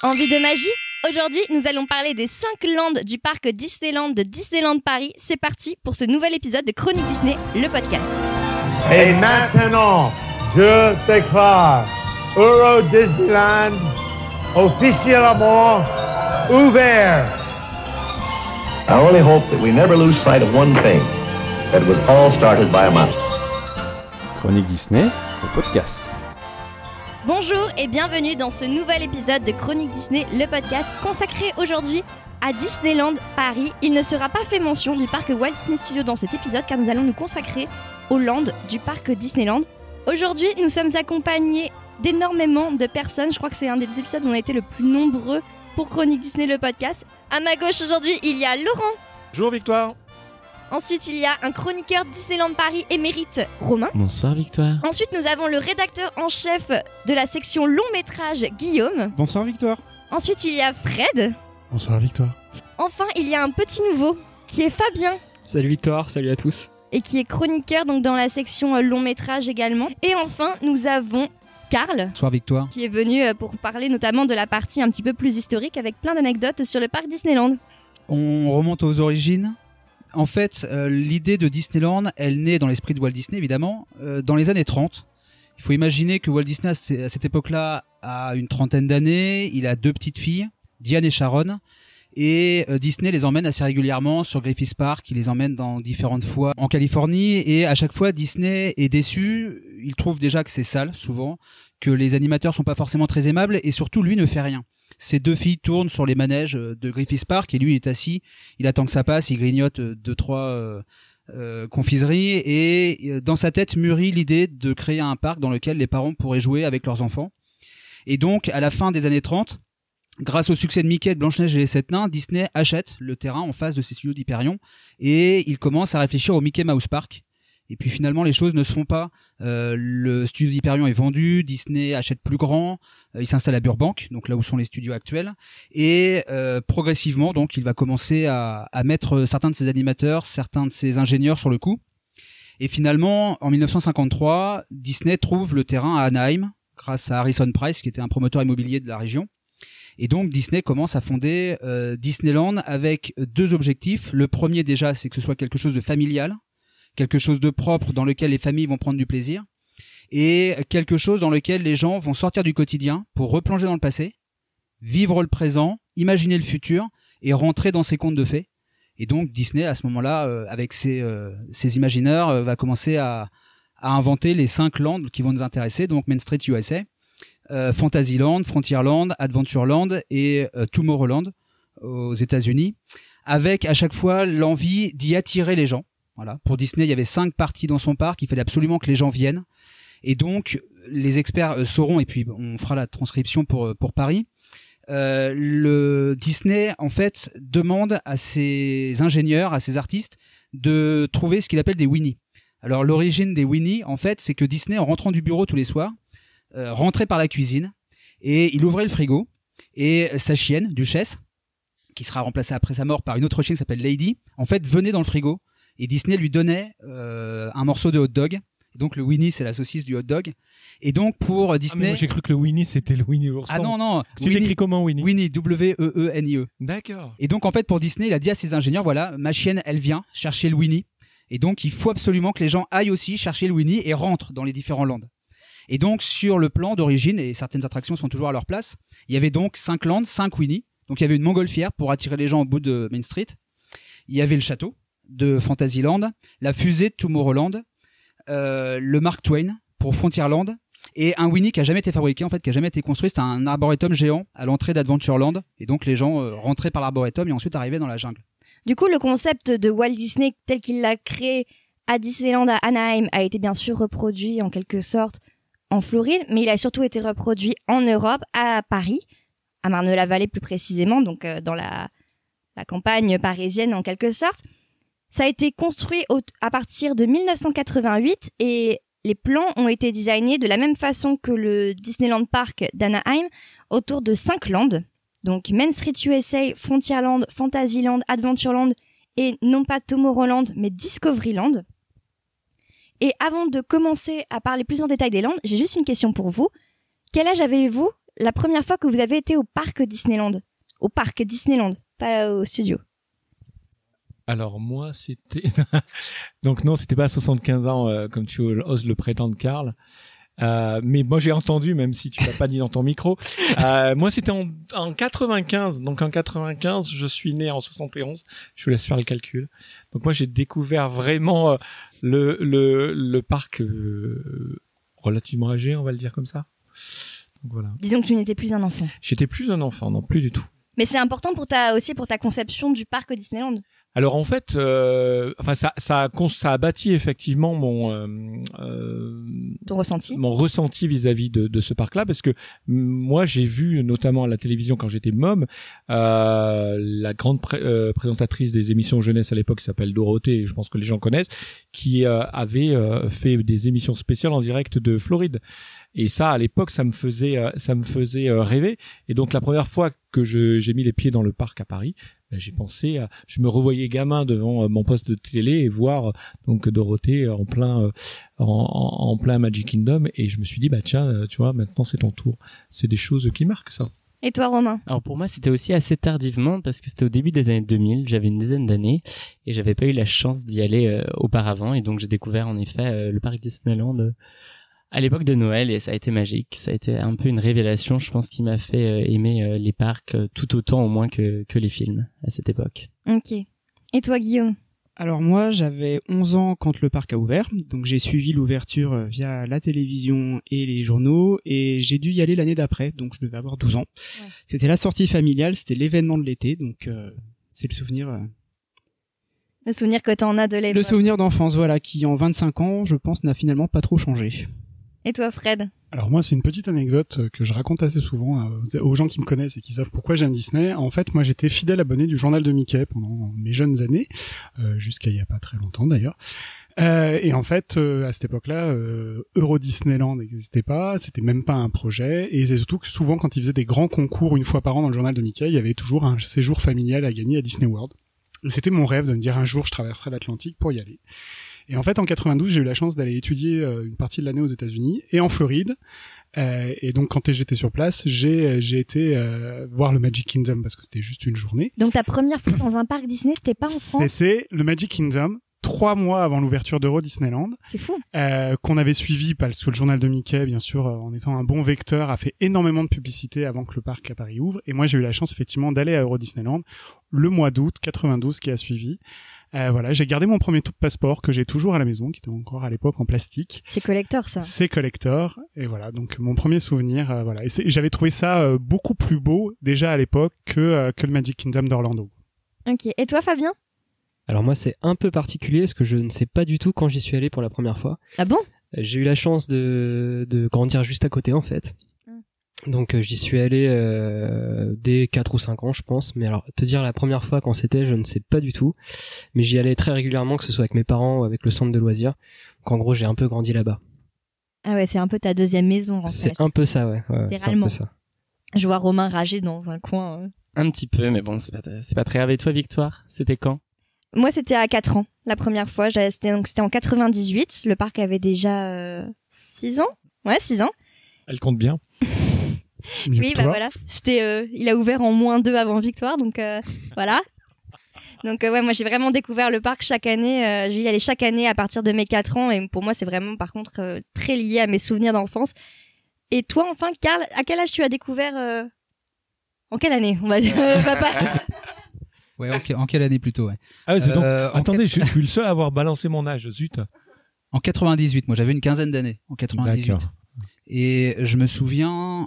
Envie de magie? Aujourd'hui, nous allons parler des 5 landes du parc Disneyland de Disneyland Paris. C'est parti pour ce nouvel épisode de Chronique Disney, le podcast. Et maintenant, je déclare Euro Disneyland officiellement ouvert. I only hope that we never lose sight of one thing, that it was all started by a mouse. Chronique Disney, le podcast. Bonjour et bienvenue dans ce nouvel épisode de Chronique Disney, le podcast consacré aujourd'hui à Disneyland Paris. Il ne sera pas fait mention du parc Walt Disney Studios dans cet épisode car nous allons nous consacrer aux landes du parc Disneyland. Aujourd'hui, nous sommes accompagnés d'énormément de personnes. Je crois que c'est un des épisodes où on a été le plus nombreux pour Chronique Disney, le podcast. À ma gauche aujourd'hui, il y a Laurent. Bonjour Victoire. Ensuite, il y a un chroniqueur Disneyland Paris émérite, Romain. Bonsoir Victoire. Ensuite, nous avons le rédacteur en chef de la section long métrage, Guillaume. Bonsoir Victoire. Ensuite, il y a Fred. Bonsoir Victoire. Enfin, il y a un petit nouveau, qui est Fabien, Salut Victoire, salut à tous. et qui est chroniqueur donc dans la section long métrage également. Et enfin, nous avons Karl, Bonsoir Victoire. qui est venu pour parler notamment de la partie un petit peu plus historique avec plein d'anecdotes sur le parc Disneyland. On remonte aux origines. En fait, l'idée de Disneyland, elle naît dans l'esprit de Walt Disney, évidemment, dans les années 30. Il faut imaginer que Walt Disney, à cette époque-là, a une trentaine d'années. Il a 2 petites filles, Diane et Sharon. Et Disney les emmène assez régulièrement sur Griffith Park. Il les emmène dans différentes fois en Californie. Et à chaque fois, Disney est déçu. Il trouve déjà que c'est sale, souvent, que les animateurs sont pas forcément très aimables. Et surtout, lui ne fait rien. Ses 2 filles tournent sur les manèges de Griffith Park et lui il est assis, il attend que ça passe, il grignote 2-3 confiseries et dans sa tête mûrit l'idée de créer un parc dans lequel les parents pourraient jouer avec leurs enfants. Et donc à la fin des années 30, grâce au succès de Mickey et de Blanche-Neige et les 7 nains, Disney achète le terrain en face de ses studios d'Hyperion et il commence à réfléchir au Mickey Mouse Park. Et puis finalement les choses ne se font pas. Le studio d'Hyperion est vendu, Disney achète plus grand, il s'installe à Burbank, donc là où sont les studios actuels, et progressivement donc il va commencer à mettre certains de ses animateurs, certains de ses ingénieurs sur le coup. Et finalement en 1953, Disney trouve le terrain à Anaheim grâce à Harrison Price qui était un promoteur immobilier de la région. Et donc Disney commence à fonder Disneyland avec 2 objectifs. Le premier déjà, c'est que ce soit quelque chose de familial, quelque chose de propre dans lequel les familles vont prendre du plaisir et quelque chose dans lequel les gens vont sortir du quotidien pour replonger dans le passé, vivre le présent, imaginer le futur et rentrer dans ses contes de fées. Et donc Disney à ce moment-là avec ses imagineurs va commencer à inventer les 5 landes qui vont nous intéresser, donc Main Street USA, Fantasyland, Frontierland, Adventureland et Tomorrowland aux États-Unis, avec à chaque fois l'envie d'y attirer les gens. Voilà. Pour Disney, il y avait 5 parties dans son parc. Il fallait absolument que les gens viennent. Et donc, les experts sauront, et puis on fera la transcription pour Paris. Le Disney, en fait, demande à ses ingénieurs, à ses artistes, de trouver ce qu'il appelle des Winnie. Alors, l'origine des Winnie, en fait, c'est que Disney, en rentrant du bureau tous les soirs, rentrait par la cuisine et il ouvrait le frigo et sa chienne, Duchesse, qui sera remplacée après sa mort par une autre chienne qui s'appelle Lady, en fait, venait dans le frigo. Et Disney lui donnait un morceau de hot dog. Et donc le Winnie, c'est la saucisse du hot dog. Et donc pour Disney... Moi, j'ai cru que le Winnie c'était le Winnie ourson. Ah non. Tu l'écris comment Winnie? Winnie, W-E-E-N-I-E. D'accord. Et donc en fait pour Disney, il a dit à ses ingénieurs, voilà, ma chienne, elle vient chercher le Winnie. Et donc il faut absolument que les gens aillent aussi chercher le Winnie et rentrent dans les différents lands. Et donc sur le plan d'origine, et certaines attractions sont toujours à leur place, il y avait donc 5 lands, 5 Winnie. Donc il y avait une montgolfière pour attirer les gens au bout de Main Street. Il y avait le château de Fantasyland, la fusée de Tomorrowland, le Mark Twain pour Frontierland et un Winnie qui a jamais été fabriqué, en fait, qui a jamais été construit. C'est un arboretum géant à l'entrée d'Adventureland et donc les gens rentraient par l'arboretum et ensuite arrivaient dans la jungle. Du coup, le concept de Walt Disney tel qu'il l'a créé à Disneyland à Anaheim a été bien sûr reproduit en quelque sorte en Floride, mais il a surtout été reproduit en Europe, à Paris, à Marne-la-Vallée plus précisément, donc dans la campagne parisienne en quelque sorte. Ça a été construit à partir de 1988 et les plans ont été designés de la même façon que le Disneyland Park d'Anaheim autour de 5 landes. Donc Main Street USA, Frontierland, Fantasyland, Adventureland et non pas Tomorrowland mais Discoveryland. Et avant de commencer à parler plus en détail des landes, j'ai juste une question pour vous. Quel âge avez-vous la première fois que vous avez été au parc Disneyland. Au parc Disneyland, pas au studio. Alors moi c'était donc non, c'était pas à 75 ans comme tu oses le prétendre, Karl. Mais moi j'ai entendu, même si tu l'as pas dit dans ton micro. Moi c'était en 95, donc en 95 je suis né en 71. Je vous laisse faire le calcul. Donc moi j'ai découvert vraiment le parc relativement âgé, on va le dire comme ça. Donc voilà. Disons que tu n'étais plus un enfant. J'étais plus un enfant, non, plus du tout. Mais c'est important pour ta conception du parc Disneyland. Alors en fait, ça a bâti effectivement Ton ressenti. mon ressenti vis-à-vis de ce parc-là, parce que moi j'ai vu notamment à la télévision quand j'étais môme la grande présentatrice des émissions jeunesse à l'époque qui s'appelle Dorothée, et je pense que les gens connaissent, qui avait fait des émissions spéciales en direct de Floride. Et ça, à l'époque, ça me faisait rêver. Et donc, la première fois que j'ai mis les pieds dans le parc à Paris, j'ai pensé, je me revoyais gamin devant mon poste de télé et voir donc Dorothée en plein Magic Kingdom. Et je me suis dit, bah tiens, tu vois, maintenant c'est ton tour. C'est des choses qui marquent ça. Et toi, Romain? Alors pour moi, c'était aussi assez tardivement parce que c'était au début des années 2000, j'avais une dizaine d'années et j'avais pas eu la chance d'y aller auparavant. Et donc, j'ai découvert en effet le parc Disneyland à l'époque de Noël et ça a été magique. Ça a été un peu une révélation, je pense, qui m'a fait aimer les parcs tout autant au moins que les films à cette époque. Ok. Et toi, Guillaume? Alors moi, j'avais 11 ans quand le parc a ouvert, donc j'ai suivi l'ouverture via la télévision et les journaux, et j'ai dû y aller l'année d'après, donc je devais avoir 12 ans. Ouais. C'était la sortie familiale, c'était l'événement de l'été, donc c'est le souvenir... Le souvenir que t'en as de l'époque. Le souvenir d'enfance, voilà, qui en 25 ans, je pense, n'a finalement pas trop changé. Et toi, Fred? Alors moi, c'est une petite anecdote que je raconte assez souvent aux gens qui me connaissent et qui savent pourquoi j'aime Disney. En fait, moi, j'étais fidèle abonné du journal de Mickey pendant mes jeunes années, jusqu'à il y a pas très longtemps d'ailleurs. Et en fait, à cette époque-là, Euro Disneyland n'existait pas, c'était même pas un projet, et c'est surtout que souvent, quand ils faisaient des grands concours une fois par an dans le journal de Mickey, il y avait toujours un séjour familial à gagner à Disney World. Et c'était mon rêve de me dire un jour, je traverserai l'Atlantique pour y aller. Et en fait, en 92, j'ai eu la chance d'aller étudier une partie de l'année aux États-Unis et en Floride. Et donc, quand j'étais sur place, j'ai été voir le Magic Kingdom parce que c'était juste une journée. Donc, ta première fois dans un parc Disney, c'était pas en France? C'était le Magic Kingdom, 3 mois avant l'ouverture d'Euro Disneyland. C'est fou. Qu'on avait suivi parce que le journal de Mickey, bien sûr, en étant un bon vecteur, a fait énormément de publicité avant que le parc à Paris ouvre. Et moi, j'ai eu la chance, effectivement, d'aller à Euro Disneyland le mois d'août 92 qui a suivi. Voilà, j'ai gardé mon premier passeport que j'ai toujours à la maison, qui était encore à l'époque en plastique. C'est collector, ça. C'est collector, et voilà, donc mon premier souvenir, voilà. Et j'avais trouvé ça beaucoup plus beau déjà à l'époque que le Magic Kingdom d'Orlando. Ok, et toi, Fabien? Alors moi, c'est un peu particulier parce que je ne sais pas du tout quand j'y suis allé pour la première fois. Ah bon? J'ai eu la chance de grandir juste à côté, en fait. Donc j'y suis allé dès 4 ou 5 ans, je pense. Mais alors, te dire la première fois quand c'était, je ne sais pas du tout. Mais j'y allais très régulièrement, que ce soit avec mes parents ou avec le centre de loisirs. Donc en gros, j'ai un peu grandi là-bas. Ah ouais, c'est un peu ta deuxième maison, en fait. C'est un peu ça, ouais. C'est un peu ça. Je vois Romain rager dans un coin. Un petit peu, mais bon, c'est pas très grave. Et toi, Victoire, c'était quand? Moi, c'était à 4 ans, la première fois. C'était en 98. Le parc avait déjà 6 ans. Ouais, 6 ans. Elle compte bien. Oui, bah voilà. C'était, il a ouvert en -2 avant Victoire, donc voilà. Donc ouais, moi j'ai vraiment découvert le parc chaque année. J'y allais chaque année à partir de mes 4 ans, et pour moi c'est vraiment par contre très lié à mes souvenirs d'enfance. Et toi, enfin, Karl, à quel âge tu as découvert En quelle année, on va dire, papa? Ouais, en quelle année plutôt, ouais. Ah, donc, attendez, je suis le seul à avoir balancé mon âge, zut. En 98, moi j'avais une quinzaine d'années, en 98. D'accord. Et je me souviens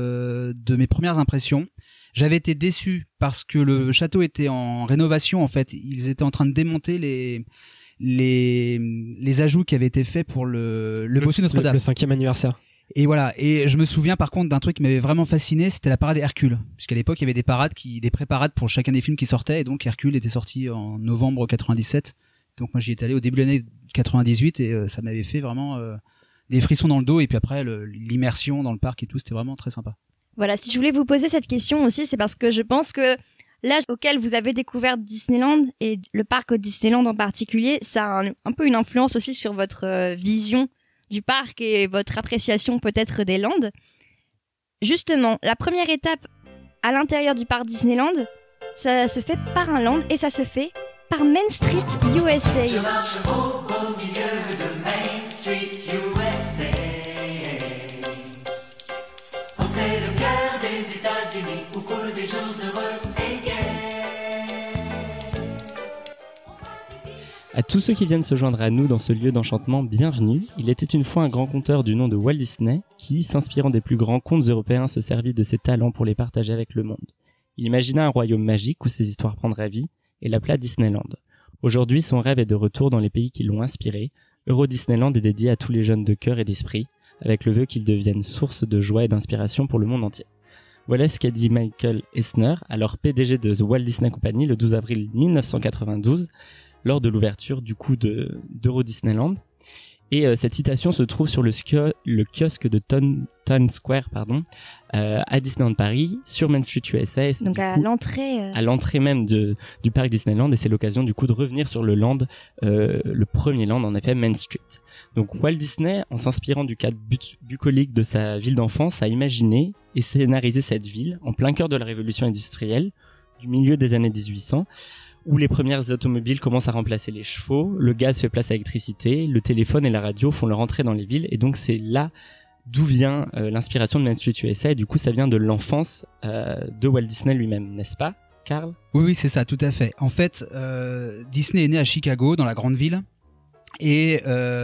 de mes premières impressions. J'avais été déçu parce que le château était en rénovation, en fait. Ils étaient en train de démonter les ajouts qui avaient été faits pour le bossu Notre-Dame. Le 5e anniversaire. Et voilà. Et je me souviens par contre d'un truc qui m'avait vraiment fasciné, c'était la parade Hercule. Puisqu'à l'époque, il y avait des pré-parades pour chacun des films qui sortaient. Et donc Hercule était sorti en novembre 97. Donc moi j'y étais allé au début de l'année 98 et ça m'avait fait vraiment des frissons dans le dos. Et puis après l'immersion dans le parc et tout, c'était vraiment très sympa. Voilà, si je voulais vous poser cette question aussi, c'est parce que je pense que l'âge auquel vous avez découvert Disneyland et le parc Disneyland en particulier, ça a un peu une influence aussi sur votre vision du parc et votre appréciation peut-être des landes. Justement, la première étape à l'intérieur du parc Disneyland, ça se fait par un land et ça se fait par Main Street USA. Je marche au beau milieu de Main Street USA. Oh, c'est le cœur des États-Unis où coulent des jours heureux et gais. À tous ceux qui viennent se joindre à nous dans ce lieu d'enchantement, bienvenue. Il était une fois un grand conteur du nom de Walt Disney qui, s'inspirant des plus grands contes européens, se servit de ses talents pour les partager avec le monde. Il imagina un royaume magique où ses histoires prendraient vie et l'appela Disneyland. Aujourd'hui, son rêve est de retour dans les pays qui l'ont inspiré. Euro Disneyland est dédié à tous les jeunes de cœur et d'esprit, avec le vœu qu'ils deviennent source de joie et d'inspiration pour le monde entier. Voilà ce qu'a dit Michael Eisner, alors PDG de The Walt Disney Company, le 12 avril 1992, lors de l'ouverture du coup d'Euro Disneyland. Et cette citation se trouve sur le kiosque de Times Square, à Disneyland Paris, sur Main Street USA. Donc à l'entrée. À l'entrée même du parc Disneyland, et c'est l'occasion du coup de revenir sur le land, le premier land en effet, Main Street. Donc Walt Disney, en s'inspirant du cadre bucolique de sa ville d'enfance, a imaginé et scénarisé cette ville en plein cœur de la révolution industrielle du milieu des années 1800. Où les premières automobiles commencent à remplacer les chevaux, le gaz fait place à l'électricité, le téléphone et la radio font leur entrée dans les villes, et donc c'est là d'où vient l'inspiration de Main Street USA, et du coup ça vient de l'enfance de Walt Disney lui-même, n'est-ce pas, Karl ? Oui, c'est ça, tout à fait. En fait, Disney est né à Chicago, dans la grande ville, et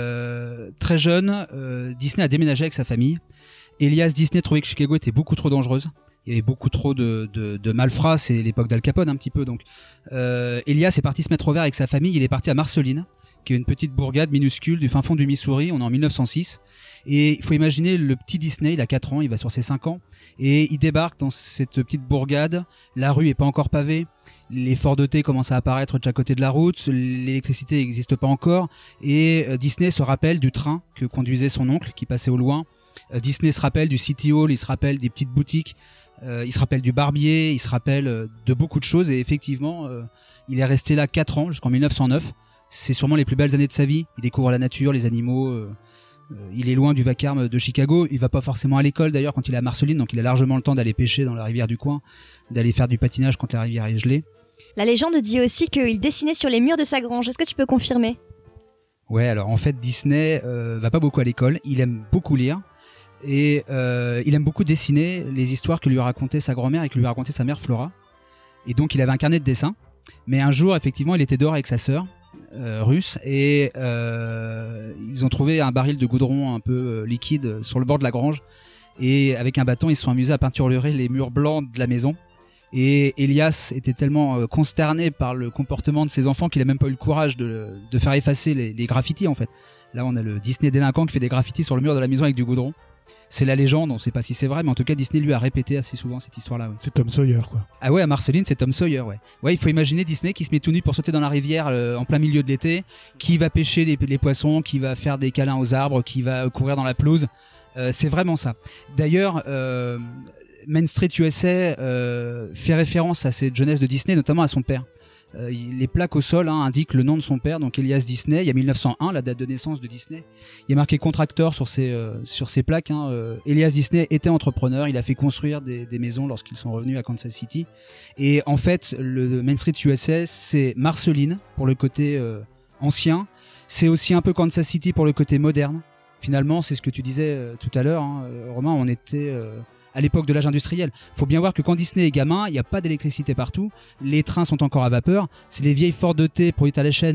très jeune, Disney a déménagé avec sa famille. Elias Disney trouvait que Chicago était beaucoup trop dangereuse. Il y avait beaucoup trop de malfrats, c'est l'époque d'Al Capone un petit peu. Donc, Elias est parti se mettre au vert avec sa famille. Il est parti à Marceline, qui est une petite bourgade minuscule du fin fond du Missouri. On est en 1906. Et il faut imaginer le petit Disney, il a 4 ans, il va sur ses 5 ans. Et il débarque dans cette petite bourgade. La rue est pas encore pavée. Les forts de thé commencent à apparaître de chaque côté de la route. L'électricité n'existe pas encore. Et Disney se rappelle du train que conduisait son oncle, qui passait au loin. Disney se rappelle du City Hall, il se rappelle des petites boutiques. Il se rappelle du barbier, il se rappelle de beaucoup de choses, et effectivement, il est resté là 4 ans, jusqu'en 1909. C'est sûrement les plus belles années de sa vie. Il découvre la nature, les animaux, il est loin du vacarme de Chicago. Il va pas forcément à l'école d'ailleurs quand il est à Marceline, donc il a largement le temps d'aller pêcher dans la rivière du coin, d'aller faire du patinage quand la rivière est gelée. La légende dit aussi qu'il dessinait sur les murs de sa grange. Est-ce que tu peux confirmer ? Ouais, alors en fait Disney va pas beaucoup à l'école, il aime beaucoup lire. Et il aime beaucoup dessiner les histoires que lui racontait sa grand-mère et que lui racontait sa mère Flora. Et donc il avait un carnet de dessin. Mais un jour, effectivement, il était dehors avec sa sœur russe, et ils ont trouvé un baril de goudron un peu liquide sur le bord de la grange. Et avec un bâton, ils se sont amusés à peinturer les murs blancs de la maison. Et Elias était tellement consterné par le comportement de ses enfants qu'il a même pas eu le courage de faire effacer les graffitis, en fait. Là, on a le Disney délinquant qui fait des graffitis sur le mur de la maison avec du goudron. C'est la légende, on sait pas si c'est vrai, mais en tout cas Disney lui a répété assez souvent cette histoire-là. Ouais. C'est Tom Sawyer, quoi. Ah ouais, à Marceline, c'est Tom Sawyer, ouais. Ouais, il faut imaginer Disney qui se met tout nu pour sauter dans la rivière en plein milieu de l'été, qui va pêcher les poissons, qui va faire des câlins aux arbres, qui va courir dans la pelouse. C'est vraiment ça. D'ailleurs, Main Street USA fait référence à cette jeunesse de Disney, notamment à son père. Les plaques au sol indiquent le nom de son père, donc Elias Disney. Il y a 1901, la date de naissance de Disney. Il y a marqué contracteur sur ces plaques. Elias Disney était entrepreneur. Il a fait construire des maisons lorsqu'ils sont revenus à Kansas City. Et en fait, le Main Street USA, c'est Marceline pour le côté ancien. C'est aussi un peu Kansas City pour le côté moderne. Finalement, c'est ce que tu disais tout à l'heure, Romain. On était à l'époque de l'âge industriel. Faut bien voir que quand Disney est gamin, il n'y a pas d'électricité partout, les trains sont encore à vapeur, c'est les vieilles Ford de thé produites à la chaîne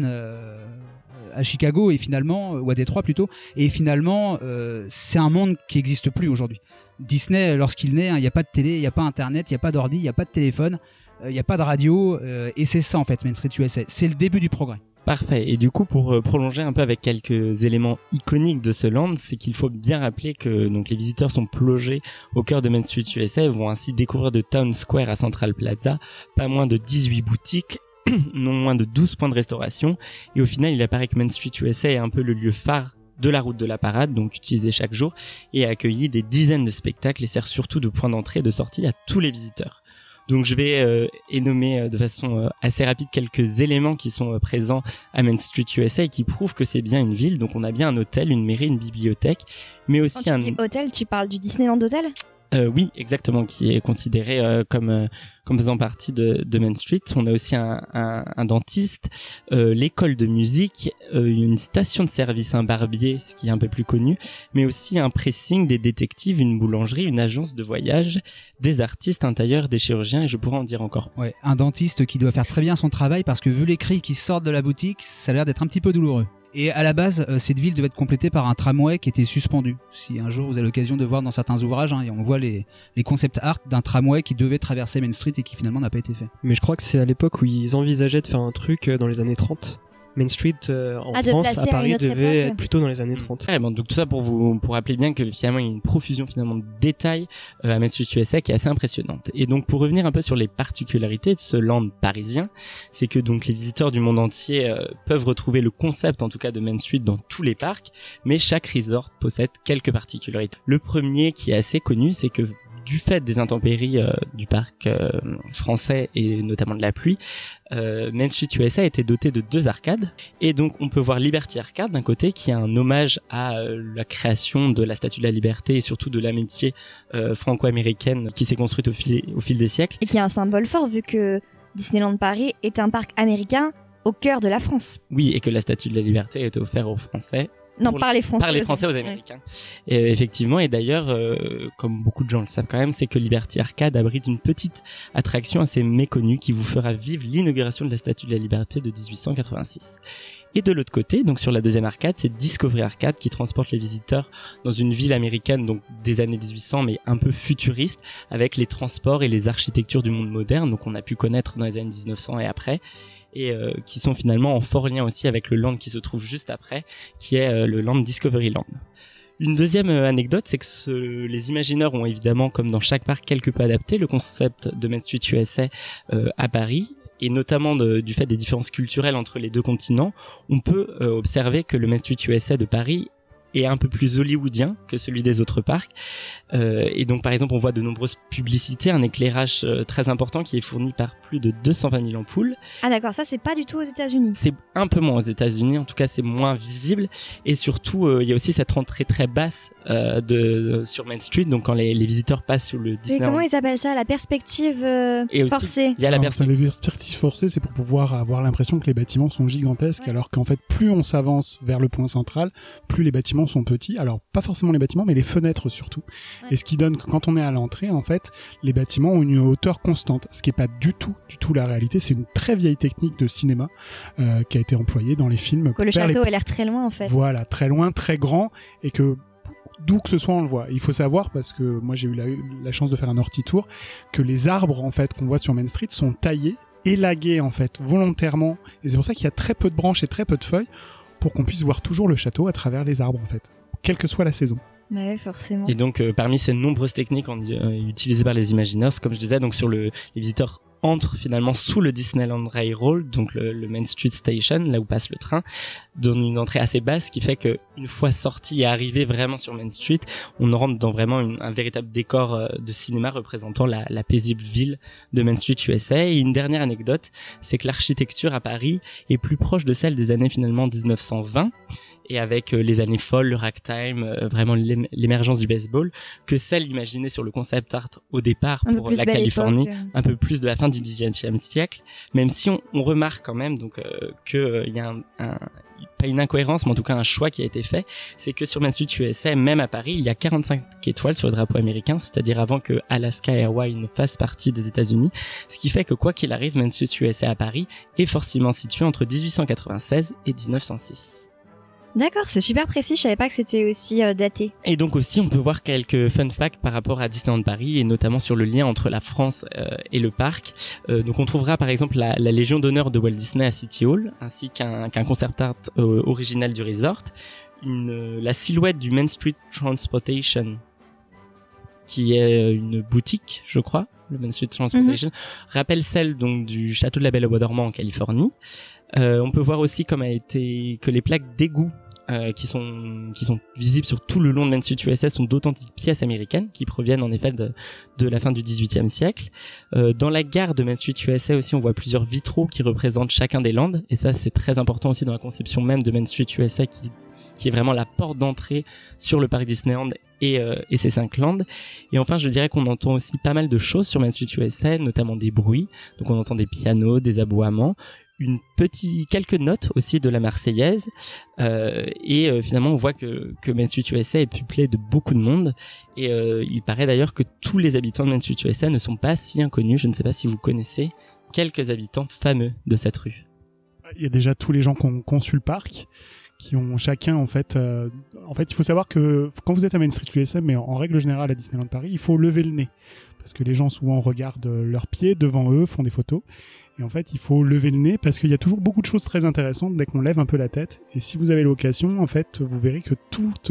à Chicago et finalement, ou à Détroit plutôt, et finalement c'est un monde qui n'existe plus aujourd'hui. Disney, lorsqu'il naît, il n'y a pas de télé, il n'y a pas internet, il n'y a pas d'ordi, il n'y a pas de téléphone, il n'y a pas de radio, et c'est ça en fait Main Street USA, c'est le début du progrès. Parfait. Et du coup, pour prolonger un peu avec quelques éléments iconiques de ce land, c'est qu'il faut bien rappeler que donc les visiteurs sont plongés au cœur de Main Street USA et vont ainsi découvrir de Town Square à Central Plaza pas moins de 18 boutiques, non moins de 12 points de restauration. Et au final, il apparaît que Main Street USA est un peu le lieu phare de la route de la parade, donc utilisé chaque jour, et a accueilli des dizaines de spectacles et sert surtout de point d'entrée et de sortie à tous les visiteurs. Donc je vais énommer de façon assez rapide quelques éléments qui sont présents à Main Street USA et qui prouvent que c'est bien une ville. Donc on a bien un hôtel, une mairie, une bibliothèque, mais aussi Quand tu dis hôtel, tu parles du Disneyland Hotel ? Oui, exactement, qui est considéré comme faisant partie de Main Street. On a aussi un dentiste, l'école de musique, une station de service, un barbier, ce qui est un peu plus connu, mais aussi un pressing, des détectives, une boulangerie, une agence de voyage, des artistes, un tailleur, des chirurgiens, et je pourrais en dire encore. Ouais, un dentiste qui doit faire très bien son travail parce que vu les cris qui sortent de la boutique, ça a l'air d'être un petit peu douloureux. Et à la base, cette ville devait être complétée par un tramway qui était suspendu. Si un jour vous avez l'occasion de voir dans certains ouvrages, et on voit les concept art d'un tramway qui devait traverser Main Street et qui finalement n'a pas été fait. Mais je crois que c'est à l'époque où ils envisageaient de faire un truc dans les années 30. Main Street en France, à Paris, devait être plutôt dans les années 30. Carrément. Donc tout ça pour rappeler bien que finalement il y a une profusion finalement de détails à Main Street USA qui est assez impressionnante. Et donc pour revenir un peu sur les particularités de ce land parisien, c'est que donc les visiteurs du monde entier peuvent retrouver le concept en tout cas de Main Street dans tous les parcs, mais chaque resort possède quelques particularités. Le premier qui est assez connu, c'est que du fait des intempéries du parc français et notamment de la pluie, Main Street USA a été doté de 2 arcades, et donc on peut voir Liberty Arcade d'un côté qui est un hommage à la création de la Statue de la Liberté et surtout de l'amitié franco-américaine qui s'est construite au fil des siècles. Et qui est un symbole fort vu que Disneyland Paris est un parc américain au cœur de la France. Oui, et que la Statue de la Liberté a été offerte aux Français. Non, par les Français aux Américains. Ouais. Et effectivement, et d'ailleurs, comme beaucoup de gens le savent quand même, c'est que Liberty Arcade abrite une petite attraction assez méconnue qui vous fera vivre l'inauguration de la Statue de la Liberté de 1886. Et de l'autre côté, donc sur la deuxième arcade, c'est Discovery Arcade qui transporte les visiteurs dans une ville américaine, donc des années 1800, mais un peu futuriste, avec les transports et les architectures du monde moderne, donc on a pu connaître dans les années 1900 et après. Et qui sont finalement en fort lien aussi avec le land qui se trouve juste après, qui est le land Discoveryland. Une deuxième anecdote, c'est que les imagineurs ont évidemment, comme dans chaque parc, quelque peu adapté le concept de Main Street USA à Paris, et notamment du fait des différences culturelles entre les deux continents. On peut observer que le Main Street USA de Paris est un peu plus hollywoodien que celui des autres parcs. Et donc, par exemple, on voit de nombreuses publicités, un éclairage très important qui est fourni par plus de 220 000 ampoules. Ah d'accord, ça c'est pas du tout aux États-Unis. C'est un peu moins aux États-Unis, en tout cas c'est moins visible. Et surtout, il y a aussi cette rentrée très basse sur Main Street, donc quand les visiteurs passent sur le Disneyland. Mais comment ils appellent ça, la perspective forcée? Il y a la perspective forcée, c'est pour pouvoir avoir l'impression que les bâtiments sont gigantesques, alors qu'en fait, plus on s'avance vers le point central, plus les bâtiments sont petits. Alors pas forcément les bâtiments, mais les fenêtres surtout. Ouais. Et ce qui donne que quand on est à l'entrée, en fait, les bâtiments ont une hauteur constante, ce qui est pas du tout la réalité. C'est une très vieille technique de cinéma qui a été employée dans les films. Que le château a l'air très loin en fait. Voilà, très loin, très grand, et que d'où que ce soit on le voit. Il faut savoir, parce que moi j'ai eu la chance de faire un horti-tour, que les arbres en fait qu'on voit sur Main Street sont taillés, élagués en fait volontairement, et c'est pour ça qu'il y a très peu de branches et très peu de feuilles pour qu'on puisse voir toujours le château à travers les arbres en fait, quelle que soit la saison. Ouais, forcément. Et donc parmi ces nombreuses techniques utilisées par les Imagineers, comme je disais, donc les visiteurs entrent finalement sous le Disneyland Railroad, donc le Main Street Station, là où passe le train, dans une entrée assez basse, qui fait que une fois sorti et arrivé vraiment sur Main Street, on rentre dans vraiment un véritable décor de cinéma représentant la paisible ville de Main Street USA. Et une dernière anecdote, c'est que l'architecture à Paris est plus proche de celle des années finalement 1920. Et avec les années folles, le ragtime, vraiment l'émergence du baseball, que celle imaginée sur le concept art au départ pour la Californie, un peu plus de la fin du XVIIe siècle, même si on remarque quand même donc que il y a pas une incohérence, mais en tout cas un choix qui a été fait, c'est que sur Main Street USA, même à Paris, il y a 45 étoiles sur le drapeau américain, c'est-à-dire avant que Alaska Airlines ne fasse partie des États-Unis, ce qui fait que quoi qu'il arrive, Main Street USA à Paris est forcément situé entre 1896 et 1906. D'accord, c'est super précis, je savais pas que c'était aussi daté. Et donc aussi, on peut voir quelques fun facts par rapport à Disneyland Paris, et notamment sur le lien entre la France et le parc. Donc on trouvera par exemple la Légion d'honneur de Walt Disney à City Hall, ainsi qu'un concept art original du resort, la silhouette du Main Street Transportation, qui est une boutique, je crois, le Main Street Transportation, rappelle celle donc du château de la Belle au Bois dormant en Californie. On peut voir aussi que les plaques d'égout qui sont visibles sur tout le long de Main Street USA sont d'authentiques pièces américaines qui proviennent en effet de la fin du XVIIIe siècle. Dans la gare de Main Street USA aussi, on voit plusieurs vitraux qui représentent chacun des lands, et ça c'est très important aussi dans la conception même de Main Street USA qui est vraiment la porte d'entrée sur le parc Disneyland et ses 5 landes. Et enfin, je dirais qu'on entend aussi pas mal de choses sur Main Street USA, notamment des bruits. Donc on entend des pianos, des aboiements, quelques notes aussi de la Marseillaise, et finalement on voit que Main Street USA est peuplé de beaucoup de monde, et il paraît d'ailleurs que tous les habitants de Main Street USA ne sont pas si inconnus. Je ne sais pas si vous connaissez quelques habitants fameux de cette rue. Il y a déjà tous les gens qui ont conçu le parc, qui ont chacun en fait il faut savoir que quand vous êtes à Main Street USA, mais en règle générale à Disneyland Paris, il faut lever le nez parce que les gens souvent regardent leurs pieds devant eux, font des photos. Et en fait, il faut lever le nez parce qu'il y a toujours beaucoup de choses très intéressantes dès qu'on lève un peu la tête. Et si vous avez l'occasion, en fait, vous verrez que toutes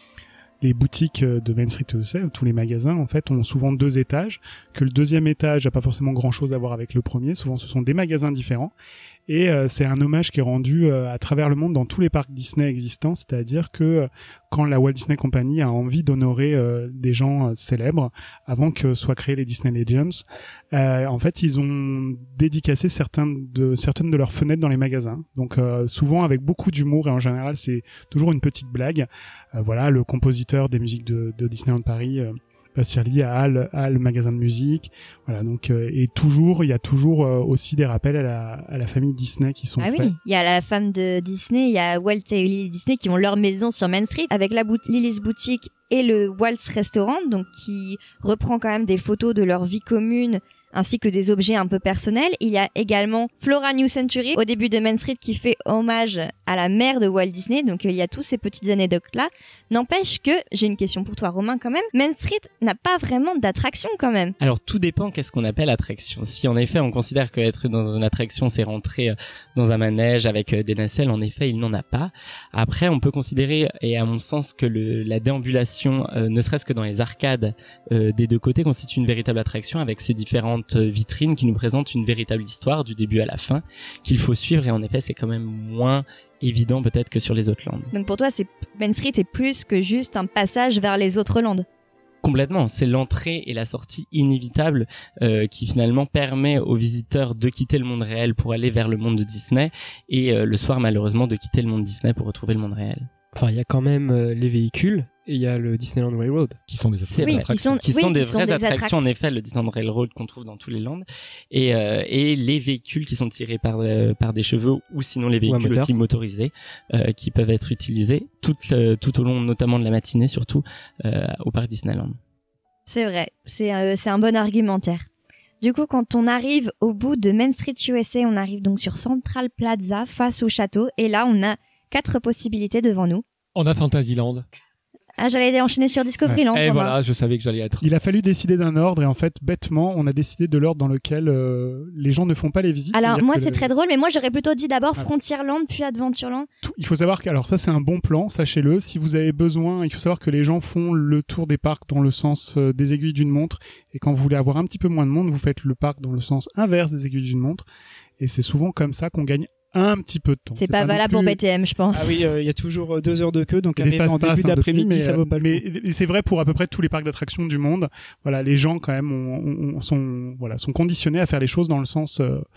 les boutiques de Main Street USA, tous les magasins, en fait, ont souvent 2 étages, que le 2e étage n'a pas forcément grand-chose à voir avec le premier. Souvent, ce sont des magasins différents. Et c'est un hommage qui est rendu à travers le monde dans tous les parcs Disney existants, c'est-à-dire que quand la Walt Disney Company a envie d'honorer des gens célèbres avant que soient créés les Disney Legends, en fait ils ont dédicacé certaines de leurs fenêtres dans les magasins. Donc souvent avec beaucoup d'humour, et en général c'est toujours une petite blague. Voilà, le compositeur des musiques de Disneyland Paris, Passierly a le magasin de musique, voilà. Donc et il y a toujours aussi des rappels à la famille Disney qui sont faits. Oui, il y a la femme de Disney, il y a Walt et Lily Disney qui ont leur maison sur Main Street avec la Lily's Boutique et le Walt's Restaurant, donc qui reprend quand même des photos de leur vie commune ainsi que des objets un peu personnels. Il y a également Flora New Century au début de Main Street qui fait hommage à la mère de Walt Disney, donc il y a tous ces petites anecdotes là. N'empêche que, j'ai une question pour toi Romain quand même, Main Street n'a pas vraiment d'attraction quand même. Alors tout dépend qu'est-ce qu'on appelle attraction. Si en effet on considère qu'être dans une attraction c'est rentrer dans un manège avec des nacelles, en effet il n'en a pas. Après on peut considérer, et à mon sens, que la déambulation, ne serait-ce que dans les arcades des 2 côtés, constitue une véritable attraction avec ses différentes vitrines qui nous présentent une véritable histoire du début à la fin qu'il faut suivre, et en effet c'est quand même moins évident peut-être que sur les autres landes. Donc pour toi Main Street est plus que juste un passage vers les autres landes. Complètement, c'est l'entrée et la sortie inévitable qui finalement permet aux visiteurs de quitter le monde réel pour aller vers le monde de Disney, et le soir malheureusement de quitter le monde Disney pour retrouver le monde réel. Enfin, il y a quand même les véhicules, et il y a le Disneyland Railroad. Qui sont des attractions. Qui sont des vraies attractions, en effet, le Disneyland Railroad qu'on trouve dans tous les landes. Et les véhicules qui sont tirés par des chevaux, ou sinon les véhicules aussi motorisés, qui peuvent être utilisés tout au long, notamment de la matinée, surtout, au parc Disneyland. C'est vrai, c'est un bon argumentaire. Du coup, quand on arrive au bout de Main Street USA, on arrive donc sur Central Plaza, face au château, et là, on a 4 possibilités devant nous. On a Fantasyland. Ah, j'allais enchaîner sur Discoveryland. Et voilà, je savais que j'allais être. Il a fallu décider d'un ordre, et en fait, bêtement, on a décidé de l'ordre dans lequel les gens ne font pas les visites. Alors moi, c'est très drôle, mais moi j'aurais plutôt dit d'abord Frontierland, puis Adventureland. Il faut savoir que, alors ça c'est un bon plan, sachez-le. Si vous avez besoin, il faut savoir que les gens font le tour des parcs dans le sens des aiguilles d'une montre, et quand vous voulez avoir un petit peu moins de monde, vous faites le parc dans le sens inverse des aiguilles d'une montre, et c'est souvent comme ça qu'on gagne un petit peu de temps. C'est pas valable pour BTM, je pense. Ah oui, il y a toujours 2 heures de queue, donc arriver en début d'après-midi, ça vaut pas le coup. Mais c'est vrai pour à peu près tous les parcs d'attractions du monde. Voilà, les gens quand même sont conditionnés à faire les choses dans le sens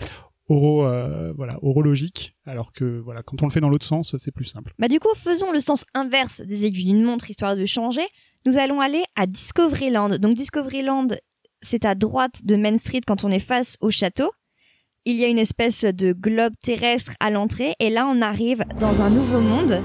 horologique, alors que voilà, quand on le fait dans l'autre sens, c'est plus simple. Bah du coup, faisons le sens inverse des aiguilles d'une montre histoire de changer. Nous allons aller à Discoveryland. Donc Discoveryland, c'est à droite de Main Street quand on est face au château. Il y a une espèce de globe terrestre à l'entrée, et là on arrive dans un nouveau monde.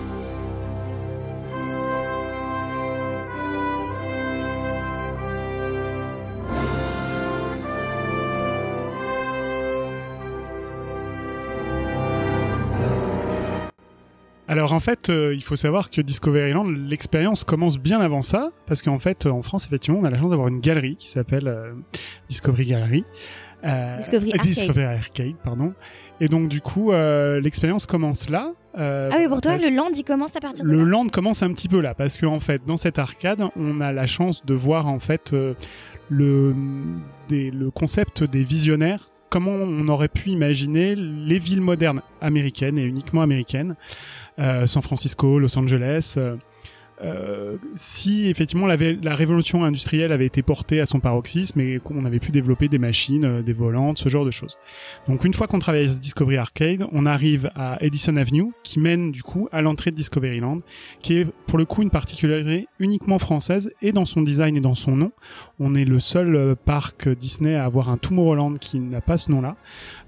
Alors en fait, il faut savoir que Discoveryland, l'expérience commence bien avant ça, parce qu'en fait, en France, effectivement, on a la chance d'avoir une galerie qui s'appelle Discovery Gallery. Discovery Arcade, pardon. Et donc du coup, l'expérience commence là. Ah oui, pour toi, le land, il commence à partir de là. Le land commence un petit peu là, parce qu'en fait, dans cette arcade, on a la chance de voir en fait le concept des visionnaires. Comment on aurait pu imaginer les villes modernes américaines et uniquement américaines, San Francisco, Los Angeles. si effectivement la révolution industrielle avait été portée à son paroxysme et qu'on avait pu développer des machines, des volantes, ce genre de choses. Donc une fois qu'on travaille à Discovery Arcade, on arrive à Edison Avenue qui mène du coup à l'entrée de Discoveryland, qui est pour le coup une particularité uniquement française et dans son design et dans son nom. On est le seul parc Disney à avoir un Tomorrowland qui n'a pas ce nom-là,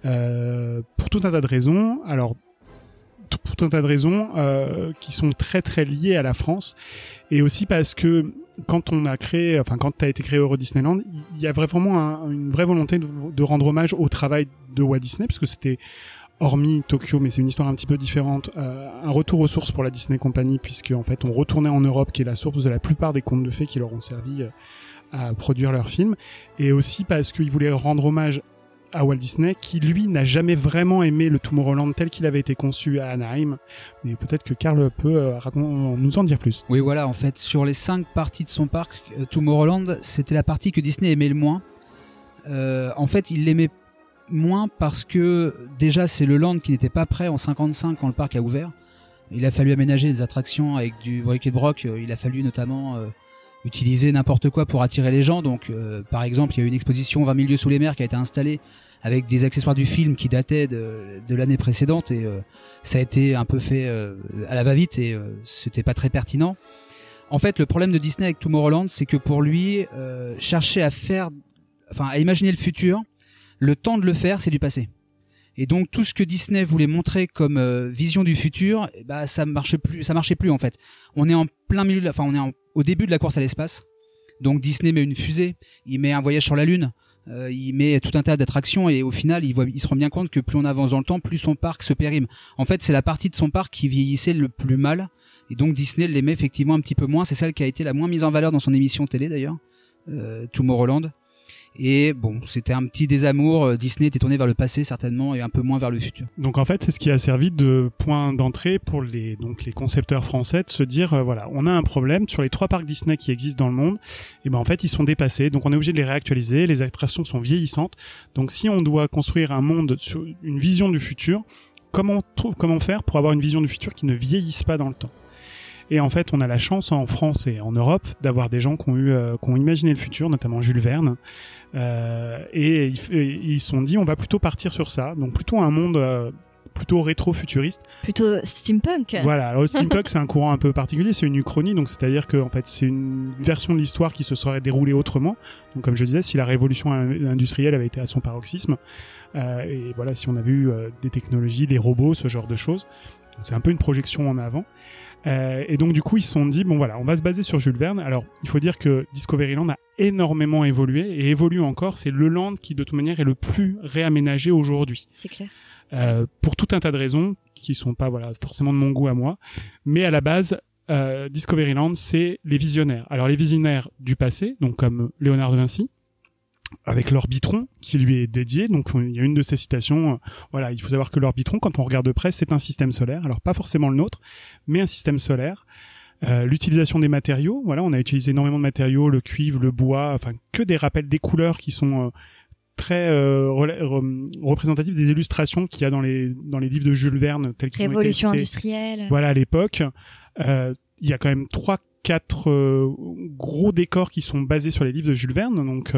pour tout un tas de raisons. Alors tout un tas de raisons qui sont très très liées à la France, et aussi parce que quand t'as été créé Euro Disneyland, il y a vraiment une vraie volonté de rendre hommage au travail de Walt Disney, parce que c'était, hormis Tokyo, mais c'est une histoire un petit peu différente, un retour aux sources pour la Disney Company, puisque en fait on retournait en Europe, qui est la source de la plupart des contes de fées qui leur ont servi à produire leurs films, et aussi parce qu'ils voulaient rendre hommage à Walt Disney, qui lui n'a jamais vraiment aimé le Tomorrowland tel qu'il avait été conçu à Anaheim. Mais peut-être que Karl peut nous en dire plus. Oui, voilà, en fait, sur les 5 parties de son parc, Tomorrowland, c'était la partie que Disney aimait le moins. En fait, il l'aimait moins parce que déjà c'est le land qui n'était pas prêt en 55 quand le parc a ouvert. Il a fallu aménager des attractions avec du bric-et-broc. Il a fallu notamment utiliser n'importe quoi pour attirer les gens. Donc, par exemple, il y a eu une exposition 20 000 lieues sous les mers qui a été installée avec des accessoires du film qui dataient de l'année précédente, et ça a été un peu fait à la va-vite, et c'était pas très pertinent. En fait, le problème de Disney avec Tomorrowland, c'est que pour lui, chercher à imaginer le futur, le temps de le faire, c'est du passé. Et donc tout ce que Disney voulait montrer comme vision du futur, ça marchait plus en fait. On est en plein milieu, on est au début de la course à l'espace. Donc Disney met une fusée, il met un voyage sur la Lune, il met tout un tas d'attractions, et au final il se rend bien compte que plus on avance dans le temps, plus son parc se périme. En fait, c'est la partie de son parc qui vieillissait le plus mal, et donc Disney l'aimait effectivement un petit peu moins. C'est celle qui a été la moins mise en valeur dans son émission télé d'ailleurs, Tomorrowland. Et bon, c'était un petit désamour. Disney était tourné vers le passé certainement, et un peu moins vers le futur. Donc en fait, c'est ce qui a servi de point d'entrée pour les concepteurs français, de se dire voilà, on a un problème sur les 3 parcs Disney qui existent dans le monde. Et en fait, ils sont dépassés, donc on est obligé de les réactualiser. Les attractions sont vieillissantes. Donc si on doit construire un monde sur une vision du futur, comment faire pour avoir une vision du futur qui ne vieillisse pas dans le temps? Et en fait, on a la chance en France et en Europe d'avoir des gens qui ont imaginé le futur, notamment Jules Verne. Et ils se sont dit, on va plutôt partir sur ça. Donc plutôt un monde plutôt rétro-futuriste. Plutôt steampunk. Voilà. Alors, le steampunk, c'est un courant un peu particulier. C'est une uchronie. Donc c'est-à-dire que en fait, c'est une version de l'histoire qui se serait déroulée autrement. Donc comme je disais, si la révolution industrielle avait été à son paroxysme, et voilà, si on avait eu des technologies, des robots, ce genre de choses. Donc c'est un peu une projection en avant. Et donc du coup ils se sont dit bon voilà, on va se baser sur Jules Verne. Alors il faut dire que Discoveryland a énormément évolué et évolue encore. C'est le land qui de toute manière est le plus réaménagé aujourd'hui. C'est clair. Pour tout un tas de raisons qui sont pas forcément de mon goût à moi, mais à la base Discoveryland c'est les visionnaires. Alors les visionnaires du passé, donc comme Léonard de Vinci, avec l'Orbitron qui lui est dédié. Donc il y a une de ces citations, il faut savoir que l'Orbitron, quand on regarde de près, c'est un système solaire, alors pas forcément le nôtre, mais un système solaire. L'utilisation des matériaux, on a utilisé énormément de matériaux, le cuivre, le bois, que des rappels des couleurs qui sont très représentatifs des illustrations qu'il y a dans les livres de Jules Verne tels qu'ils ont été Révolution industrielle. Voilà, à l'époque, il y a quand même 4 gros décors qui sont basés sur les livres de Jules Verne. Donc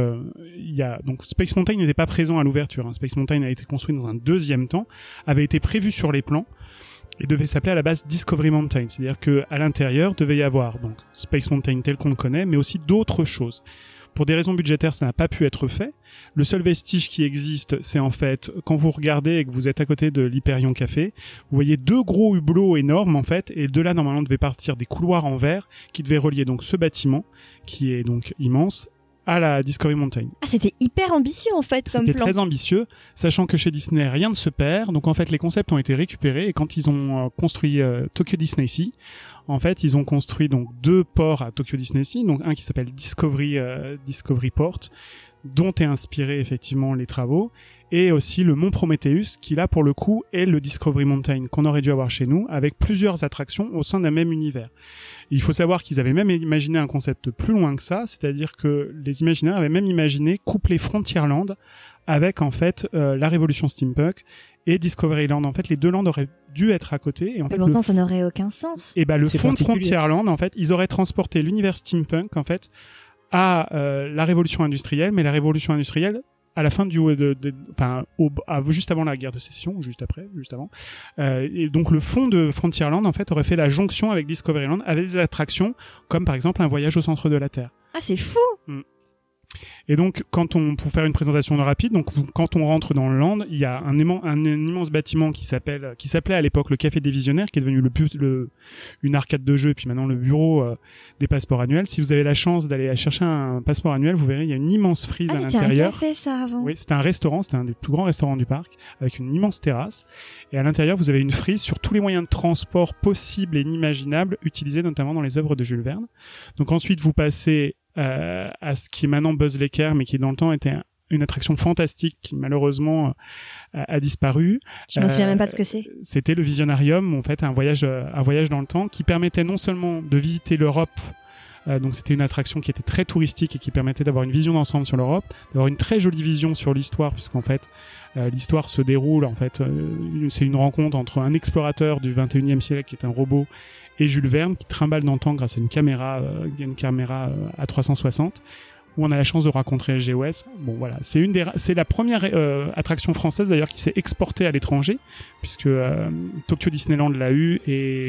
Space Mountain n'était pas présent à l'ouverture. Space Mountain a été construit dans un deuxième temps, avait été prévu sur les plans et devait s'appeler à la base Discovery Mountain. C'est-à-dire que à l'intérieur devait y avoir donc Space Mountain tel qu'on le connaît, mais aussi d'autres choses. Pour des raisons budgétaires, ça n'a pas pu être fait. Le seul vestige qui existe, c'est en fait, quand vous regardez et que vous êtes à côté de l'Hyperion Café, vous voyez 2 gros hublots énormes, en fait, et de là, normalement, devaient partir des couloirs en verre qui devaient relier donc ce bâtiment, qui est donc immense, à la Discovery Mountain. Ah, c'était hyper ambitieux, en fait, comme plan. C'était très ambitieux, sachant que chez Disney, rien ne se perd. Donc, en fait, les concepts ont été récupérés, et quand ils ont construit Tokyo Disney Sea, en fait, ils ont construit donc 2 ports à Tokyo Disney Sea, donc un qui s'appelle Discovery Port, dont est inspiré effectivement les travaux, et aussi le mont Prometheus, qui là pour le coup est le Discovery Mountain qu'on aurait dû avoir chez nous, avec plusieurs attractions au sein d'un même univers. Et il faut savoir qu'ils avaient même imaginé un concept plus loin que ça, c'est-à-dire que les imaginaires avaient même imaginé coupler Frontierland avec en fait la révolution steampunk et Discoveryland. En fait, les deux lands auraient dû être à côté. Et en fait, longtemps, ça n'aurait aucun sens. Et le C'est fond de particulier. Frontierland, en fait, ils auraient transporté l'univers steampunk en fait à la révolution industrielle, mais la révolution industrielle à la fin juste avant la guerre de sécession, juste avant. Et donc le fond de Frontierland en fait aurait fait la jonction avec Discoveryland, avec des attractions comme par exemple un voyage au centre de la Terre. Ah, c'est fou. Et donc, pour faire une présentation rapide, donc quand on rentre dans le land, il y a un immense bâtiment qui s'appelait à l'époque le Café des Visionnaires, qui est devenu une arcade de jeu, et puis maintenant le bureau des passeports annuels. Si vous avez la chance d'aller chercher un passeport annuel, vous verrez, il y a une immense frise à l'intérieur. C'était un café, ça, avant. Oui, c'était un restaurant, c'était un des plus grands restaurants du parc, avec une immense terrasse. Et à l'intérieur, vous avez une frise sur tous les moyens de transport possibles et inimaginables, utilisés notamment dans les œuvres de Jules Verne. Donc ensuite, vous passez à ce qui est maintenant Buzz l'éclair, mais qui dans le temps était une attraction fantastique qui malheureusement a disparu. Je me souviens même pas de ce que c'est. C'était le Visionarium, en fait, un voyage dans le temps qui permettait non seulement de visiter l'Europe. Donc c'était une attraction qui était très touristique et qui permettait d'avoir une vision d'ensemble sur l'Europe, d'avoir une très jolie vision sur l'histoire, puisqu'en fait l'histoire se déroule en fait c'est une rencontre entre un explorateur du 21e siècle qui est un robot et Jules Verne qui trimballe dans le temps grâce à une caméra à 360 où on a la chance de rencontrer GOS. Bon voilà, c'est la première attraction française d'ailleurs qui s'est exportée à l'étranger, puisque Tokyo Disneyland l'a eu et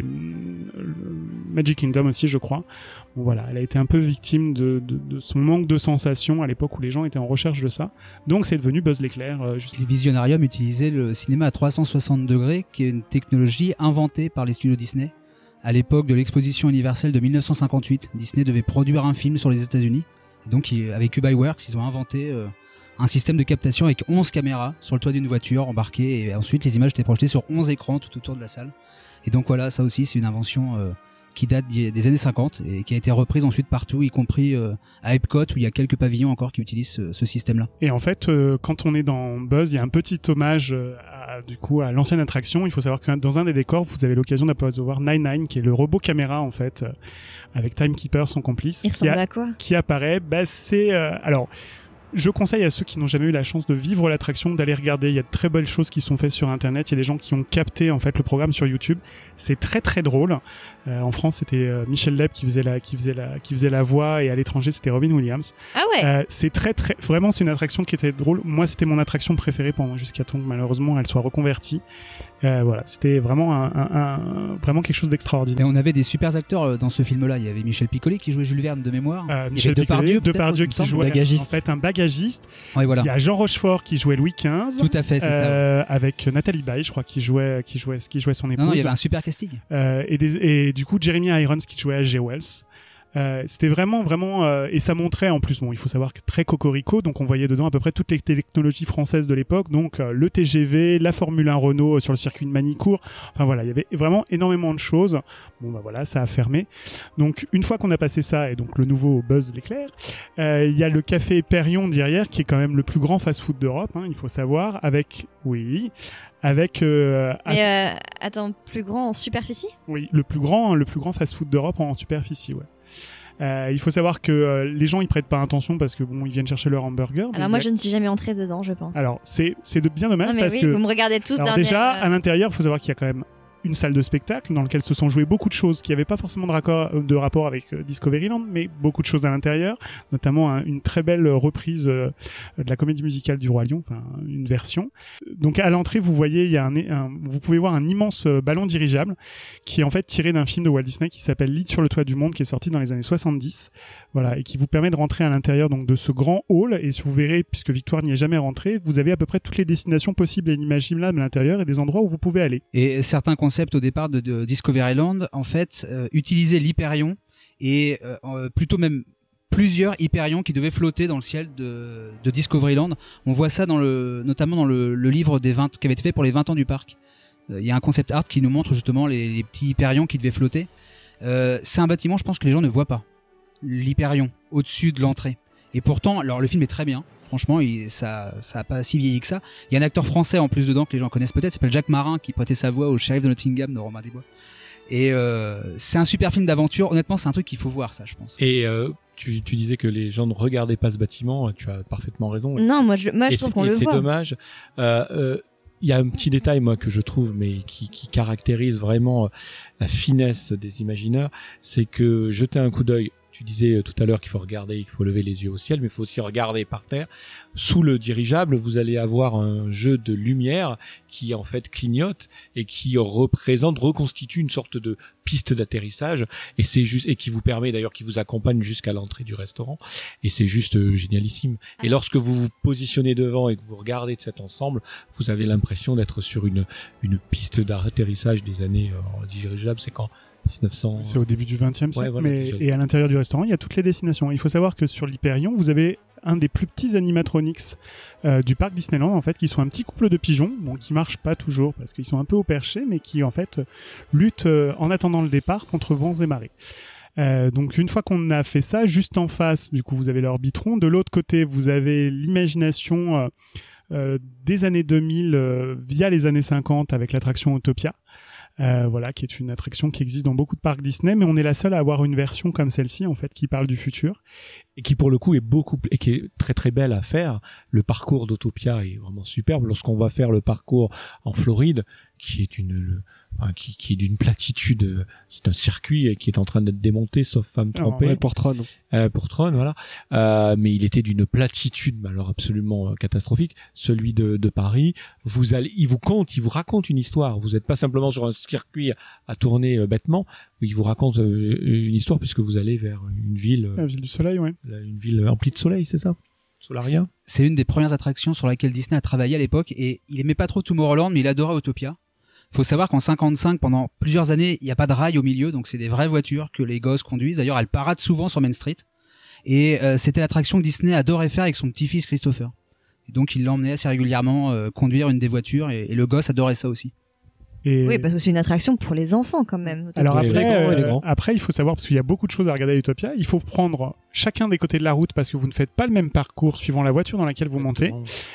Magic Kingdom aussi, je crois. Bon voilà, elle a été un peu victime de son manque de sensations à l'époque où les gens étaient en recherche de ça. Donc c'est devenu Buzz l'éclair. Les Visionarium utilisaient le cinéma à 360 degrés, qui est une technologie inventée par les studios Disney. À l'époque de l'exposition universelle de 1958, Disney devait produire un film sur les États-Unis. Donc, avec Ubiworks, ils ont inventé un système de captation avec 11 caméras sur le toit d'une voiture embarquée, et ensuite les images étaient projetées sur 11 écrans tout autour de la salle. Et donc voilà, ça aussi c'est une invention qui date des années 50 et qui a été reprise ensuite partout, y compris à Epcot où il y a quelques pavillons encore qui utilisent ce système-là. Et en fait, quand on est dans Buzz, il y a un petit hommage à l'ancienne attraction. Il faut savoir que dans un des décors, vous avez l'occasion d'apercevoir Nine-Nine, qui est le robot caméra en fait, avec Timekeeper, son complice. Il ressemble à quoi ? Qui apparaît. Alors, je conseille à ceux qui n'ont jamais eu la chance de vivre l'attraction d'aller regarder. Il y a de très belles choses qui sont faites sur Internet. Il y a des gens qui ont capté en fait le programme sur YouTube. C'est très très drôle. En France, c'était Michel Leb qui faisait la voix, et à l'étranger, c'était Robin Williams. Ah ouais. C'est vraiment, c'est une attraction qui était drôle. Moi, c'était mon attraction préférée jusqu'à temps que malheureusement elle soit reconvertie. Voilà, c'était vraiment vraiment quelque chose d'extraordinaire. Et on avait des super acteurs dans ce film-là. Il y avait Michel Piccoli qui jouait Jules Verne de mémoire. Michel Depardieu qui jouait bagagiste. en fait un bagagiste. Ouais, voilà. Il y a Jean Rochefort qui jouait Louis XV. Tout à fait, c'est ça. Avec Nathalie Baye, je crois, qui jouait son épouse. Non, il y avait un super casting. Et du coup, Jeremy Irons qui jouait H.G. Wells. C'était vraiment et ça montrait en plus, il faut savoir que très cocorico, donc on voyait dedans à peu près toutes les technologies françaises de l'époque, donc le TGV, la Formule 1 Renault sur le circuit de Manicourt, enfin voilà, il y avait vraiment énormément de choses. Bon bah voilà, ça a fermé. Donc une fois qu'on a passé ça, et donc le nouveau Buzz l'éclair, il y a le café Perrion derrière, qui est quand même le plus grand fast-food d'Europe, il faut savoir, avec attends, plus grand en superficie ? Oui, le plus grand fast-food d'Europe en superficie, ouais. Il faut savoir que les gens ils prêtent pas attention parce que ils viennent chercher leur hamburger. Alors moi je ne suis jamais entré dedans, je pense. Alors c'est bien dommage parce que vous me regardez tous alors déjà à l'intérieur, il faut savoir qu'il y a quand même une salle de spectacle dans laquelle se sont jouées beaucoup de choses qui n'avaient pas forcément de rapport avec Discoveryland, mais beaucoup de choses à l'intérieur, notamment une très belle reprise de la comédie musicale du Roi Lion, enfin une version. Donc à l'entrée, vous voyez, vous pouvez voir un immense ballon dirigeable qui est en fait tiré d'un film de Walt Disney qui s'appelle L'île sur le toit du monde, qui est sorti dans les années 70, voilà, et qui vous permet de rentrer à l'intérieur donc de ce grand hall. Et si vous verrez, puisque Victoire n'y est jamais rentrée, vous avez à peu près toutes les destinations possibles et inimaginables à l'intérieur et des endroits où vous pouvez aller. Et certains concepts au départ de Discoveryland, en fait, utilisaient l'Hyperion et plutôt même plusieurs Hyperions qui devaient flotter dans le ciel de Discoveryland. On voit ça notamment dans le livre qui avait été fait pour les 20 ans du parc. Il y a un concept art qui nous montre justement les petits Hyperions qui devaient flotter. C'est un bâtiment, je pense, que les gens ne voient pas. L'Hyperion, au-dessus de l'entrée. Et pourtant, alors le film est très bien. Franchement, ça a pas si vieilli que ça. Il y a un acteur français en plus dedans que les gens connaissent peut-être, il s'appelle Jacques Marin, qui prêtait sa voix au shérif de Nottingham de Romain Desbois. Et c'est un super film d'aventure. Honnêtement, c'est un truc qu'il faut voir, ça, je pense. Et tu disais que les gens ne regardaient pas ce bâtiment. Tu as parfaitement raison. Non, moi je trouve qu'on le voit. C'est dommage. Il y a un petit détail, moi, que je trouve, mais qui caractérise vraiment la finesse des imagineurs, c'est que jeter un coup d'œil. Tu disais tout à l'heure qu'il faut regarder, qu'il faut lever les yeux au ciel, mais il faut aussi regarder par terre. Sous le dirigeable, vous allez avoir un jeu de lumière qui en fait clignote et qui reconstitue une sorte de piste d'atterrissage. Et c'est juste, et qui vous permet d'ailleurs, qui vous accompagne jusqu'à l'entrée du restaurant. Et c'est juste génialissime. Et lorsque vous vous positionnez devant et que vous regardez de cet ensemble, vous avez l'impression d'être sur une piste d'atterrissage des années dirigeables. C'est quand 1900... C'est au début du XXe siècle, Ouais, voilà, et à l'intérieur du restaurant, il y a toutes les destinations. Il faut savoir que sur l'Hyperion, vous avez un des plus petits animatronics du parc Disneyland, en fait, qui sont un petit couple de pigeons, bon, qui marchent pas toujours parce qu'ils sont un peu au perché, mais qui en fait luttent en attendant le départ contre vents et marées. Donc une fois qu'on a fait ça, juste en face, du coup, vous avez l'Orbitron. De l'autre côté, vous avez l'imagination des années 2000 via les années 50 avec l'attraction Autopia. Voilà, qui est une attraction qui existe dans beaucoup de parcs Disney, mais on est la seule à avoir une version comme celle-ci, en fait, qui parle du futur. Et qui, pour le coup, et qui est très très belle à faire. Le parcours d'Autopia est vraiment superbe. Lorsqu'on va faire le parcours en Floride, qui est qui est d'une platitude, c'est un circuit qui est en train d'être démonté, sauf femme trompée. Ouais, pour Tron. Pour Tron, voilà. Mais il était d'une platitude, alors absolument catastrophique. Celui de Paris, il vous raconte une histoire. Vous n'êtes pas simplement sur un circuit à tourner bêtement. Il vous raconte une histoire puisque vous allez vers une ville. La ville du soleil, ouais. Une ville emplie de soleil, c'est ça? Solaria. C'est une des premières attractions sur laquelle Disney a travaillé à l'époque, et il aimait pas trop Tomorrowland, mais il adorait Autopia. Faut savoir qu'en 55, pendant plusieurs années, il n'y a pas de rail au milieu, donc c'est des vraies voitures que les gosses conduisent. D'ailleurs, elles paradent souvent sur Main Street. Et c'était l'attraction que Disney adorait faire avec son petit-fils Christopher. Et donc, il l'emmenait assez régulièrement conduire une des voitures, et le gosse adorait ça aussi. Et... Oui, parce que c'est une attraction pour les enfants quand même. Alors après, il faut savoir, parce qu'il y a beaucoup de choses à regarder à Utopia, il faut prendre chacun des côtés de la route parce que vous ne faites pas le même parcours suivant la voiture dans laquelle vous montez.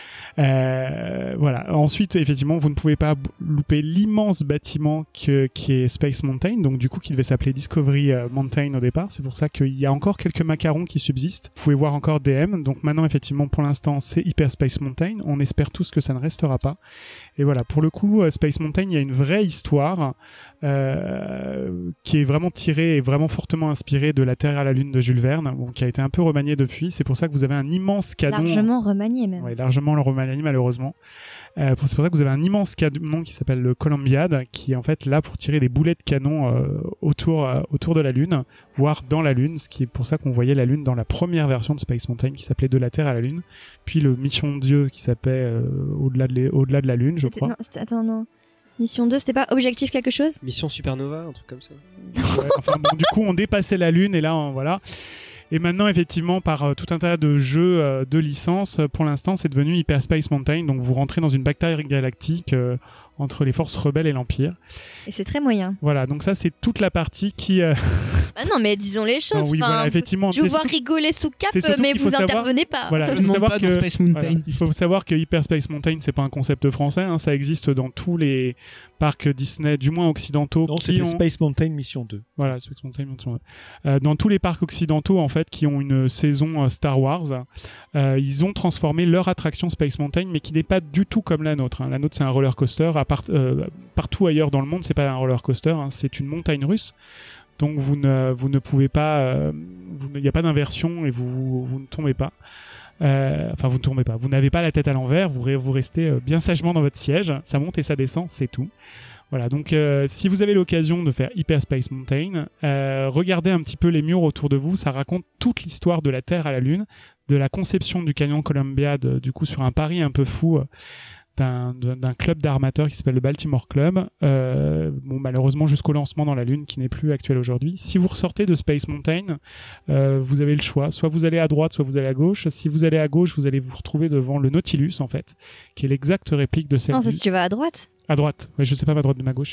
Voilà. Ensuite, effectivement, vous ne pouvez pas louper l'immense bâtiment qui est Space Mountain, donc du coup qui devait s'appeler Discovery Mountain au départ. C'est pour ça qu'il y a encore quelques macarons qui subsistent. Vous pouvez voir encore DM. Donc maintenant, effectivement, pour l'instant, c'est Hyper Space Mountain. On espère tous que ça ne restera pas. Et voilà, pour le coup, Space Mountain, il y a une vraie histoire qui est vraiment tirée et vraiment fortement inspirée de La Terre à la Lune de Jules Verne, bon, qui a été un peu remaniée depuis. C'est pour ça que vous avez un immense canon. Largement remanié même. Ouais, largement le remanié malheureusement. C'est pour ça que vous avez un immense canon qui s'appelle le Columbiad, qui est en fait là pour tirer des boulets de canon autour de la Lune, voire dans la Lune, ce qui est pour ça qu'on voyait la Lune dans la première version de Space Mountain qui s'appelait De la Terre à la Lune, puis le Mission Dieu qui s'appelait Au-delà de la Lune, je crois. Non. Mission 2, c'était pas Objectif quelque chose? Mission Supernova, un truc comme ça. Ouais, enfin bon, du coup on dépassait la Lune et là voilà. Et maintenant, effectivement, par tout un tas de jeux de licence, pour l'instant, c'est devenu Hyperspace Mountain. Donc, vous rentrez dans une bataille galactique entre les forces rebelles et l'Empire. Et c'est très moyen. Voilà, donc ça, c'est toute la partie qui... Bah non, mais disons les choses. Non, oui, voilà, effectivement. Je vous vois rigoler sous cap, mais vous intervenez pas. Voilà, il faut savoir que Space Mountain. Voilà, il faut savoir que Hyperspace Mountain, c'est pas un concept français. Hein, ça existe dans tous les parcs Disney, du moins occidentaux. Non, c'était Space Mountain Mission 2. Voilà, Space Mountain Mission 2. Dans tous les parcs occidentaux, en fait, qui ont une saison Star Wars, ils ont transformé leur attraction Space Mountain, mais qui n'est pas du tout comme la nôtre. Hein. La nôtre, c'est un roller coaster. Partout ailleurs dans le monde, c'est pas un roller coaster. Hein, c'est une montagne russe. Donc vous ne pouvez pas, il n'y a pas d'inversion et vous ne tombez pas. Enfin, vous ne tombez pas. Vous n'avez pas la tête à l'envers. Vous restez bien sagement dans votre siège. Ça monte et ça descend, c'est tout. Voilà. Donc, si vous avez l'occasion de faire Hyperspace Mountain, regardez un petit peu les murs autour de vous. Ça raconte toute l'histoire de la Terre à la Lune, de la conception du canyon Columbiad, du coup sur un pari un peu fou. D'un club d'armateurs qui s'appelle le Baltimore Club, malheureusement jusqu'au lancement dans la Lune qui n'est plus actuel aujourd'hui. Si vous ressortez de Space Mountain, vous avez le choix, soit vous allez à droite, soit vous allez à gauche. Si vous allez à gauche, vous allez vous retrouver devant le Nautilus en fait, qui est l'exacte réplique de celle. Non, c'est si tu vas à droite. À droite, ouais, je sais pas ma droite de ma gauche.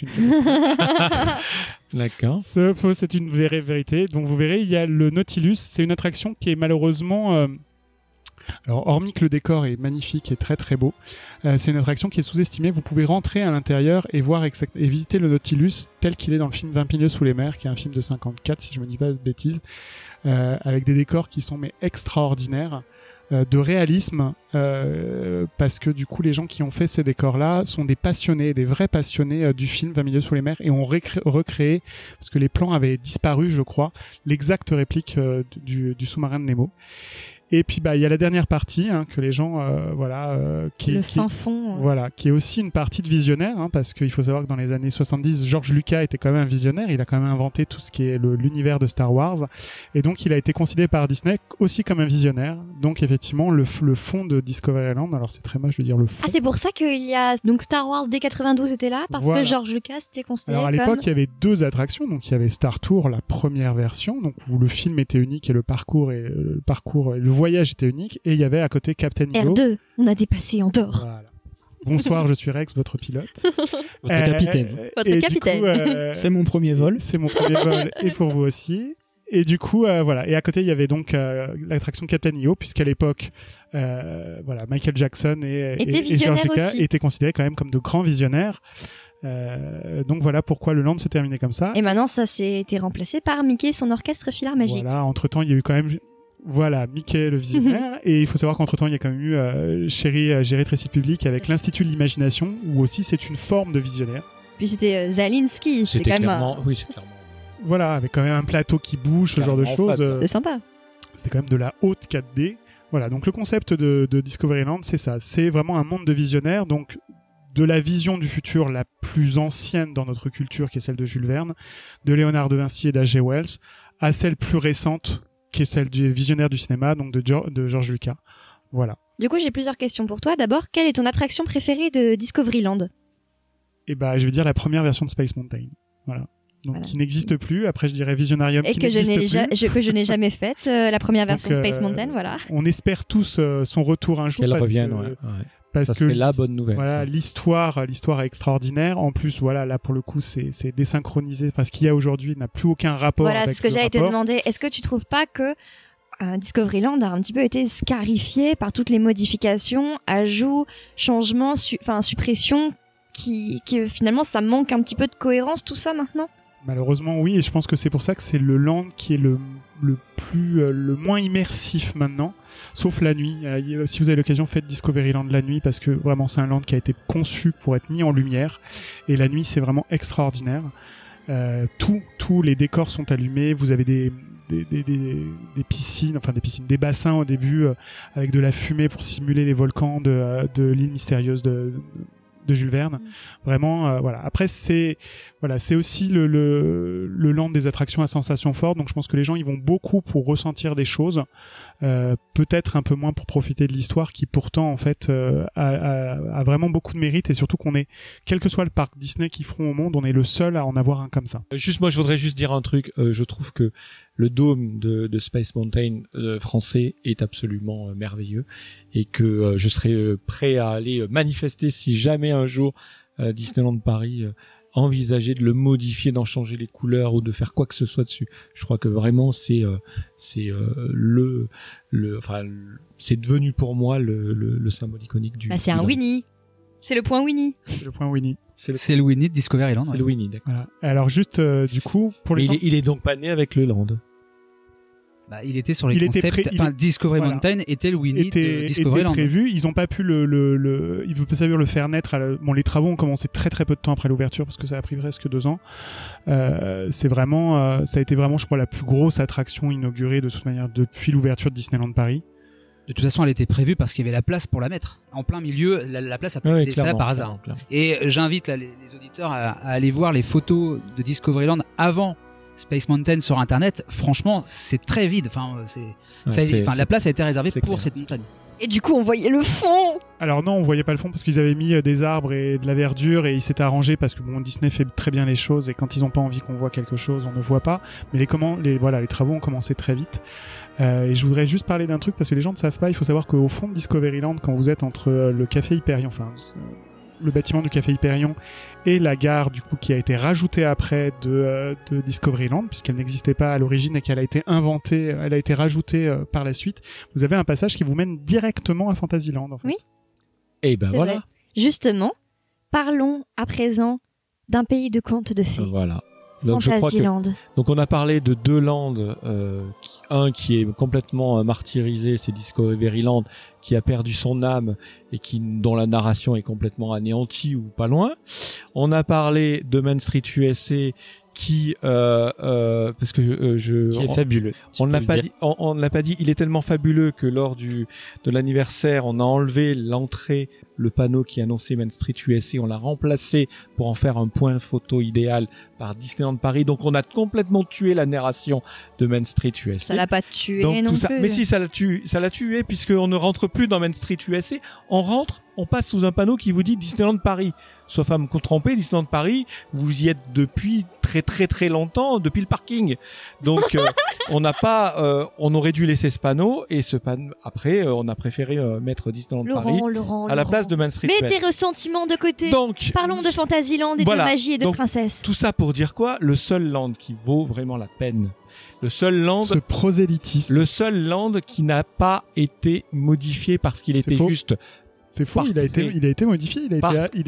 D'accord. C'est une vérité. Donc vous verrez, il y a le Nautilus. C'est une attraction qui est malheureusement Alors, hormis que le décor est magnifique et très très beau, c'est une attraction qui est sous-estimée. Vous pouvez rentrer à l'intérieur et voir et visiter le Nautilus tel qu'il est dans le film 20 pieds sous les mers, qui est un film de 54, si je me dis pas de bêtises, avec des décors qui sont mais extraordinaires, de réalisme, parce que du coup les gens qui ont fait ces décors-là sont des passionnés, des vrais passionnés du film 20 milieux sous les mers, et ont recréé, parce que les plans avaient disparu, je crois, l'exacte réplique du sous-marin de Nemo. Et puis il y a la dernière partie que les gens fin fond. Voilà, qui est aussi une partie de visionnaire, parce qu'il faut savoir que dans les années 70, George Lucas était quand même un visionnaire, il a quand même inventé tout ce qui est l'univers de Star Wars, et donc il a été considéré par Disney aussi comme un visionnaire. Donc effectivement le fond de Discoveryland, alors c'est très moche de dire le fond. Ah, c'est pour ça qu'il y a donc Star Wars dès 92 était là, parce que George Lucas était considéré alors à l'époque il y avait 2 attractions, donc il y avait Star Tour, la première version, donc où le film était unique et le parcours et le voyage était unique, et il y a à côté Captain Ego. R2, on a dépassé Andorre. Voilà. Bonsoir, je suis Rex, votre pilote. Votre capitaine. Votre capitaine. Du coup, c'est mon premier vol. C'est mon premier vol, et pour vous aussi. Et du coup, voilà. Et à côté, il y avait donc l'attraction Captain EO, puisqu'à l'époque, Michael Jackson et George Lucas étaient considérés quand même comme de grands visionnaires. Donc voilà pourquoi le land se terminait comme ça. Et maintenant, ça s'est été remplacé par Mickey et son orchestre Filard Magique. Voilà. Entre-temps, il y a eu quand même Mickey le visionnaire. Et il faut savoir qu'entre-temps, il y a quand même eu Géry Tracy Public avec l'Institut de l'Imagination, où aussi c'est une forme de visionnaire. Puis c'était Zalinski. C'était quand clairement... même... Oui, c'est clairement... Voilà, avec quand même un plateau qui bouge, ce genre de choses. C'est sympa. C'était quand même de la haute 4D. Voilà, donc le concept de Discoveryland, c'est ça. C'est vraiment un monde de visionnaires, donc de la vision du futur la plus ancienne dans notre culture, qui est celle de Jules Verne, de Léonard de Vinci et d'H.G. Wells, à celle plus récente, qui est celle du visionnaire du cinéma, donc de George Lucas. Voilà. Du coup, j'ai plusieurs questions pour toi. D'abord, quelle est ton attraction préférée de Discoveryland ? Et je vais dire la première version de Space Mountain. Voilà. Donc, qui n'existe plus. Après, je dirais Visionarium, et qui que n'existe plus. que je n'ai jamais faite, la première version donc, de Space Mountain, voilà. On espère tous son retour un jour. Qu'elle revienne, Parce que la bonne nouvelle. Voilà, l'histoire est extraordinaire. En plus, voilà, là pour le coup, c'est désynchronisé. Enfin, ce qu'il y a aujourd'hui n'a plus aucun rapport. Voilà, avec c'est ce que j'allais te demander. Est-ce que tu trouves pas que Discoveryland a un petit peu été scarifié par toutes les modifications, ajouts, changements, suppressions, qui finalement ça manque un petit peu de cohérence tout ça maintenant? Malheureusement, oui, et je pense que c'est pour ça que c'est le land qui est le moins immersif maintenant, sauf la nuit. Si vous avez l'occasion, faites Discoveryland la nuit, parce que vraiment c'est un land qui a été conçu pour être mis en lumière, et la nuit c'est vraiment extraordinaire. Tous les décors sont allumés, vous avez des piscines, des bassins au début avec de la fumée pour simuler les volcans de l'île mystérieuse de Jules Verne. Vraiment, voilà. Après, c'est aussi le land des attractions à sensations fortes. Donc, je pense que les gens, ils vont beaucoup pour ressentir des choses, peut-être un peu moins pour profiter de l'histoire, qui pourtant, en fait, a vraiment beaucoup de mérite, et surtout qu'on est, quel que soit le parc Disney qu'ils feront au monde, on est le seul à en avoir un comme ça. Moi, je voudrais juste dire un truc. Je trouve que le dôme de Space Mountain français est absolument merveilleux, et que je serais prêt à aller manifester si jamais un jour Disneyland Paris envisageait de le modifier, d'en changer les couleurs ou de faire quoi que ce soit dessus. Je crois que vraiment c'est devenu pour moi le symbole iconique du. C'est un Winnie. C'est le point Winnie. C'est le point Winnie. C'est le Winnie de Discoveryland. C'est le Winnie, d'accord. Voilà. Alors juste du coup pour les gens... il est donc pas né avec le land. Il était sur les concepts. Discovery Mountain était le Winnie de Discoveryland. Était prévu. Ils ont pas pu ils veulent pas savoir le faire naître. Les travaux ont commencé très très peu de temps après l'ouverture, parce que ça a pris presque 2 ans. C'est vraiment, ça a été vraiment, je crois, la plus grosse attraction inaugurée de toute manière depuis l'ouverture de Disneyland Paris. De toute façon, elle était prévue parce qu'il y avait la place pour la mettre. En plein milieu, la place a pas été laissée là par hasard. Clairement. Et j'invite les auditeurs à aller voir les photos de Discoveryland avant Space Mountain sur internet. Franchement, c'est très vide. La place a été réservée pour cette montagne. Et du coup, on voyait le fond. Alors non, on voyait pas le fond parce qu'ils avaient mis des arbres et de la verdure, et ils s'étaient arrangés parce que Disney fait très bien les choses, et quand ils ont pas envie qu'on voit quelque chose, on ne voit pas. Mais les travaux ont commencé très vite. Et je voudrais juste parler d'un truc, parce que les gens ne savent pas. Il faut savoir qu'au fond de Discoveryland, quand vous êtes entre le café Hyperion, le bâtiment du Café Hyperion et la gare du coup qui a été rajoutée après de Discoveryland, puisqu'elle n'existait pas à l'origine et qu'elle a été inventée, elle a été rajoutée par la suite. Vous avez un passage qui vous mène directement à Fantasyland en fait. Oui. Et ben C'est voilà. vrai. Justement, parlons à présent d'un pays de contes de fées. Voilà. Donc je crois que Fantasyland. donc on a parlé de deux landes, un qui est complètement martyrisé, c'est Discoveryland, qui a perdu son âme et dont la narration est complètement anéantie ou pas loin. On a parlé de Main Street USA qui parce que Qui est fabuleux. on l'a pas dit, il est tellement fabuleux que lors de l'anniversaire, on a enlevé l'entrée, le panneau qui annonçait Main Street USA, on l'a remplacé pour en faire un point photo idéal par Disneyland Paris. Donc on a complètement tué la narration de Main Street USA. Ça l'a pas tué Donc non tout ça, plus. mais si ça l'a tué puisqu'on ne rentre plus dans Main Street USA, on passe sous un panneau qui vous dit Disneyland Paris. Sauf à me tromper, Disneyland Paris, vous y êtes depuis très très très longtemps, depuis le parking. Donc on aurait dû laisser ce panneau et ce panneau après on a préféré mettre Disneyland Paris à la place de Main Street Mets USA. tes ressentiments de côté. Donc parlons de Fantasyland et voilà. de magie et de Donc, princesse. Tout ça pour dire quoi? Le seul land qui vaut vraiment la peine. Le seul land, Ce prosélytisme. le seul land qui n'a pas été modifié parce qu'il était faux. juste. C'est faux, il a été modifié, on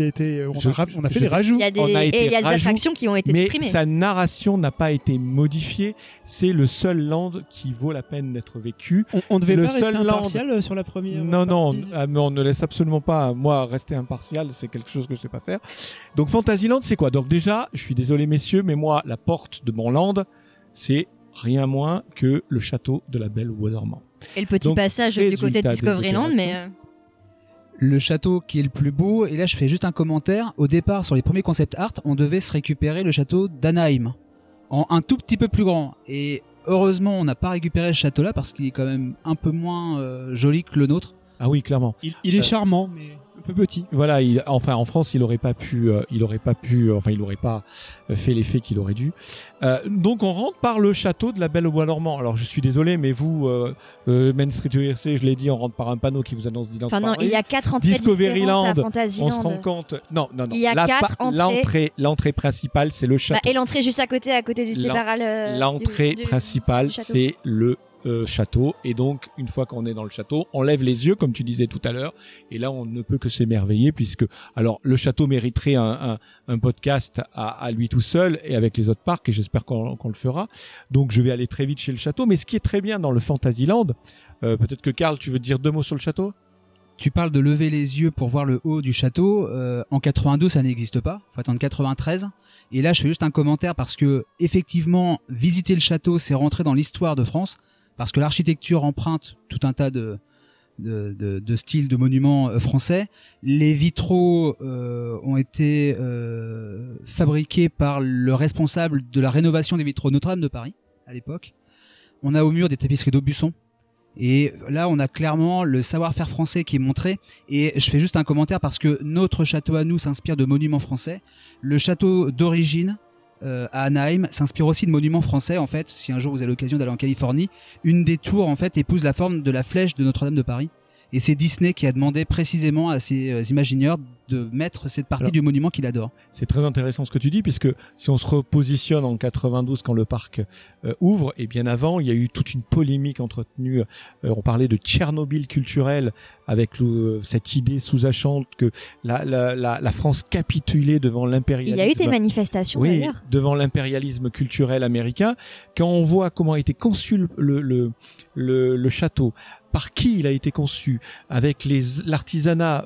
a fait des rajouts. Il y a on a été et il y a des rajouts, attractions qui ont été mais supprimées. sa narration n'a pas été modifiée. C'est le seul land qui vaut la peine d'être vécu. On devait Le pas rester seul land- impartial sur la première Non, partie. mais on ne laisse absolument pas, moi, rester impartial, c'est quelque chose que je sais pas faire. Donc Fantasyland, c'est quoi? Donc déjà, je suis désolé messieurs, mais moi, la porte de mon land, c'est rien moins que le château de la Belle au Dormant. Et le petit Donc, passage du côté de résultat des Discoveryland, mais Le château qui est le plus beau, et là je fais juste un commentaire, au départ sur les premiers concept art, on devait se récupérer le château d'Anaheim, en un tout petit peu plus grand, et heureusement on n'a pas récupéré ce château là parce qu'il est quand même un peu moins joli que le nôtre. Ah oui, clairement. Il est charmant, mais un peu petit. Voilà, enfin en France, il aurait pas fait l'effet qu'il aurait dû. Donc on rentre par le château de la Belle au Bois Dormant. Alors je suis désolé, mais vous, Main Street USA, je l'ai dit, on rentre par un panneau qui vous annonce Disneyland enfin non, Paris. il y a 4 entrées différentes Discoveryland, à on Fantasyland. se rend compte. Non. Il y a 4 entrées. L'entrée principale, c'est le château. Et l'entrée juste à côté du départ L'entrée principale, du château. c'est le château, et donc une fois qu'on est dans le château, on lève les yeux comme tu disais tout à l'heure, et là on ne peut que s'émerveiller puisque alors le château mériterait un podcast à lui tout seul et avec les autres parcs, et j'espère qu'on le fera. Donc je vais aller très vite chez le château, mais ce qui est très bien dans le Fantasyland, peut-être que Karl, tu veux dire 2 mots sur le château? Tu parles de lever les yeux pour voir le haut du château. En 92, ça n'existe pas. Faut attendre 93. Et là, je fais juste un commentaire parce que effectivement, visiter le château, c'est rentrer dans l'histoire de France, parce que l'architecture emprunte tout un tas de styles de monuments français. Les vitraux ont été fabriqués par le responsable de la rénovation des vitraux Notre-Dame de Paris à l'époque. On a au mur des tapisseries d'Aubusson. Et là, on a clairement le savoir-faire français qui est montré. Et je fais juste un commentaire parce que notre château à nous s'inspire de monuments français. Le château d'origine à Anaheim s'inspire aussi de monuments français. En fait, si un jour vous avez l'occasion d'aller en Californie, une des tours en fait épouse la forme de la flèche de Notre-Dame de Paris. Et c'est Disney qui a demandé précisément à ses imagineurs de mettre cette partie du monument qu'il adore. C'est très intéressant ce que tu dis, puisque si on se repositionne en 92 quand le parc ouvre, et bien avant, il y a eu toute une polémique entretenue. On parlait de Tchernobyl culturel avec cette idée sous-jacente que la France capitulait devant l'impérialisme. Il y a eu des manifestations d'ailleurs. Devant l'impérialisme culturel américain. Quand on voit comment a été conçu le château, par qui il a été conçu, avec l'artisanat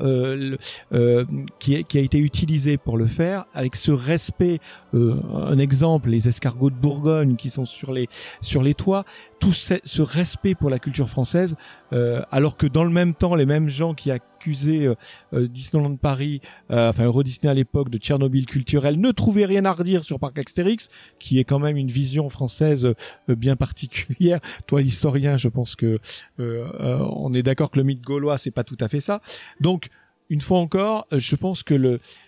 qui a été utilisé pour le faire, avec ce respect, un exemple, les escargots de Bourgogne qui sont sur les toits, tout ce respect pour la culture française, alors que dans le même temps, les mêmes gens qui accusaient Disneyland Paris, enfin Euro Disney à l'époque, de Tchernobyl culturel, ne trouvaient rien à redire sur Parc Astérix, qui est quand même une vision française bien particulière. Toi, historien, je pense que on est d'accord que le mythe gaulois, c'est pas tout à fait ça. Donc, une fois encore, je pense que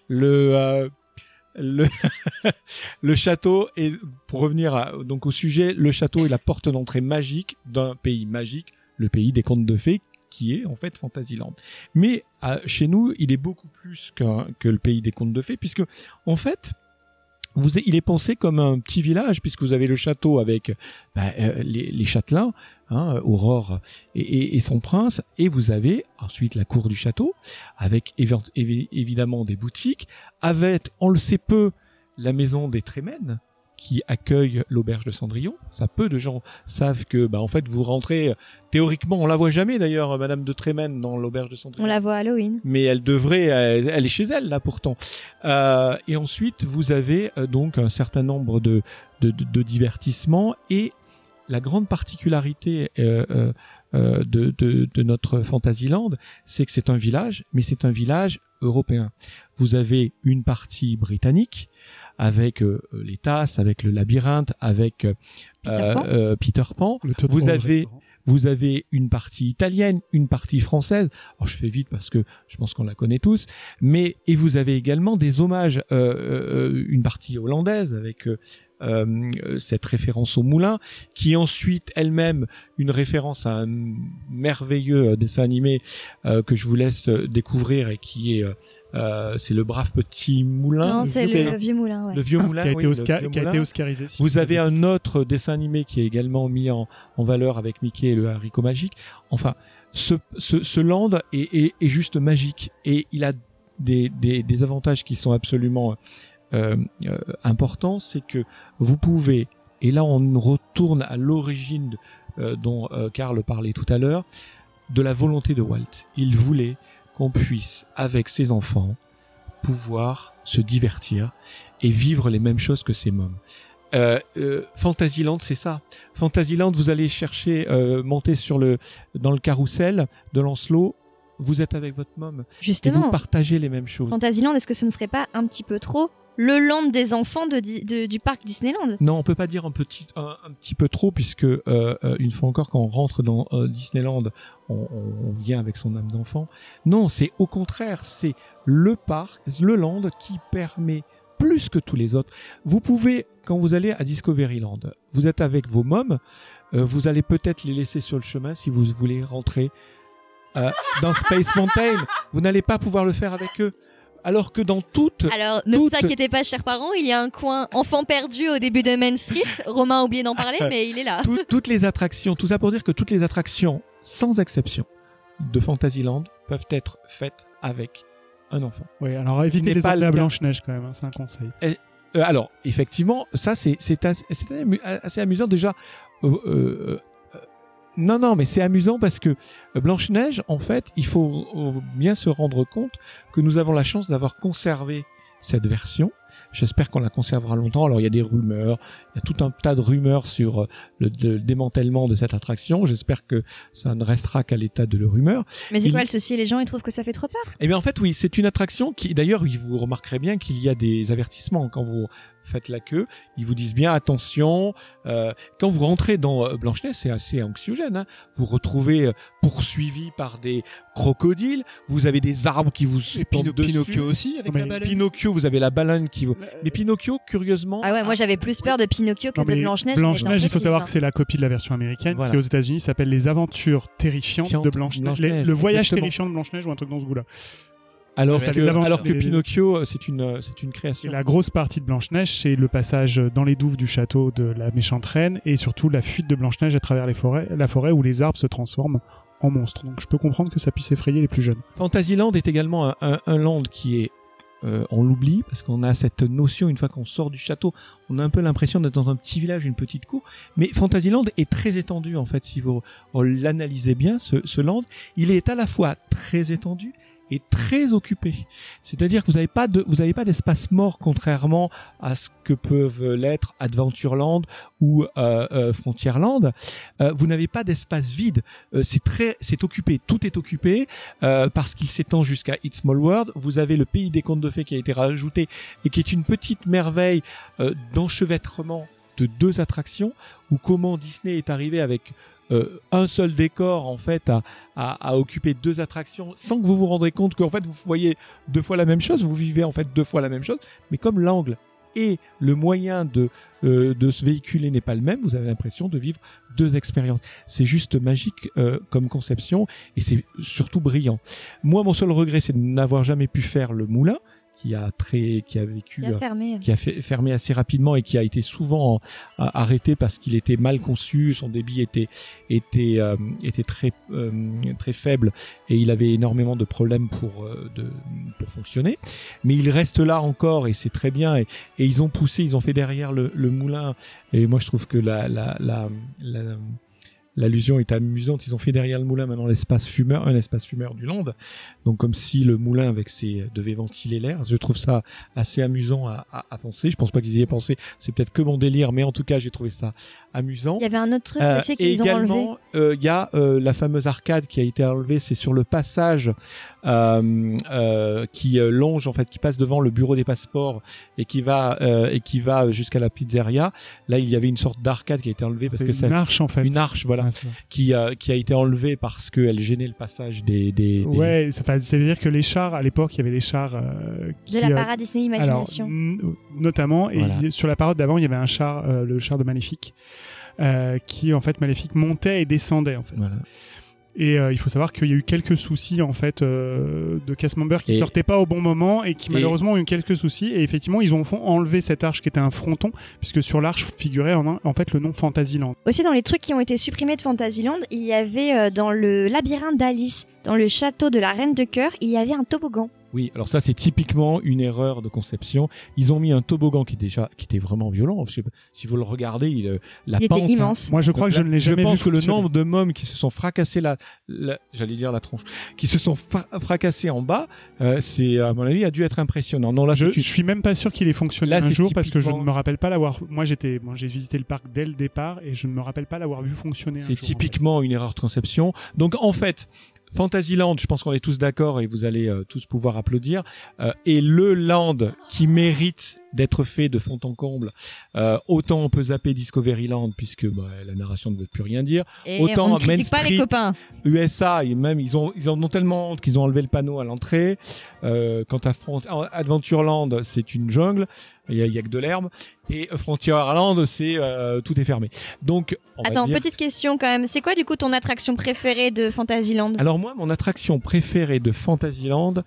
le château est, pour revenir donc au sujet, le château est la porte d'entrée magique d'un pays magique, le pays des contes de fées, qui est en fait Fantasyland. Mais chez nous, il est beaucoup plus que le pays des contes de fées, puisque en fait, il est pensé comme un petit village, puisque vous avez le château avec les châtelains, Aurore et son prince, et vous avez ensuite la cour du château, avec évidemment des boutiques, avec, on le sait peu, la maison des Trémènes, qui accueille l'auberge de Cendrillon. Ça, peu de gens savent que, en fait, vous rentrez, théoriquement, on la voit jamais d'ailleurs, Madame de Trémène, dans l'auberge de Cendrillon. On la voit à Halloween. Mais elle devrait, elle est chez elle, là, pourtant. Et ensuite, vous avez donc un certain nombre de divertissements, et la grande particularité de notre Fantasyland, c'est que c'est un village, mais c'est un village européen. Vous avez une partie britannique, avec les tasses, avec le labyrinthe, avec Peter Pan. Vous avez une partie italienne, une partie française. Alors je fais vite parce que je pense qu'on la connaît tous. Et vous avez également des hommages, une partie hollandaise avec cette référence au moulin, qui est ensuite elle-même une référence à un merveilleux dessin animé que je vous laisse découvrir, et qui est c'est le brave petit moulin. Non, c'est le vieux moulin. Ouais. Le vieux moulin, qui a été oscarisé. Si vous avez un autre dessin animé qui est également mis en valeur avec Mickey et le haricot magique. Enfin, ce land est juste magique, et il a des avantages qui sont absolument importants. C'est que vous pouvez, et là on retourne à l'origine dont Karl parlait tout à l'heure, de la volonté de Walt. Il voulait qu'on puisse, avec ses enfants, pouvoir se divertir et vivre les mêmes choses que ses mômes. Fantasyland, c'est ça. Fantasyland, vous allez chercher, monter dans le carrousel de Lancelot, vous êtes avec votre môme. Justement. Et vous partagez les mêmes choses. Fantasyland, est-ce que ce ne serait pas un petit peu trop le land des enfants du parc Disneyland? Non, on peut pas dire un petit peu trop, puisque une fois encore, quand on rentre dans Disneyland, on vient avec son âme d'enfant. Non, c'est au contraire, c'est le parc, le land qui permet plus que tous les autres. Vous pouvez, quand vous allez à Discoveryland, vous êtes avec vos mômes, vous allez peut-être les laisser sur le chemin si vous voulez rentrer dans Space Mountain. Vous n'allez pas pouvoir le faire avec eux. Alors que dans Alors, ne vous inquiétez pas, chers parents, il y a un coin enfant perdu au début de Main Street. Romain a oublié d'en parler, mais il est là. Toutes les attractions, tout ça pour dire que toutes les attractions, sans exception, de Fantasyland peuvent être faites avec un enfant. Oui, alors évitez les emmener à Blanche-Neige quand même, c'est un conseil. Alors, effectivement, ça c'est assez amusant déjà. Non, mais c'est amusant parce que Blanche-Neige, en fait, il faut bien se rendre compte que nous avons la chance d'avoir conservé cette version. J'espère qu'on la conservera longtemps. Alors, il y a des rumeurs, il y a tout un tas de rumeurs sur le démantèlement de cette attraction. J'espère que ça ne restera qu'à l'état de rumeurs. Mais c'est quoi le souci? Les gens, ils trouvent que ça fait trop peur? Eh bien, en fait, oui, c'est une attraction qui, d'ailleurs, vous remarquerez bien qu'il y a des avertissements quand vous faites la queue. Ils vous disent bien attention. Quand vous rentrez dans Blanche-Neige, c'est assez anxiogène. Hein. Vous retrouvez poursuivi par des crocodiles. Vous avez des arbres qui vous tombent dessus. Pinocchio aussi avec la baleine. Pinocchio, vous avez la baleine qui vous. Mais Pinocchio, curieusement. Ah ouais, moi j'avais plus peur de Pinocchio que de Blanche-Neige. Blanche-Neige, il faut savoir que c'est la copie de la version américaine qui aux États-Unis s'appelle Les Aventures terrifiantes de Blanche-Neige. Le voyage terrifiant de Blanche-Neige ou un truc dans ce goût-là. Alors que Pinocchio, c'est une création. Et la grosse partie de Blanche-Neige, c'est le passage dans les douves du château de la méchante reine et surtout la fuite de Blanche-Neige à travers la forêt où les arbres se transforment en monstres. Donc je peux comprendre que ça puisse effrayer les plus jeunes. Fantasyland est également un land qui est on l'oublie parce qu'on a cette notion, une fois qu'on sort du château, on a un peu l'impression d'être dans un petit village, une petite cour. Mais Fantasyland est très étendu en fait. Si vous l'analysez bien, ce land, il est à la fois très étendu et très occupé. C'est-à-dire que vous n'avez pas d'espace mort, contrairement à ce que peuvent l'être Adventureland ou Frontierland. Vous n'avez pas d'espace vide. C'est occupé. Tout est occupé parce qu'il s'étend jusqu'à It's Small World. Vous avez le pays des contes de fées qui a été rajouté et qui est une petite merveille d'enchevêtrement de deux attractions, ou comment Disney est arrivé avec un seul décor en fait à occuper deux attractions sans que vous vous rendrez compte qu'en fait vous voyez deux fois la même chose, vous vivez en fait deux fois la même chose, mais comme l'angle et le moyen de se véhiculer n'est pas le même, vous avez l'impression de vivre deux expériences. C'est juste magique comme conception et c'est surtout brillant. Moi, mon seul regret, c'est de n'avoir jamais pu faire le moulin qui a fermé assez rapidement et qui a été souvent arrêté parce qu'il était mal conçu, son débit était très très faible et il avait énormément de problèmes pour fonctionner. Mais il reste là encore et c'est très bien et ils ont ils ont fait derrière le moulin et moi je trouve que l'allusion est amusante. Ils ont fait derrière le moulin maintenant un espace fumeur du Land. Donc comme si le moulin devait ventiler l'air. Je trouve ça assez amusant à penser. Je pense pas qu'ils y aient pensé. C'est peut-être que mon délire, mais en tout cas j'ai trouvé ça amusant. Il y avait un autre truc aussi qu'ils ont enlevé. Il y a la fameuse arcade qui a été enlevée. C'est sur le passage qui longe en fait, qui passe devant le bureau des passeports et qui va jusqu'à la pizzeria. Là il y avait une sorte d'arcade qui a été enlevée parce que c'est une arche en fait. Une arche, voilà. Qui a été enlevée parce qu'elle gênait le passage des... Ouais, ça veut dire que les chars, à l'époque, il y avait des chars... de la parade Disney Imagination. Alors, notamment, Voilà. Et sur la parade d'avant, il y avait un char, le char de Maléfique, qui, en fait, Maléfique montait et descendait, en fait. Voilà. Et il faut savoir qu'il y a eu quelques soucis en fait de cast member qui sortaient pas au bon moment et qui malheureusement ont eu quelques soucis et effectivement ils ont enlevé cette arche qui était un fronton puisque sur l'arche figurait en fait le nom Fantasyland. Aussi dans les trucs qui ont été supprimés de Fantasyland, il y avait dans le labyrinthe d'Alice, dans le château de la Reine de Cœur, il y avait un toboggan. Oui, alors ça c'est typiquement une erreur de conception. Ils ont mis un toboggan qui était vraiment violent. Je sais pas, si vous le regardez, il était immense. Moi je crois que je ne l'ai jamais vu. Je pense que le nombre de mômes qui se sont fracassés j'allais dire la tronche, qui se sont fracassés en bas, c'est à mon avis a dû être impressionnant. Non là, je suis même pas sûr qu'il ait fonctionné là, un jour parce que je ne me rappelle pas l'avoir. Moi j'ai visité le parc dès le départ et je ne me rappelle pas l'avoir vu fonctionner. C'est typiquement une erreur de conception. Donc en fait. Fantasyland, je pense qu'on est tous d'accord et vous allez tous pouvoir applaudir, est le land qui mérite d'être fait de fond en comble. Autant on peut zapper Discoveryland puisque la narration ne veut plus rien dire. Et autant on ne critique pas les copains. USA, et même ils en ont tellement honte qu'ils ont enlevé le panneau à l'entrée. Quant à Adventureland, c'est une jungle, il y a que de l'herbe. Et Frontierland, c'est tout est fermé. Donc attends, petite question quand même. C'est quoi du coup ton attraction préférée de Fantasyland ? Alors moi, mon attraction préférée de Fantasyland,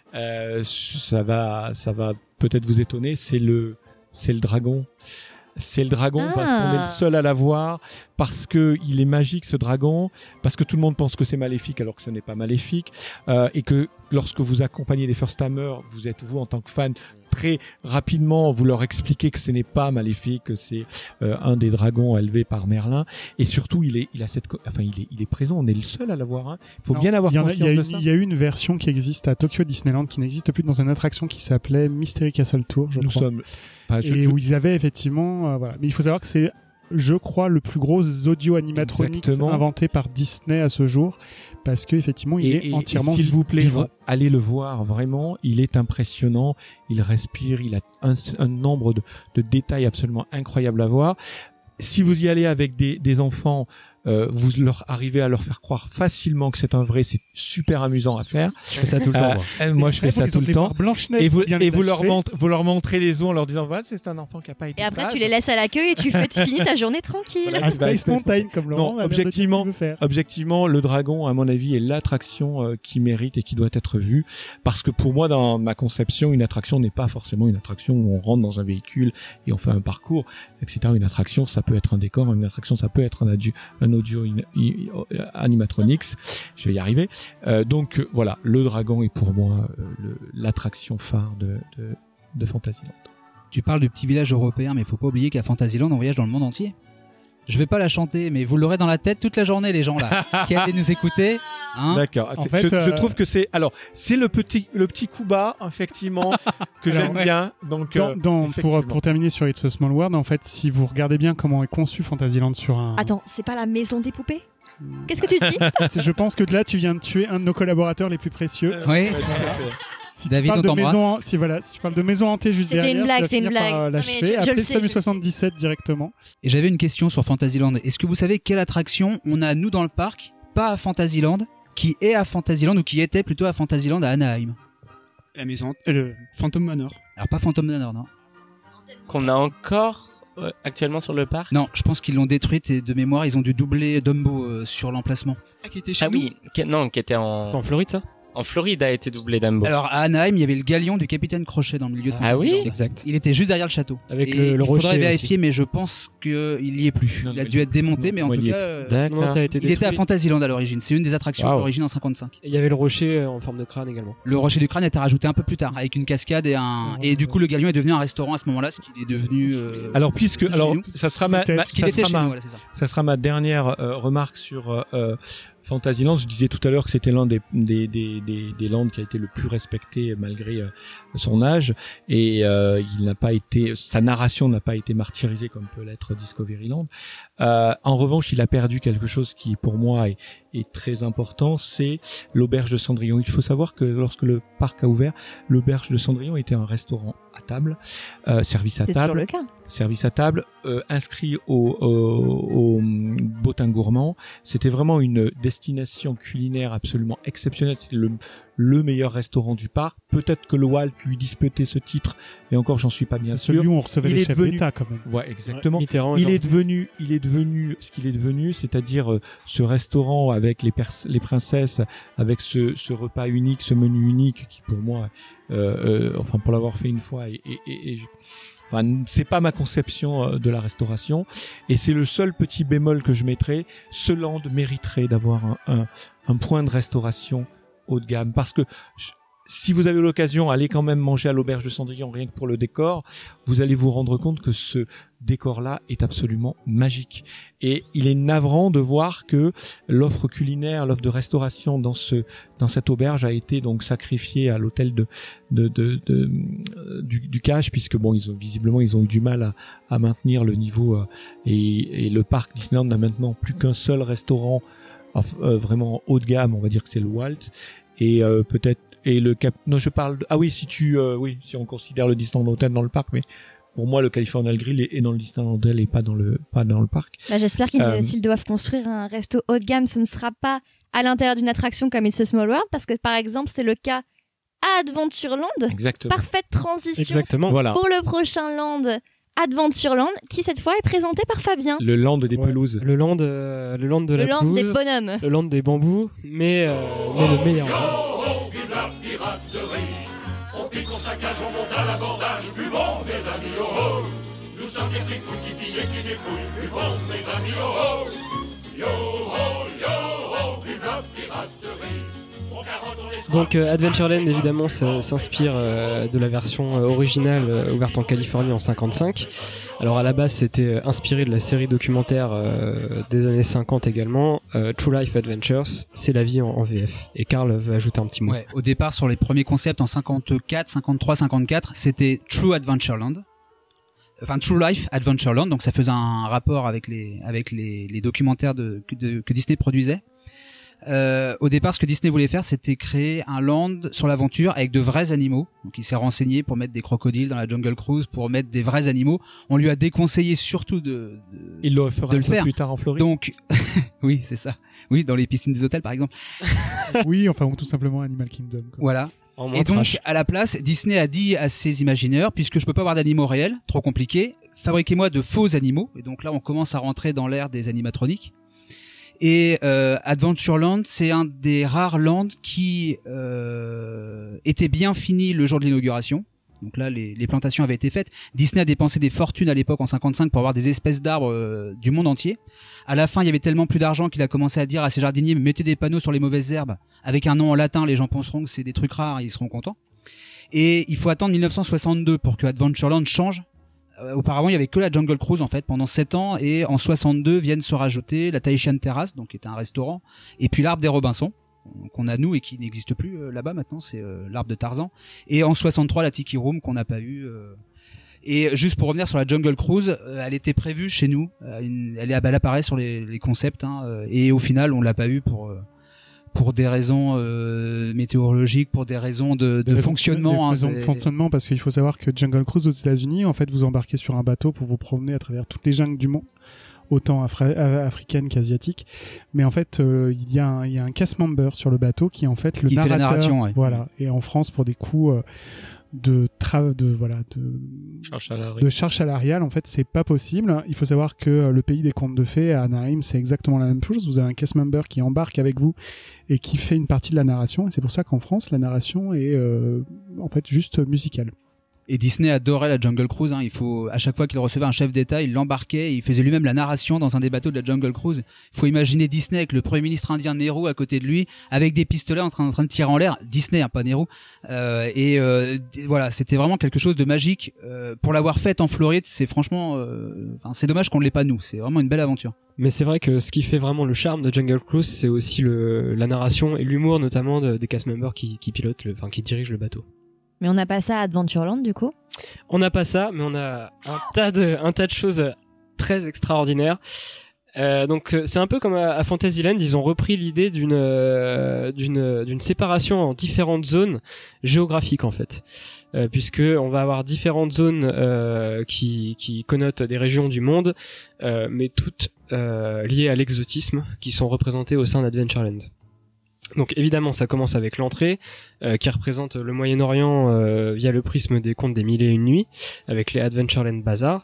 ça va peut-être vous étonner, c'est le dragon. C'est le dragon parce qu'on est le seul à l'avoir, parce que il est magique ce dragon, parce que tout le monde pense que c'est maléfique alors que ce n'est pas maléfique, et que lorsque vous accompagnez les first timers, vous en tant que fan, très rapidement vous leur expliquez que ce n'est pas maléfique, que c'est un des dragons élevés par Merlin, et surtout il est présent, on est le seul à l'avoir. Hein. Il faut bien avoir conscience de ça. Il y a eu une version qui existe à Tokyo Disneyland qui n'existe plus dans une attraction qui s'appelait Mystery Castle Tour, je crois. Où ils avaient effectivement, voilà. Mais il faut savoir que c'est, je crois, le plus gros audio animatronics inventé par Disney à ce jour, parce que effectivement, il est entièrement s'il vous plaît, vivant. allez le voir vraiment. Il est impressionnant. Il respire. Il a un nombre de détails absolument incroyables à voir. Si vous y allez avec des enfants, vous arrivez à leur faire croire facilement que c'est un vrai, c'est super amusant à faire. Je fais ça tout le temps. Moi, je fais ça tout le temps. Et vous leur montrez les os en leur disant, voilà, c'est un enfant qui a pas été Et après, sage. tu les laisses à la queue et tu finis ta journée tranquille. Voilà, Space Mountain, comme Laurent. Non, objectivement, le dragon, à mon avis, est l'attraction qui mérite et qui doit être vue. Parce que pour moi, dans ma conception, une attraction n'est pas forcément une attraction où on rentre dans un véhicule et on fait un parcours, etc. Une attraction, ça peut être un décor. Une attraction, ça peut être un audio animatronics, je vais y arriver. Donc voilà, le dragon est pour moi l'attraction phare de Fantasyland. Tu parles du petit village européen, mais il faut pas oublier qu'à Fantasyland on voyage dans le monde entier. Je vais pas la chanter, mais vous l'aurez dans la tête toute la journée, les gens là, qui allez nous écouter. Hein. D'accord. Je trouve que c'est le petit coup bas effectivement que j'aime bien. Donc pour terminer sur It's a Small World, en fait, si vous regardez bien comment est conçu Fantasyland sur un. Attends, c'est pas la maison des poupées ? Qu'est-ce que tu dis ? Je pense que là tu viens de tuer un de nos collaborateurs les plus précieux. Oui. Si David, tu parles de maison hantée juste C'était derrière, une blague, c'est une blague. Appelez Samu 77 directement. Et j'avais une question sur Fantasyland. Est-ce que vous savez quelle attraction on a nous dans le parc, pas à Fantasyland, qui est à Fantasyland ou qui était plutôt à Fantasyland à Anaheim ? La maison, le Phantom Manor. Alors pas Phantom Manor, non. qu'on a encore actuellement sur le parc. Non, je pense qu'ils l'ont détruite et de mémoire, ils ont dû doubler Dumbo sur l'emplacement. Qui était chez Ah nous. oui, qui était en... C'est pas en Floride, ça? En Floride a été doublé Dumbo. Alors à Anaheim, il y avait le galion du capitaine Crochet dans le milieu de Ah oui, exact. Il était juste derrière le château. Avec et le il rocher faudrait vérifier, aussi. mais je pense qu'il y est plus. Non, il a dû être démonté, mais en tout cas, D'accord. Non, ça a été il était à détruit. Fantasyland à l'origine. C'est une des attractions Wow. d'origine en 55. Et il y avait le rocher en forme de crâne également. Le rocher du crâne a été rajouté un peu plus tard, avec une cascade et du coup le galion est devenu un restaurant à ce moment-là, ce qu'il est devenu. Alors chez nous. ça sera ma, Peut-être. Ce qu'il était chez nous, voilà, c'est ça. ça sera ma dernière remarque sur Fantasyland. Je disais tout à l'heure que c'était l'un des lands qui a été le plus respecté malgré son âge, et sa narration n'a pas été martyrisée comme peut l'être Discoveryland. En revanche, il a perdu quelque chose qui pour moi est très important, c'est l'auberge de Cendrillon. Il faut savoir que lorsque le parc a ouvert, l'auberge de Cendrillon était un restaurant à table, service à C'est toujours table, le cas. service à table, inscrit au Bottin Gourmand. C'était vraiment une destination culinaire absolument exceptionnelle. C'était le meilleur restaurant du parc. Peut-être que le Walt lui disputait ce titre, et encore j'en suis pas bien C'est celui sûr. où on recevait Il les est chefs devenu- d'État quand même. Ouais, exactement. Mitterrand, Il genre. est devenu ce qu'il est devenu, c'est-à-dire ce restaurant avec les princesses, avec ce repas unique, ce menu unique qui pour moi, enfin pour l'avoir fait une fois, enfin c'est pas ma conception de la restauration, et c'est le seul petit bémol que je mettrais. Ce land mériterait d'avoir un point de restauration haut de gamme, parce que si vous avez l'occasion, allez quand même manger à l'auberge de Cendrillon, rien que pour le décor, vous allez vous rendre compte que ce décor-là est absolument magique. Et il est navrant de voir que l'offre culinaire, l'offre de restauration dans cette auberge a été donc sacrifiée à l'hôtel du Cache, puisque bon, visiblement ils ont eu du mal à maintenir le niveau, et le parc Disneyland n'a maintenant plus qu'un seul restaurant vraiment haut de gamme, on va dire que c'est le Walt, et peut-être non, je parle si on considère le Disneyland Hotel dans le parc, mais pour moi le California Grill est dans le Disneyland Hotel et pas dans le parc. Bah, j'espère s'ils doivent construire un resto haut de gamme, ce ne sera pas à l'intérieur d'une attraction comme It's a Small World, parce que par exemple c'est le cas à Adventureland. Exactement. Parfaite transition Exactement. Voilà. pour le prochain land Adventureland, qui cette fois est présenté par Fabien. Le land des pelouses. Le land de Le la land pelouse. des bonhommes. Le land des bambous, mais le meilleur. Vive la piraterie. On pique, on saccage, on monte à l'abordage. Buvons, mes amis, oh oh. Nous sommes les fripouilles qui pillent et qui dépouillent. Buvons, mes amis, oh oh. Yo ho, yo ho. Vive la piraterie. On carotte, on les Donc Adventureland évidemment s'inspire de la version originale ouverte en Californie en 55. Alors à la base c'était inspiré de la série documentaire des années 50 également, True Life Adventures, c'est la vie en VF. Et Karl veut ajouter un petit mot. Ouais, au départ sur les premiers concepts en 54, 53, 54, c'était True Adventureland. Enfin True Life Adventureland, donc ça faisait un rapport avec les documentaires que Disney produisait. Au départ, ce que Disney voulait faire, c'était créer un land sur l'aventure avec de vrais animaux. Donc, il s'est renseigné pour mettre des crocodiles dans la Jungle Cruise, pour mettre des vrais animaux. On lui a déconseillé surtout Il le fera de un le peu faire. plus tard en Floride. Donc, oui, c'est ça. Oui, dans les piscines des hôtels, par exemple. Oui, enfin, ou tout simplement Animal Kingdom, quoi. Voilà. En moins Et donc, trash. à la place, Disney a dit à ses imagineurs, puisque je peux pas avoir d'animaux réels, trop compliqué, fabriquez-moi de faux animaux. Et donc là, on commence à rentrer dans l'ère des animatroniques. Et Adventureland, c'est un des rares lands qui était bien fini le jour de l'inauguration. Donc là, les plantations avaient été faites. Disney a dépensé des fortunes à l'époque en 55 pour avoir des espèces d'arbres du monde entier. À la fin, il y avait tellement plus d'argent qu'il a commencé à dire à ses jardiniers, mettez des panneaux sur les mauvaises herbes avec un nom en latin, les gens penseront que c'est des trucs rares et ils seront contents. Et il faut attendre 1962 pour que Adventureland change. Auparavant, il y avait que la Jungle Cruise en fait pendant 7 ans, et en 62 viennent se rajouter la Tahitian Terrace, donc qui est un restaurant, et puis l'arbre des Robinson qu'on a nous et qui n'existe plus là-bas maintenant, c'est l'arbre de Tarzan, et en 63 la Tiki Room qu'on n'a pas eu. Et juste pour revenir sur la Jungle Cruise, elle était prévue chez nous, elle apparaît sur les concepts, et au final on l'a pas eu pour des raisons météorologiques, pour des raisons de fonctionnement. Des raisons de fonctionnement, parce qu'il faut savoir que Jungle Cruise aux États-Unis, en fait, vous embarquez sur un bateau pour vous promener à travers toutes les jungles du monde, autant africaines qu'asiatiques. Mais en fait, il y a un cast member sur le bateau qui est en fait le Qui fait la narrateur. narration, ouais. Voilà. Et en France, pour des coûts charge salariale. En fait, c'est pas possible. Il faut savoir que le pays des contes de fées à Anaheim, c'est exactement la même chose. Vous avez un cast member qui embarque avec vous et qui fait une partie de la narration. Et c'est pour ça qu'en France, la narration est en fait juste musicale. Et Disney adorait la Jungle Cruise, hein. Il faut, à chaque fois qu'il recevait un chef d'État, il l'embarquait, il faisait lui-même la narration dans un des bateaux de la Jungle Cruise. Il faut imaginer Disney avec le premier ministre indien Nehru à côté de lui, avec des pistolets en train de tirer en l'air. Disney, hein, pas Nehru. Voilà, c'était vraiment quelque chose de magique. Pour l'avoir fait en Floride, c'est franchement, c'est dommage qu'on ne l'ait pas nous. C'est vraiment une belle aventure. Mais c'est vrai que ce qui fait vraiment le charme de Jungle Cruise, c'est aussi la narration et l'humour, notamment des cast members qui pilotent, qui dirigent le bateau. Mais on n'a pas ça à Adventureland, du coup? On n'a pas ça, mais on a un tas de choses très extraordinaires. Donc c'est un peu comme à Fantasyland, ils ont repris l'idée d'une séparation en différentes zones géographiques en fait, puisque on va avoir différentes zones qui connotent des régions du monde, mais toutes liées à l'exotisme, qui sont représentées au sein d'Adventureland. Donc évidemment ça commence avec l'entrée qui représente le Moyen-Orient via le prisme des contes des Mille et une nuits avec les Adventureland Bazaars.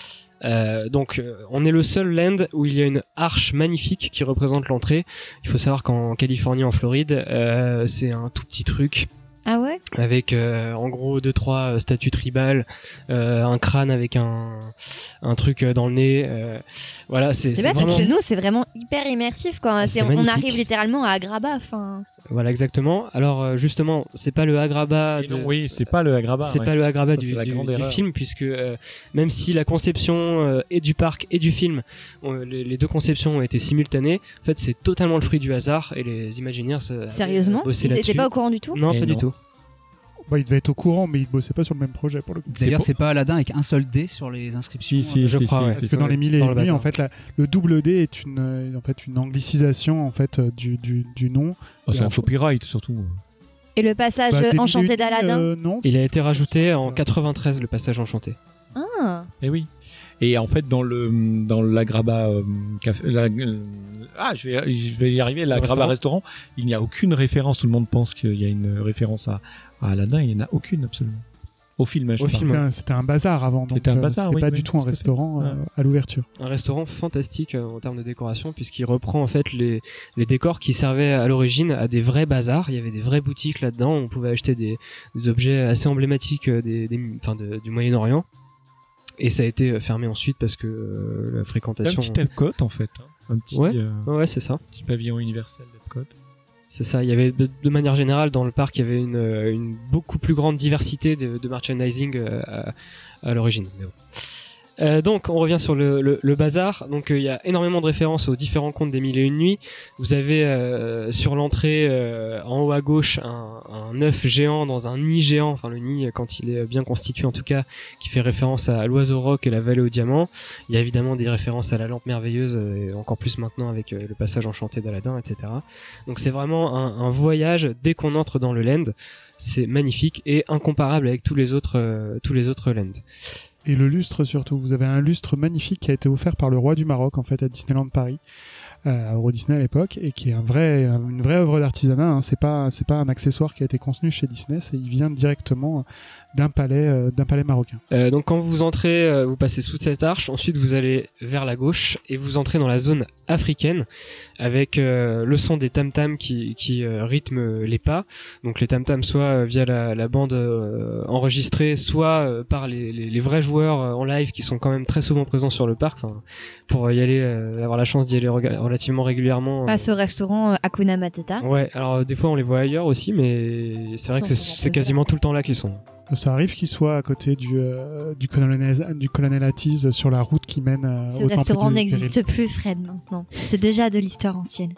Donc on est le seul land où il y a une arche magnifique qui représente l'entrée. Il faut savoir qu'en Californie, en Floride, c'est un tout petit truc. Ah ouais? Avec en gros 2-3 statues tribales, un crâne avec un truc dans le nez. Voilà, c'est bête, vraiment... parce que nous c'est vraiment hyper immersif quand on arrive littéralement à Agrabah. Enfin. Voilà, exactement. Alors justement, c'est pas le Agrabah. Oui, c'est pas le Agrabah. C'est pas le Agrabah du film, puisque même si la conception et du parc et du film, les deux conceptions ont été simultanées, en fait, c'est totalement le fruit du hasard et les Imagineers. Sérieusement, ils étaient pas au courant du tout? Non, pas du tout. Bah, il devait être au courant, mais il bossait pas sur le même projet pour le coup. D'ailleurs, c'est pas Aladdin avec un seul dé sur les inscriptions. Si, je crois. Ouais. Parce que dans les Mille et une nuits, en fait, le double D est une anglicisation en fait du nom. Oh, c'est un copyright surtout. Et le passage enchanté d'Aladin non. Il a été rajouté en 93, le passage enchanté. Ah. Et oui. Et en fait, dans l'Agrabah je vais y arriver. L'Agrabah restaurant, il n'y a aucune référence. Tout le monde pense qu'il y a une référence à Aladdin. Il n'y en a aucune absolument. Au film, C'était un bazar avant. C'était un bazar, c'était oui. pas du tout un restaurant à l'ouverture. Un restaurant fantastique en termes de décoration, puisqu'il reprend en fait les décors qui servaient à l'origine à des vrais bazars. Il y avait des vraies boutiques là-dedans. On pouvait acheter des objets assez emblématiques du Moyen-Orient. Et ça a été fermé ensuite parce que la fréquentation... Un petit Epcot en fait. Un petit, ouais, c'est ça. Petit pavillon universel d'Epcot. C'est ça, il y avait de manière générale dans le parc, il y avait une beaucoup plus grande diversité de merchandising à l'origine. Mais bon. Donc on revient sur le bazar. Donc il y a énormément de références aux différents contes des Mille et une nuits. Vous avez sur l'entrée en haut à gauche un œuf géant dans un nid géant, enfin le nid quand il est bien constitué en tout cas, qui fait référence à l'oiseau roc et la vallée aux diamants. Il y a évidemment des références à la lampe merveilleuse et encore plus maintenant avec le passage enchanté d'Aladin, etc. Donc c'est vraiment un voyage dès qu'on entre dans le land. C'est magnifique et incomparable avec tous les autres lands. Et le lustre surtout. Vous avez un lustre magnifique qui a été offert par le roi du Maroc en fait à Disneyland Paris, à Euro Disney à l'époque, et qui est une vraie œuvre d'artisanat. Hein. C'est pas un accessoire qui a été conçu chez Disney, il vient directement d'un palais marocain. Donc quand vous entrez, vous passez sous cette arche, ensuite vous allez vers la gauche et vous entrez dans la zone africaine avec le son des tam-tams qui rythment les pas. Donc les tam-tams soit via la bande enregistrée, soit par les vrais joueurs en live qui sont quand même très souvent présents sur le parc. Pour y aller, avoir la chance d'y aller relativement régulièrement. Passe au restaurant Hakuna Matata. Ouais, alors des fois on les voit ailleurs aussi, mais c'est vrai que c'est quasiment tout le temps là qu'ils sont. Ça arrive qu'il soit à côté du colonel Attise sur la route qui mène au temple. Ce restaurant n'existe plus, Fred, maintenant. C'est déjà de l'histoire ancienne.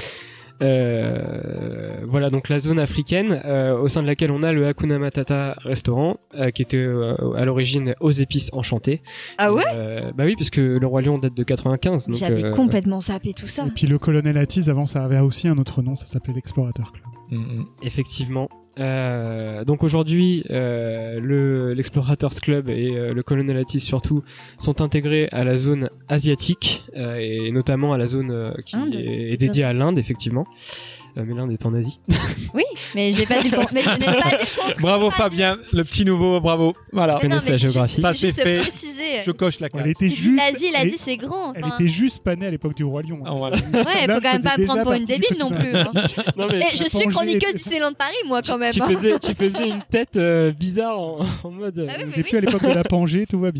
Voilà donc la zone africaine au sein de laquelle on a le Hakuna Matata restaurant qui était à l'origine aux épices enchantées. Ah ouais? Bah oui, parce que le Roi Lion date de 95. J'avais complètement zappé tout ça. Et puis le colonel Attise avant ça avait aussi un autre nom, ça s'appelait l'Explorateur Club. Effectivement. Donc aujourd'hui, l'Explorators Club et le Colonel Attise surtout sont intégrés à la zone asiatique et notamment à la zone qui est dédiée à l'Inde, effectivement. Mélinde est en Asie. Oui, mais j'ai pas dit le mais je n'ai pas dit le contraire. Bravo Fabien, le petit nouveau, bravo. Voilà. Mais non, mais géographie. Ça c'est juste fait. préciser. Je coche la case. Elle était Tu dis juste. l'Asie c'est grand. Elle enfin. était juste pas née à l'époque du Roi Lion. Ah, voilà. Ouais, il faut quand même pas prendre pour une débile non plus. Hein. Non, mais Je suis chroniqueuse Disneyland Paris, moi, quand même. tu hein. faisais une tête bizarre en mode. Ah oui, mais Depuis à l'époque de la Pangée, tout va bien.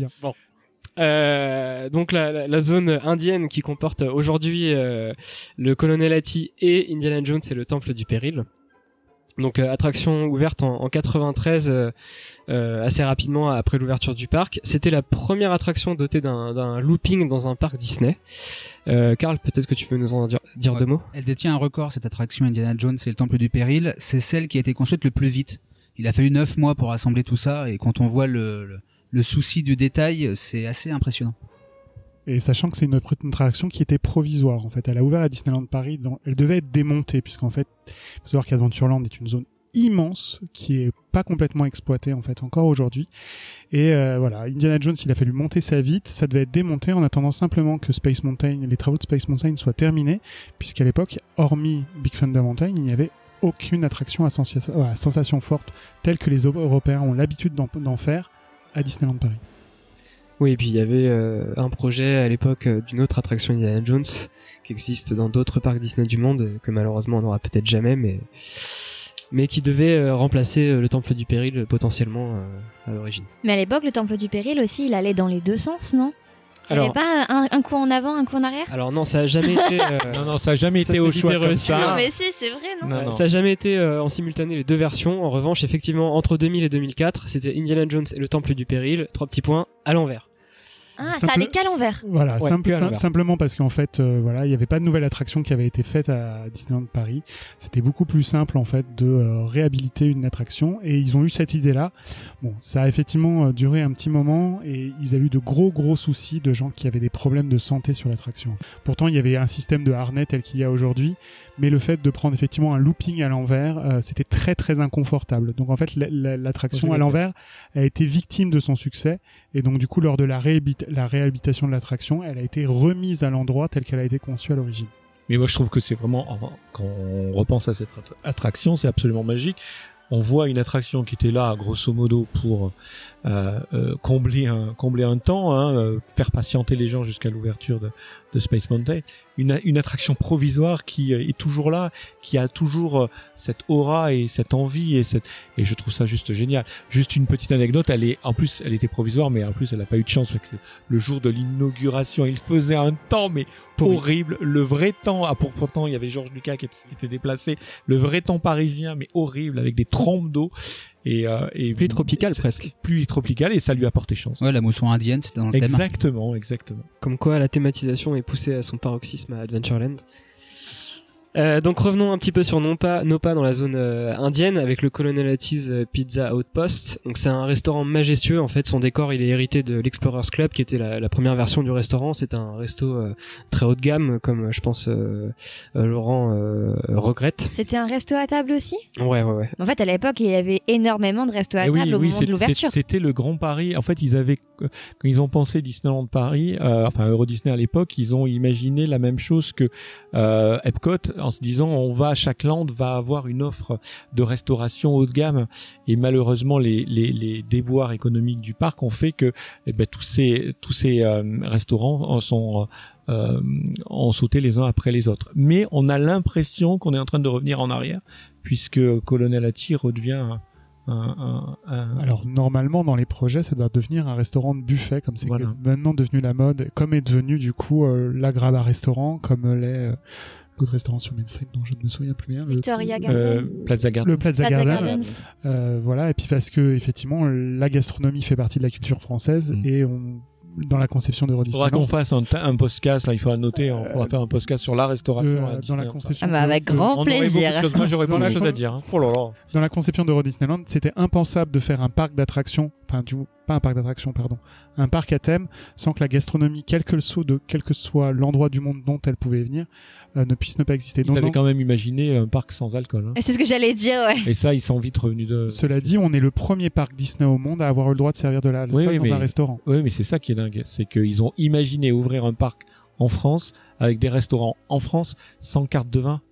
Donc la zone indienne qui comporte aujourd'hui le Colonel Hattie et Indiana Jones et le Temple du Péril. Donc attraction ouverte en 93 assez rapidement après l'ouverture du parc. C'était la première attraction dotée d'un looping dans un parc Disney. Karl, peut-être que tu peux nous en dire deux mots. Elle détient un record, cette attraction Indiana Jones et le Temple du Péril. C'est celle qui a été construite le plus vite. Il a fallu 9 mois pour assembler tout ça, et quand on voit le souci du détail, c'est assez impressionnant. Et sachant que c'est une attraction qui était provisoire, en fait. Elle a ouvert à Disneyland Paris, elle devait être démontée, puisqu'en fait, il faut savoir qu'Adventureland est une zone immense, qui est pas complètement exploitée, en fait, encore aujourd'hui. Et voilà, Indiana Jones, il a fallu monter ça vite, ça devait être démonté en attendant simplement que Space Mountain, les travaux de Space Mountain soient terminés, puisqu'à l'époque, hormis Big Thunder Mountain, il n'y avait aucune attraction à sensation forte, telle que les Européens ont l'habitude d'en faire à Disneyland Paris. Oui, et puis il y avait un projet à l'époque d'une autre attraction Indiana Jones qui existe dans d'autres parcs Disney du monde, que malheureusement on n'aura peut-être jamais, mais qui devait remplacer le Temple du Péril potentiellement à l'origine. Mais à l'époque, le Temple du Péril aussi, il allait dans les deux sens, non? Il n'y avait Alors, pas un coup en avant, un coup en arrière? alors non, ça a jamais été. Non, ça a jamais été au s'est choix libéré comme aussi, ça. Non, mais si, c'est vrai, non? Non. Ça a jamais été en simultané les deux versions. En revanche, effectivement, entre 2000 et 2004, c'était Indiana Jones et le Temple du Péril, 3 petits points, à l'envers. Ah, ça allait qu'à l'envers. Voilà, Ouais, que à l'envers. simplement parce qu'en fait, voilà, il n'y avait pas de nouvelle attraction qui avait été faite à Disneyland Paris. C'était beaucoup plus simple en fait de réhabiliter une attraction, et ils ont eu cette idée-là. Bon, ça a effectivement duré un petit moment, et ils avaient eu de gros soucis de gens qui avaient des problèmes de santé sur l'attraction. Pourtant, il y avait un système de harnais tel qu'il y a aujourd'hui, mais le fait de prendre effectivement un looping à l'envers, c'était très inconfortable. Donc en fait, l'attraction à l'envers a été victime de son succès, et donc du coup, lors de la réhabilitation de l'attraction, elle a été remise à l'endroit tel qu'elle a été conçue à l'origine. Mais moi je trouve que c'est vraiment, quand on repense à cette attraction, c'est absolument magique. On voit une attraction qui était là grosso modo pour combler un temps, faire patienter les gens jusqu'à l'ouverture de Space Mountain. Une attraction provisoire qui est toujours là, qui a toujours cette aura et cette envie et je trouve ça juste génial. Juste une petite anecdote, elle était provisoire, mais en plus elle a pas eu de chance parce que le jour de l'inauguration, il faisait un temps mais horrible, le vrai temps. Pourtant il y avait Georges Lucas qui était déplacé, le vrai temps parisien mais horrible avec des trompes d'eau. Et pluie tropicale presque. Pluie tropicale, et ça lui a porté chance. Ouais, la mousson indienne, c'était dans le thème. Exactement. Comme quoi la thématisation est poussée à son paroxysme à Adventureland. Donc revenons un petit peu sur nos pas dans la zone indienne avec le Colonel Hattie's Pizza Outpost. Donc c'est un restaurant majestueux, en fait son décor il est hérité de l'Explorers Club qui était la première version du restaurant. C'est un resto très haut de gamme comme je pense Laurent regrette. C'était un resto à table aussi? Ouais. En fait à l'époque il y avait énormément de restos à table au moment de l'ouverture. C'était le grand pari. En fait quand ils ont pensé Disneyland Paris, Euro Disney à l'époque, ils ont imaginé la même chose que Epcot, en se disant chaque land va avoir une offre de restauration haut de gamme, et malheureusement les déboires économiques du parc ont fait que tous ces restaurants ont sauté les uns après les autres. Mais on a l'impression qu'on est en train de revenir en arrière, puisque Colonel Hattie redevient Alors normalement dans les projets ça doit devenir un restaurant de buffet, comme c'est maintenant devenu la mode, comme est devenu du coup l'Agraba restaurant, comme l'est l'autre restaurant sur Main Street dont je ne me souviens plus bien, Victoria Gardens, Plaza Gardens. Le Plaza Gardens. Voilà, et puis parce que effectivement la gastronomie fait partie de la culture française, et dans la conception de Disneyland. Il faudra qu'on fasse un podcast, là, il faudra noter, on faudra faire un podcast sur la restauration dans la conception. Avec grand plaisir. Moi j'aurais beaucoup de choses à dire. Oh là là. Dans la conception de Disneyland, c'était impensable de faire un parc d'attractions, pas un parc d'attractions, un parc à thème, sans que la gastronomie, quel que soit l'endroit du monde dont elle pouvait venir, ne puisse ne pas exister. Ils avaient quand même imaginé un parc sans alcool. Et c'est ce que j'allais dire, ouais. Et ça, ils sont vite revenus de... Cela dit, on est le premier parc Disney au monde à avoir eu le droit de servir de l'alcool dans un restaurant. Oui, mais c'est ça qui est dingue. C'est qu'ils ont imaginé ouvrir un parc en France, avec des restaurants en France, sans carte de vin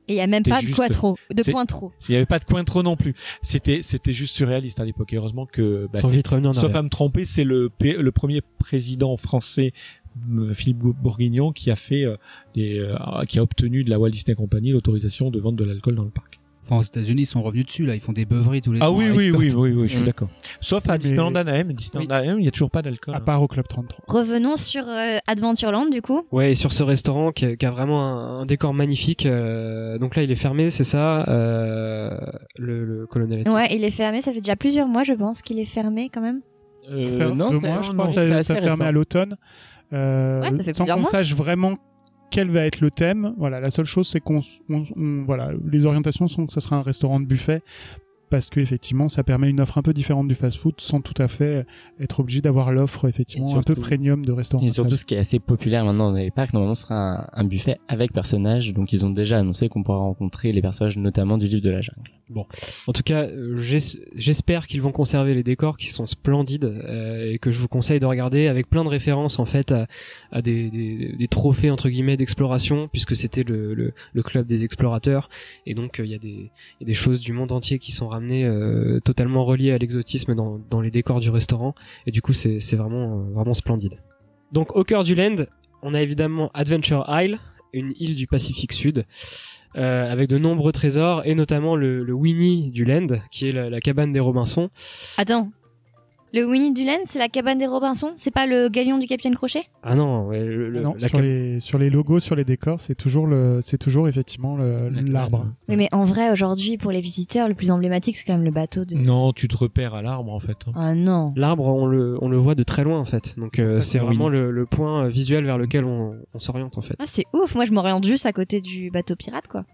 Et il y a même pas de juste- quoi trop, de c'est- points trop. Il y avait pas de coin trop non plus. C'était juste surréaliste à l'époque. Et heureusement que, Ils sont vite revenus en sauf arrière. à me tromper, c'est le premier président français, Philippe Bourguignon, qui a fait qui a obtenu de la Walt Disney Company l'autorisation de vendre de l'alcool dans le parc. Enfin, aux États-Unis, ils sont revenus dessus, là. Ils font des beuveries tous les Ah ans. oui, avec oui, Cote. je suis d'accord. Sauf à Mais- Disneyland Anaheim. Disneyland Anaheim, il y a toujours pas d'alcool. À part au Club 33. Revenons sur Adventureland du coup. Ouais, et sur ce restaurant qui a vraiment un décor magnifique. Donc là, il est fermé, c'est ça, le colonel. Attier. Ouais, il est fermé, ça fait déjà plusieurs mois je pense qu'il est fermé quand même. Non, 2 c'est- mois, je non, pense c'est que assez ça ferme récent. à l'automne. ça fait Sans plusieurs qu'on mois. sache vraiment quel va être le thème. Voilà, la seule chose, c'est voilà, les orientations sont que ça sera un restaurant de buffet. Parce que effectivement, ça permet une offre un peu différente du fast-food sans tout à fait être obligé d'avoir l'offre effectivement Et un peu surtout- premium de restaurant. Et surtout, ce qui est assez populaire maintenant dans les parcs, normalement, ce sera un buffet avec personnages. Donc, ils ont déjà annoncé qu'on pourra rencontrer les personnages, notamment du livre de la jungle. En tout cas, j'espère qu'ils vont conserver les décors qui sont splendides et que je vous conseille de regarder avec plein de références en fait à des trophées entre guillemets d'exploration puisque c'était le club des explorateurs et donc il y a des choses du monde entier qui sont ramenées totalement reliées à l'exotisme dans les décors du restaurant et du coup c'est vraiment splendide. Donc au cœur du land, on a évidemment Adventure Isle, une île du Pacifique Sud. Avec de nombreux trésors et notamment le Winnie du Land qui est la cabane des Robinson. Attends. Le Winnie du Land, c'est la cabane des Robinson, c'est pas le galion du Capitaine Crochet? Ah non, ouais, Non, sur les logos, sur les décors, c'est toujours effectivement l'arbre. Oui, mais en vrai, aujourd'hui, pour les visiteurs, le plus emblématique, c'est quand même le bateau de... Non, tu te repères à l'arbre en fait. Ah non. L'arbre, on le voit de très loin en fait. Donc c'est c'est vraiment Winnie. le point visuel vers lequel on s'oriente en fait. Ah, c'est ouf, moi je m'oriente juste à côté du bateau pirate, quoi.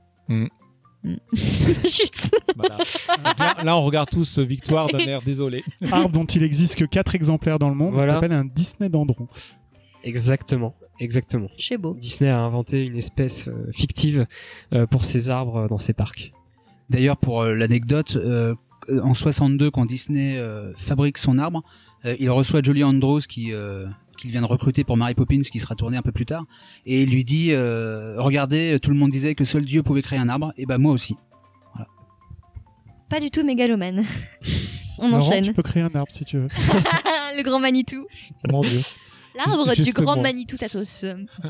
Chut. Voilà. Donc là, on regarde tous Victoire d'un air désolé. Arbre dont il existe que 4 exemplaires dans le monde, Voilà. ça s'appelle un Disney Dendron. Exactement. C'est beau. Disney a inventé une espèce fictive pour ses arbres dans ses parcs. D'ailleurs, pour l'anecdote, en 62, quand Disney fabrique son arbre, il reçoit Julie Andrews qu'il vient de recruter pour Mary Poppins, qui sera tournée un peu plus tard, et il lui dit regardez, tout le monde disait que seul Dieu pouvait créer un arbre, et ben moi aussi. Pas du tout mégalomane. On Laurent, enchaîne. tu peux créer un arbre si tu veux. Le grand Manitou. Mon Dieu. L'arbre du Juste grand moi. Manitou Tatos.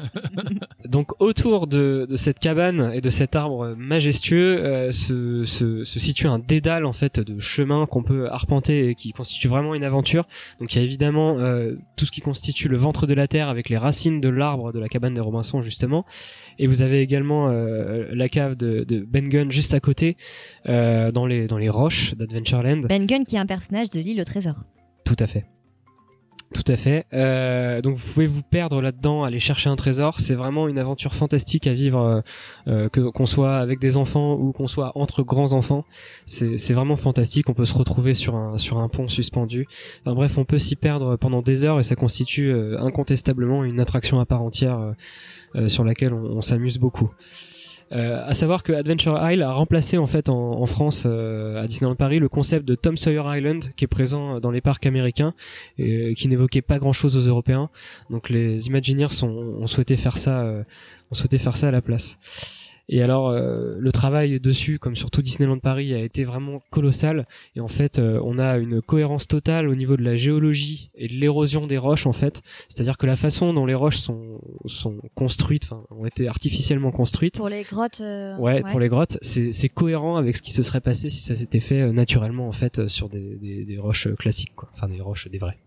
Donc autour de cette cabane et de cet arbre majestueux se situe un dédale en fait de chemins qu'on peut arpenter et qui constitue vraiment une aventure. Donc il y a évidemment tout ce qui constitue le ventre de la terre avec les racines de l'arbre de la cabane des Robinson justement. Et vous avez également la cave de Ben Gunn juste à côté dans les roches d'Adventureland. Ben Gunn qui est un personnage de l'île au trésor. Tout à fait. Tout à fait. Donc vous pouvez vous perdre là-dedans, aller chercher un trésor. C'est vraiment une aventure fantastique à vivre, qu'on soit avec des enfants ou qu'on soit entre grands enfants. C'est vraiment fantastique. On peut se retrouver sur un pont suspendu. Enfin, bref, on peut s'y perdre pendant des heures et ça constitue incontestablement une attraction à part entière sur laquelle on s'amuse beaucoup. À savoir que Adventure Isle a remplacé en fait en France à Disneyland Paris le concept de Tom Sawyer Island qui est présent dans les parcs américains et qui n'évoquait pas grand chose aux Européens. Donc les Imagineers ont souhaité faire ça à la place. Et alors le travail dessus, comme sur tout Disneyland Paris, a été vraiment colossal. Et en fait, on a une cohérence totale au niveau de la géologie et de l'érosion des roches en fait. C'est-à-dire que la façon dont les roches sont construites, enfin ont été artificiellement construites. Pour les grottes. Ouais, pour les grottes, c'est cohérent avec ce qui se serait passé si ça s'était fait naturellement en fait sur des roches classiques, quoi. Enfin des roches, des vraies.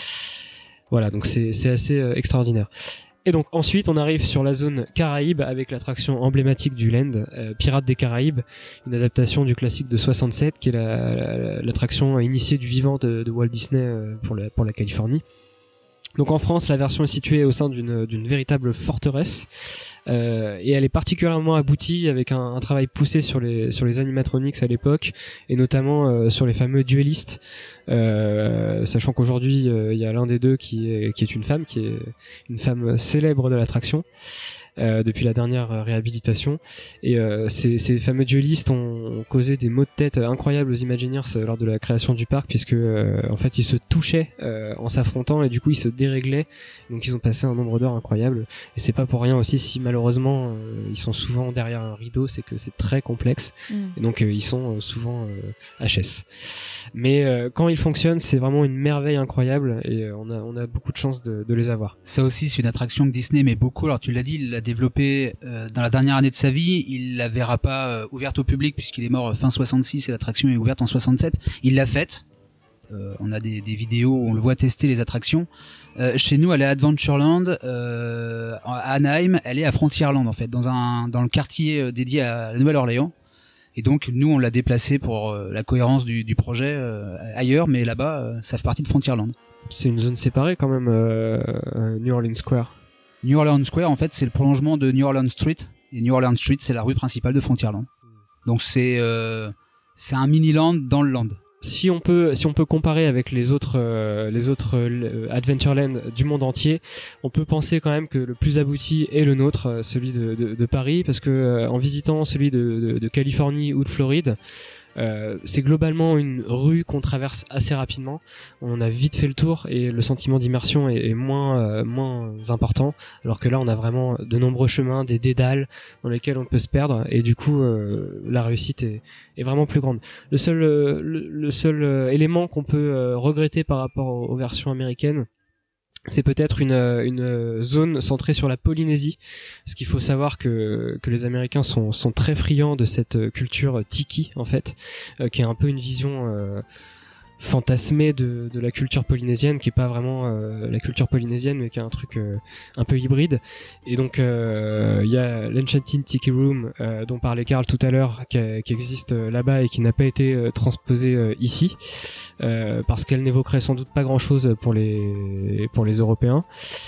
Voilà, donc c'est assez extraordinaire. Et donc ensuite on arrive sur la zone Caraïbes avec l'attraction emblématique du land, Pirates des Caraïbes, une adaptation du classique de 67 qui est l'attraction initiée du vivant de Walt Disney pour la Californie. Donc en France, la version est située au sein d'une véritable forteresse et elle est particulièrement aboutie avec un travail poussé sur les animatronics à l'époque et notamment sur les fameux duellistes, sachant qu'aujourd'hui il y a l'un des deux qui est une femme célèbre de l'attraction. depuis la dernière réhabilitation. Et ces fameux duellistes ont causé des maux de tête incroyables aux Imagineers lors de la création du parc, puisque en fait ils se touchaient en s'affrontant et du coup ils se déréglaient. Donc ils ont passé un nombre d'heures incroyable. Et c'est pas pour rien aussi si malheureusement ils sont souvent derrière un rideau, c'est que c'est très complexe. Et donc ils sont souvent HS. Mais quand ils fonctionnent, c'est vraiment une merveille incroyable et on a beaucoup de chance de les avoir. Ça aussi, c'est une attraction que Disney aimait beaucoup. Alors tu l'as dit, il l'a développée dans la dernière année de sa vie. Il la verra pas ouverte au public puisqu'il est mort fin 66 et l'attraction est ouverte en 67. Il l'a faite. On a des vidéos où on le voit tester les attractions. Chez nous, elle est à Adventureland. À Anaheim, elle est à Frontierland en fait, dans le quartier dédié à la Nouvelle-Orléans. Et donc nous, on l'a déplacé pour la cohérence du projet ailleurs, mais là-bas, ça fait partie de Frontierland. C'est une zone séparée quand même, New Orleans Square. New Orleans Square, en fait, c'est le prolongement de New Orleans Street. Et New Orleans Street, c'est la rue principale de Frontierland. Donc c'est un mini-land dans le land. Si on peut comparer avec les autres Adventureland du monde entier, on peut penser quand même que le plus abouti est le nôtre, celui de Paris, parce que en visitant celui de Californie ou de Floride, c'est globalement une rue qu'on traverse assez rapidement. On a vite fait le tour et le sentiment d'immersion est moins important. Alors que là, on a vraiment de nombreux chemins, des dédales dans lesquels on peut se perdre et du coup, la réussite est vraiment plus grande. Le seul élément qu'on peut regretter par rapport aux versions américaines, c'est peut-être une zone centrée sur la Polynésie, parce qu'il faut savoir que les Américains sont très friands de cette culture tiki en fait, qui est un peu une vision fantasmée de la culture polynésienne, qui est pas vraiment la culture polynésienne, mais qui est un truc un peu hybride. Et donc il y a l'Enchanted Tiki Room dont parlait Karl tout à l'heure, qui existe là-bas et qui n'a pas été transposée ici, parce qu'elle n'évoquerait sans doute pas grand-chose pour les Européens.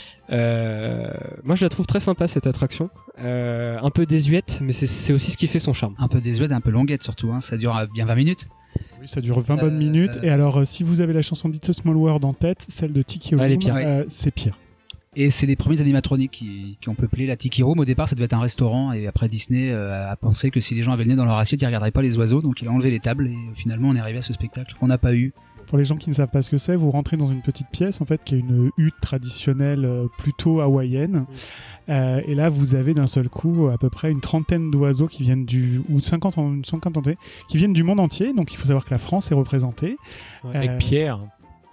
Moi je la trouve très sympa cette attraction, un peu désuète, mais c'est aussi ce qui fait son charme. Un peu désuète, un peu longuette surtout, hein. Ça dure bien 20 minutes. Oui, ça dure 20 bonnes minutes. Et alors, si vous avez la chanson d'It's a Small World en tête, celle de Tiki Room, c'est pire. Et c'est les premiers animatroniques qui ont peuplé la Tiki Room. Au départ, ça devait être un restaurant, et après Disney a pensé que si les gens avaient le nez dans leur assiette, ils regarderaient pas les oiseaux, donc il a enlevé les tables, et finalement on est arrivé à ce spectacle qu'on n'a pas eu. Pour les gens qui ne savent pas ce que c'est, vous rentrez dans une petite pièce en fait qui est une hutte traditionnelle plutôt hawaïenne. Et là, vous avez d'un seul coup à peu près une trentaine d'oiseaux qui viennent une cinquantaine qui viennent du monde entier. Donc il faut savoir que la France est représentée. Avec Pierre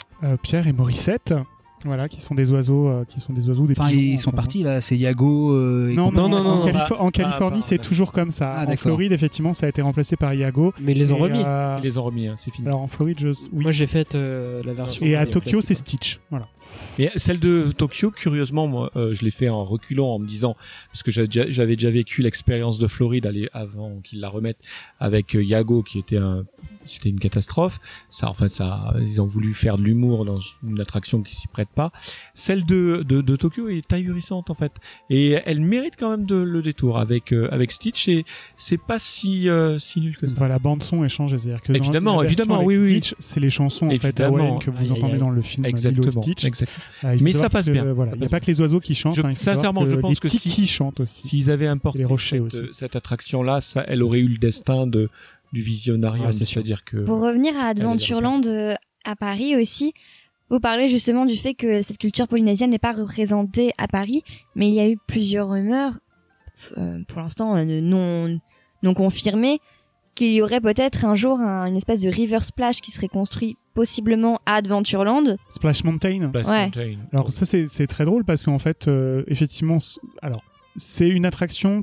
et Morissette. Voilà, qui sont des oiseaux, des enfin, pigeons. Ils sont partis là, c'est Iago. Non, en Californie, c'est toujours comme ça. En Floride, effectivement, ça a été remplacé par Iago. Mais ils les ont remis. Ils les ont remis, hein, c'est fini. Alors en Floride, oui. Moi, j'ai fait la version. Et à Tokyo, c'est Stitch. Voilà. Et celle de Tokyo, curieusement, moi, je l'ai fait en reculant, en me disant, parce que j'avais déjà vécu l'expérience de Floride avant qu'ils la remettent avec Iago, qui était c'était une catastrophe. Ils ont voulu faire de l'humour dans une attraction qui s'y prête pas. Celle de Tokyo est ahurissante en fait, et elle mérite quand même le détour avec Stitch. Et c'est pas si nul que ça. Voilà, la bande son est changée, c'est-à-dire que évidemment, oui, Stitch, c'est les chansons en fait hawaïennes que vous entendez dans le film Lilo Stitch. Mais ça passe bien. Voilà, il n'y a pas que les oiseaux qui chantent. Sincèrement, je pense que qui chantent aussi. S'ils avaient importé cette attraction-là, elle aurait eu le destin du visionnariat, c'est-à-dire que... Pour revenir à Adventureland à Paris aussi, vous parlez justement du fait que cette culture polynésienne n'est pas représentée à Paris, mais il y a eu plusieurs rumeurs, pour l'instant non confirmées, qu'il y aurait peut-être un jour une espèce de river splash qui serait construit possiblement à Adventureland. Splash Mountain. Alors ça c'est très drôle parce qu'en fait effectivement c'est une attraction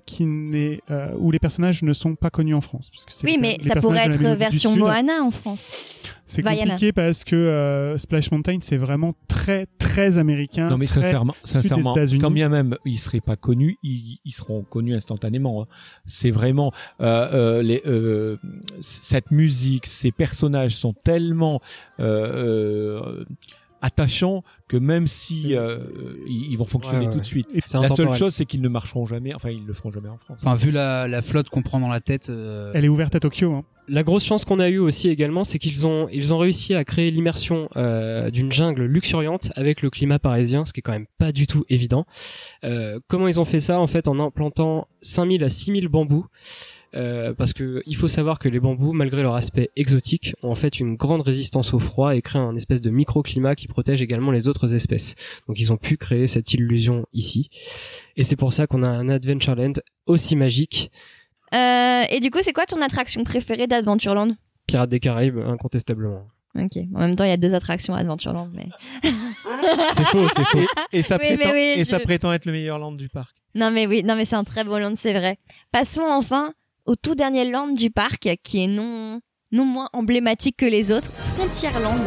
où les personnages ne sont pas connus en France. Oui, mais ça pourrait être version Moana en France. C'est compliqué parce que Splash Mountain, c'est vraiment très, très américain. Non, mais sincèrement, quand bien même ils seraient pas connus, ils seront connus instantanément. Hein. C'est vraiment cette musique, ces personnages sont tellement attachants que même si ils vont fonctionner tout de suite. La seule chose, c'est qu'ils ne marcheront jamais. Enfin, ils le feront jamais en France. Enfin, vu la flotte qu'on prend dans la tête. Elle est ouverte à Tokyo. Hein. La grosse chance qu'on a eue aussi également, c'est qu'ils ont réussi à créer l'immersion d'une jungle luxuriante avec le climat parisien, ce qui est quand même pas du tout évident. Comment ils ont fait ça en fait, en implantant 5000 à 6000 bambous. Parce que il faut savoir que les bambous, malgré leur aspect exotique, ont en fait une grande résistance au froid et créent un espèce de microclimat qui protège également les autres espèces. Donc ils ont pu créer cette illusion ici. Et c'est pour ça qu'on a un Adventureland aussi magique. Et du coup, c'est quoi ton attraction préférée d'Adventureland ? Pirates des Caraïbes, incontestablement. Ok. En même temps, il y a 2 attractions à Adventureland, mais... C'est faux. Et ça prétend être le meilleur land du parc. Non mais c'est un très beau land, c'est vrai. Passons enfin au tout dernier land du parc, qui est non moins emblématique que les autres, Frontierland.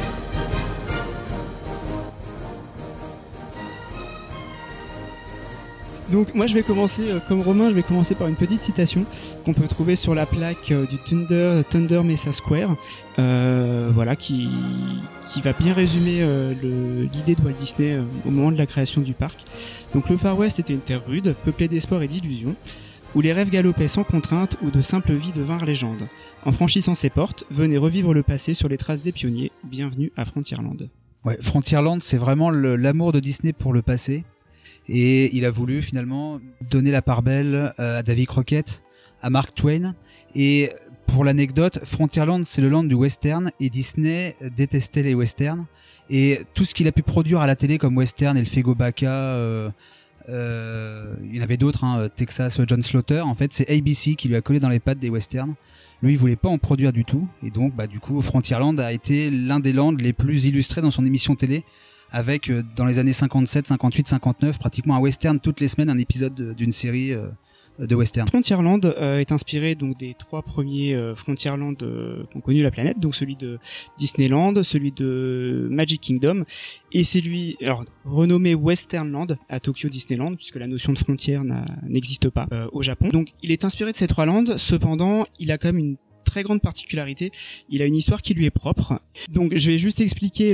Donc moi je vais commencer, comme Romain, je vais commencer par une petite citation qu'on peut trouver sur la plaque du Thunder Mesa Square, voilà, qui va bien résumer l'idée de Walt Disney au moment de la création du parc. Donc le Far West était une terre rude, peuplée d'espoir et d'illusions, où les rêves galopaient sans contrainte, où de simples vies devinrent légendes. En franchissant ses portes, venez revivre le passé sur les traces des pionniers. Bienvenue à Frontierland. Ouais, Frontierland, c'est vraiment l'amour de Disney pour le passé. Et il a voulu finalement donner la part belle à Davy Crockett, à Mark Twain. Et pour l'anecdote, Frontierland, c'est le land du western, et Disney détestait les westerns. Et tout ce qu'il a pu produire à la télé comme western, El Fego Baca, il y en avait d'autres, hein, Texas John Slaughter, en fait c'est ABC qui lui a collé dans les pattes des westerns. Lui il voulait pas en produire du tout, et donc du coup Frontierland a été l'un des lands les plus illustrés dans son émission télé, avec dans les années 57, 58, 59 pratiquement un western toutes les semaines, un épisode d'une série de western. Frontierland est inspiré donc des 3 premiers Frontierland qu'ont connu la planète, donc celui de Disneyland, celui de Magic Kingdom, et celui renommé Westernland à Tokyo Disneyland, puisque la notion de frontière n'existe pas au Japon. Donc il est inspiré de ces 3 lands, cependant il a quand même une très grande particularité, il a une histoire qui lui est propre. Donc je vais juste expliquer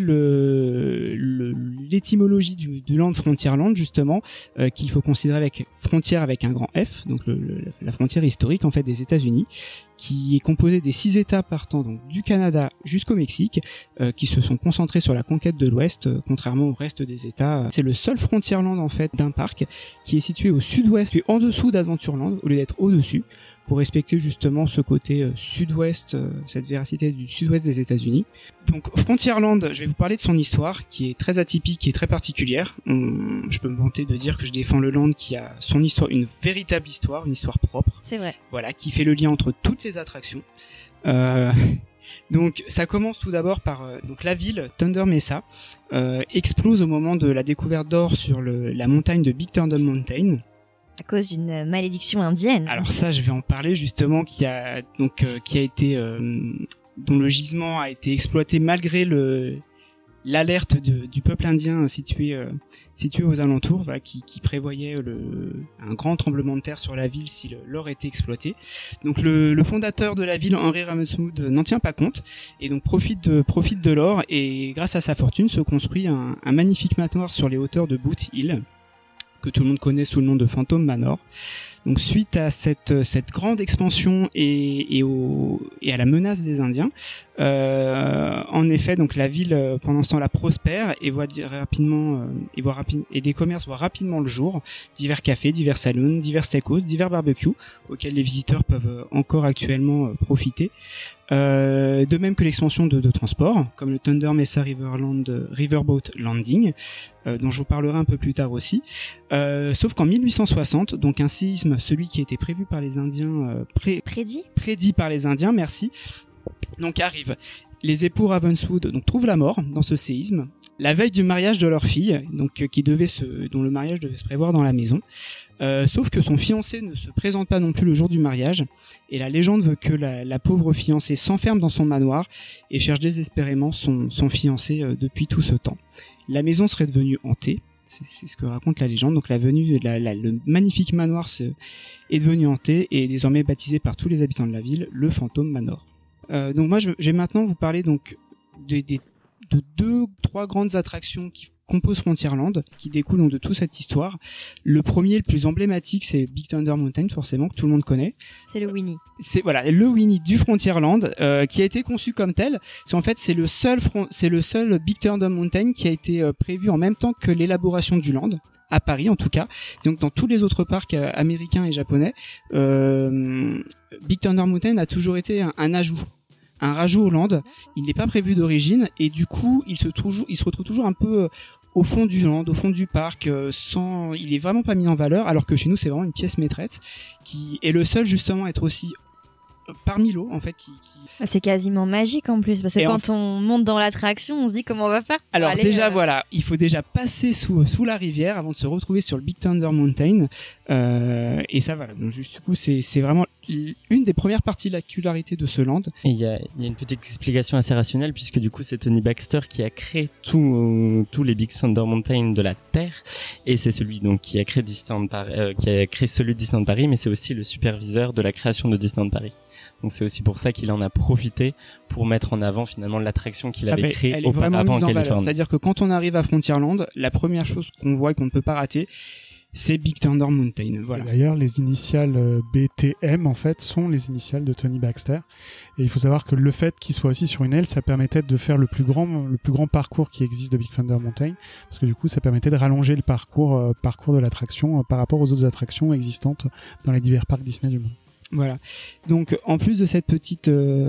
l'étymologie du land Frontierland, justement, qu'il faut considérer avec frontière avec un grand F, donc la frontière historique en fait des États-Unis, qui est composée des 6 États partant donc du Canada jusqu'au Mexique, qui se sont concentrés sur la conquête de l'Ouest, contrairement au reste des États. C'est le seul Frontierland en fait d'un parc qui est situé au sud-ouest, puis en dessous d'Adventureland au lieu d'être au-dessus, pour respecter justement ce côté sud-ouest, cette véracité du sud-ouest des États-Unis. Donc Frontierland, je vais vous parler de son histoire, qui est très atypique et très particulière. Je peux me vanter de dire que je défends le land qui a son histoire, une véritable histoire, une histoire propre. C'est vrai. Voilà, qui fait le lien entre toutes les attractions. Donc ça commence tout d'abord par donc la ville Thunder Mesa explose au moment de la découverte d'or sur la montagne de Big Thunder Mountain. À cause d'une malédiction indienne. Alors ça, je vais en parler justement, qui a été, dont le gisement a été exploité malgré l'alerte du peuple indien situé aux alentours, voilà, qui prévoyait un grand tremblement de terre sur la ville si l'or était exploité. Donc le fondateur de la ville, Henry Ravenswood, n'en tient pas compte et donc profite de l'or, et grâce à sa fortune se construit un magnifique manoir sur les hauteurs de Boot Hill, que tout le monde connaît sous le nom de Phantom Manor. Donc suite à cette grande expansion et à la menace des Indiens, en effet, donc la ville pendant ce temps-là prospère et et des commerces voient rapidement le jour, divers cafés, divers salons, divers steakhouse, divers barbecues auxquels les visiteurs peuvent encore actuellement profiter. De même que l'expansion de transport, comme le Thunder Mesa Riverboat Landing, dont je vous parlerai un peu plus tard aussi. Sauf qu'en 1860, donc un séisme, celui qui était prévu par les Indiens, prédit par les Indiens, merci, donc arrive. Les époux Ravenswood donc trouvent la mort dans ce séisme, la veille du mariage de leur fille, donc dont le mariage devait se prévoir dans la maison. Sauf que son fiancé ne se présente pas non plus le jour du mariage, et la légende veut que la pauvre fiancée s'enferme dans son manoir et cherche désespérément son fiancé depuis tout ce temps. La maison serait devenue hantée, c'est ce que raconte la légende. Donc le magnifique manoir est devenu hanté et est désormais baptisé par tous les habitants de la ville le Phantom Manor. Donc moi je vais maintenant vous parler donc trois grandes attractions qui composent Frontierland, qui découlent donc de toute cette histoire. Le premier, le plus emblématique, c'est Big Thunder Mountain, forcément, que tout le monde connaît. C'est le Winnie. C'est voilà, le Winnie du Frontierland, qui a été conçu comme tel. En fait, c'est le seul Big Thunder Mountain qui a été prévu en même temps que l'élaboration du land. À Paris en tout cas. Donc dans tous les autres parcs américains et japonais, Big Thunder Mountain a toujours été un ajout, un rajout au land. Il n'est pas prévu d'origine et du coup il se retrouve toujours un peu au fond du land, au fond du parc, il est vraiment pas mis en valeur, alors que chez nous c'est vraiment une pièce maîtresse qui est le seul justement à être aussi parmi l'eau en fait C'est quasiment magique en plus parce que quand on monte dans l'attraction on se dit comment on va faire. Alors déjà voilà, il faut déjà passer sous la rivière avant de se retrouver sur le Big Thunder Mountain et ça voilà, donc du coup c'est vraiment une des premières particularités de ce land. Et il y a une petite explication assez rationnelle puisque du coup c'est Tony Baxter qui a créé tous les Big Thunder Mountain de la Terre et c'est celui donc qui a créé Disneyland Paris, qui a créé celui de Disneyland Paris, mais c'est aussi le superviseur de la création de Disneyland Paris. Donc c'est aussi pour ça qu'il en a profité pour mettre en avant finalement l'attraction qu'il avait créée auparavant en Californie. C'est-à-dire que quand on arrive à Frontierland, la première chose qu'on voit et qu'on ne peut pas rater, c'est Big Thunder Mountain. Voilà. D'ailleurs, les initiales BTM en fait sont les initiales de Tony Baxter. Et il faut savoir que le fait qu'il soit aussi sur une aile, ça permettait de faire le plus grand parcours qui existe de Big Thunder Mountain, parce que du coup, ça permettait de rallonger le parcours de l'attraction par rapport aux autres attractions existantes dans les divers parcs Disney du monde. Voilà. Donc en plus de cette petite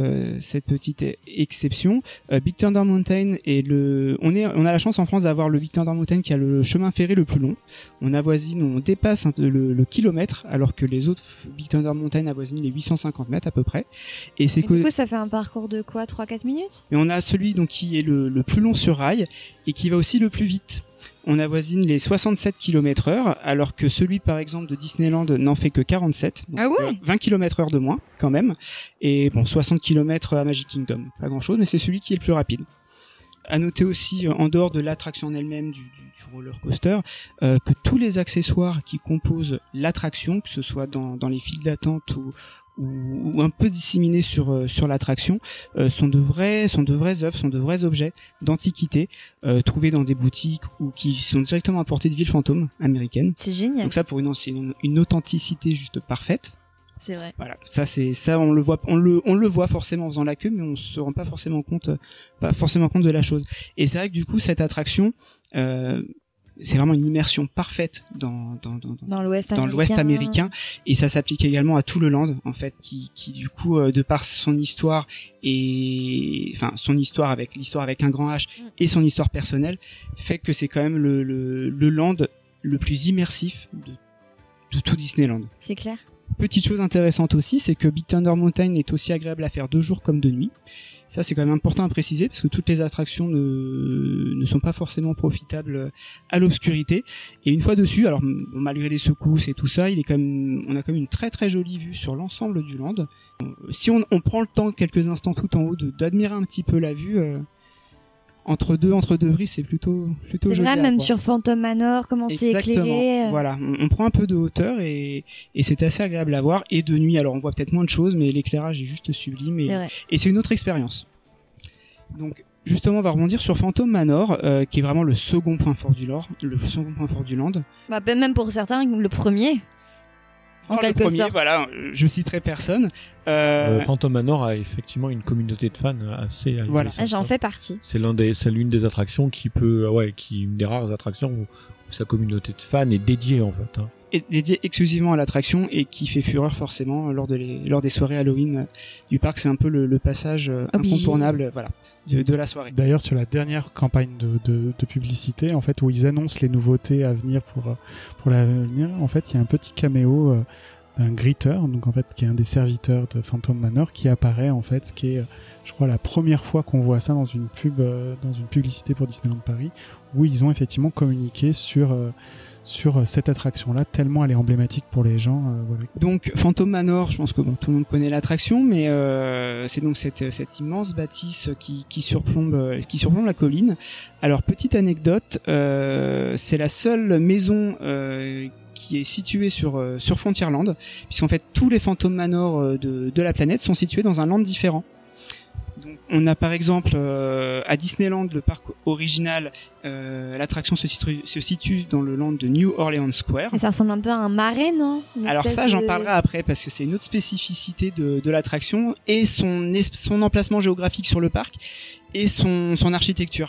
exception, Big Thunder Mountain on a la chance en France d'avoir le Big Thunder Mountain qui a le chemin ferré le plus long. On dépasse le kilomètre alors que les autres Big Thunder Mountain avoisinent les 850 mètres à peu près. Et du coup ça fait un parcours de quoi, 3-4 minutes? Et on a celui donc qui est le plus long sur rail et qui va aussi le plus vite. On avoisine les 67 km/h, alors que celui, par exemple, de Disneyland n'en fait que 47. Donc, 20 km/h de moins, quand même. Et bon, 60 km à Magic Kingdom. Pas grand chose, mais c'est celui qui est le plus rapide. À noter aussi, en dehors de l'attraction en elle-même, du roller coaster, que tous les accessoires qui composent l'attraction, que ce soit dans les files d'attente ou un peu disséminés sur l'attraction, sont de vraies œuvres, sont de vrais objets d'antiquité trouvés dans des boutiques ou qui sont directement importés de villes fantômes américaines. C'est génial. Donc ça pour une authenticité juste parfaite. C'est vrai. Voilà, ça on le voit forcément en faisant la queue, mais on se rend pas forcément compte de la chose. Et c'est vrai que du coup cette attraction c'est vraiment une immersion parfaite dans l'Ouest américain et ça s'applique également à tout le land en fait qui du coup de par son histoire avec un grand H et son histoire personnelle fait que c'est quand même le land le plus immersif de tout Disneyland. C'est clair. Petite chose intéressante aussi, c'est que Big Thunder Mountain est aussi agréable à faire de jour comme de nuit. Ça, c'est quand même important à préciser parce que toutes les attractions ne sont pas forcément profitables à l'obscurité. Et une fois dessus, alors malgré les secousses et tout ça, on a quand même une très très jolie vue sur l'ensemble du land. Si on prend le temps quelques instants tout en haut d'admirer un petit peu la vue. Entre deux brises, c'est plutôt c'est joli. Vrai, même sur Phantom Manor, comment c'est éclairé. Voilà, on prend un peu de hauteur et c'est assez agréable à voir. Et de nuit, alors on voit peut-être moins de choses, mais l'éclairage est juste sublime et c'est une autre expérience. Donc justement, on va rebondir sur Phantom Manor, qui est vraiment le second point fort du land. Bah, même pour certains, le premier. En quelque sorte. Voilà, je citerai personne. Phantom Manor a effectivement une communauté de fans assez. Voilà, j'en fais partie. C'est l'une des attractions qui est une des rares attractions où sa communauté de fans est dédiée en fait. Est dédiée exclusivement à l'attraction et qui fait fureur forcément lors des soirées Halloween du parc. C'est un peu le passage incontournable, voilà, de la soirée. D'ailleurs, sur la dernière campagne de publicité, en fait, où ils annoncent les nouveautés à venir pour l'avenir, en fait, il y a un petit caméo d'un greeter, donc en fait, qui est un des serviteurs de Phantom Manor, qui apparaît en fait, ce qui est, je crois, la première fois qu'on voit ça dans une publicité pour Disneyland Paris, où ils ont effectivement communiqué sur cette attraction-là, tellement elle est emblématique pour les gens. Voilà. Donc Phantom Manor, je pense que tout le monde connaît l'attraction, mais c'est donc cette immense bâtisse qui surplombe la colline. Alors petite anecdote, c'est la seule maison qui est située sur Frontierland, puisqu'en fait tous les Phantom Manor de la planète sont situés dans un land différent. Donc, on a par exemple à Disneyland, le parc original, l'attraction se situe dans le land de New Orleans Square. Mais ça ressemble un peu à un marais, non? Alors ça, j'en parlerai après parce que c'est une autre spécificité de l'attraction et son emplacement géographique sur le parc et son architecture.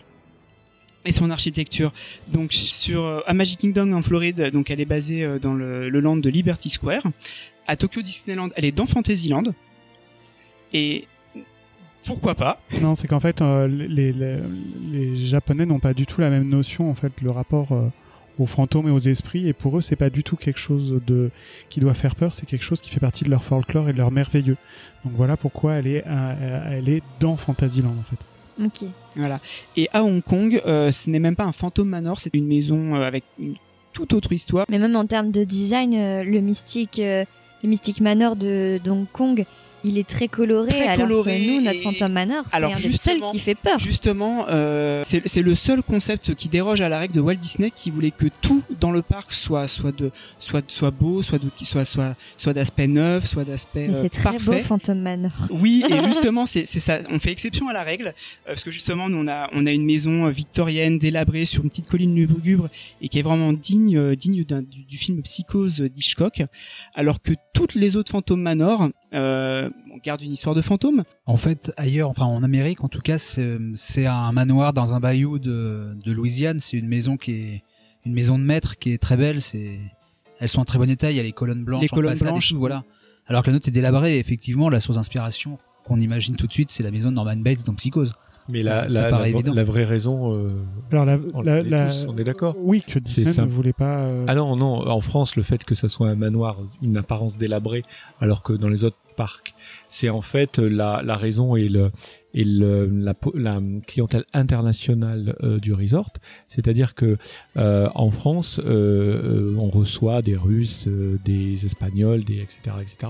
Donc à Magic Kingdom en Floride, donc elle est basée dans le land de Liberty Square. À Tokyo Disneyland, elle est dans Fantasyland. Et pourquoi pas? Non, c'est qu'en fait, les Japonais n'ont pas du tout la même notion, en fait, le rapport aux fantômes et aux esprits, et pour eux, c'est pas du tout quelque chose qui doit faire peur, c'est quelque chose qui fait partie de leur folklore et de leur merveilleux. Donc voilà pourquoi elle est dans Fantasyland, en fait. Ok. Voilà. Et à Hong Kong, ce n'est même pas un Phantom Manor, c'est une maison avec une toute autre histoire. Mais même en termes de design, le Mystic Manor de Hong Kong, il est très coloré, alors que nous, notre Phantom Manor, c'est un des seuls qui fait peur. Justement, c'est le seul concept qui déroge à la règle de Walt Disney, qui voulait que tout dans le parc soit beau, soit d'aspect neuf, soit d'aspect parfait. Mais c'est très beau, Phantom Manor. Oui, et justement, c'est ça. On fait exception à la règle, parce que justement, nous, on a une maison victorienne, délabrée, sur une petite colline lugubre, et qui est vraiment digne du film Psychose d'Hitchcock, alors que toutes les autres Phantom Manor, on garde une histoire de fantôme. En fait, ailleurs, enfin en Amérique, en tout cas, c'est un manoir dans un bayou de Louisiane. C'est une maison une maison de maître qui est très belle. Elles sont en très bon état. Il y a les colonnes blanches, voilà. Alors que la nôtre est délabrée. Et effectivement, la source d'inspiration qu'on imagine tout de suite, c'est la maison de Norman Bates dans Psychose. Mais la vraie raison, alors on est d'accord. Oui, que Disney ne voulait pas. Ah non, en France, le fait que ça soit un manoir, une apparence délabrée, alors que dans les autres parcs, c'est en fait la raison et la clientèle internationale du resort. C'est-à-dire que en France, on reçoit des Russes, des Espagnols, etc.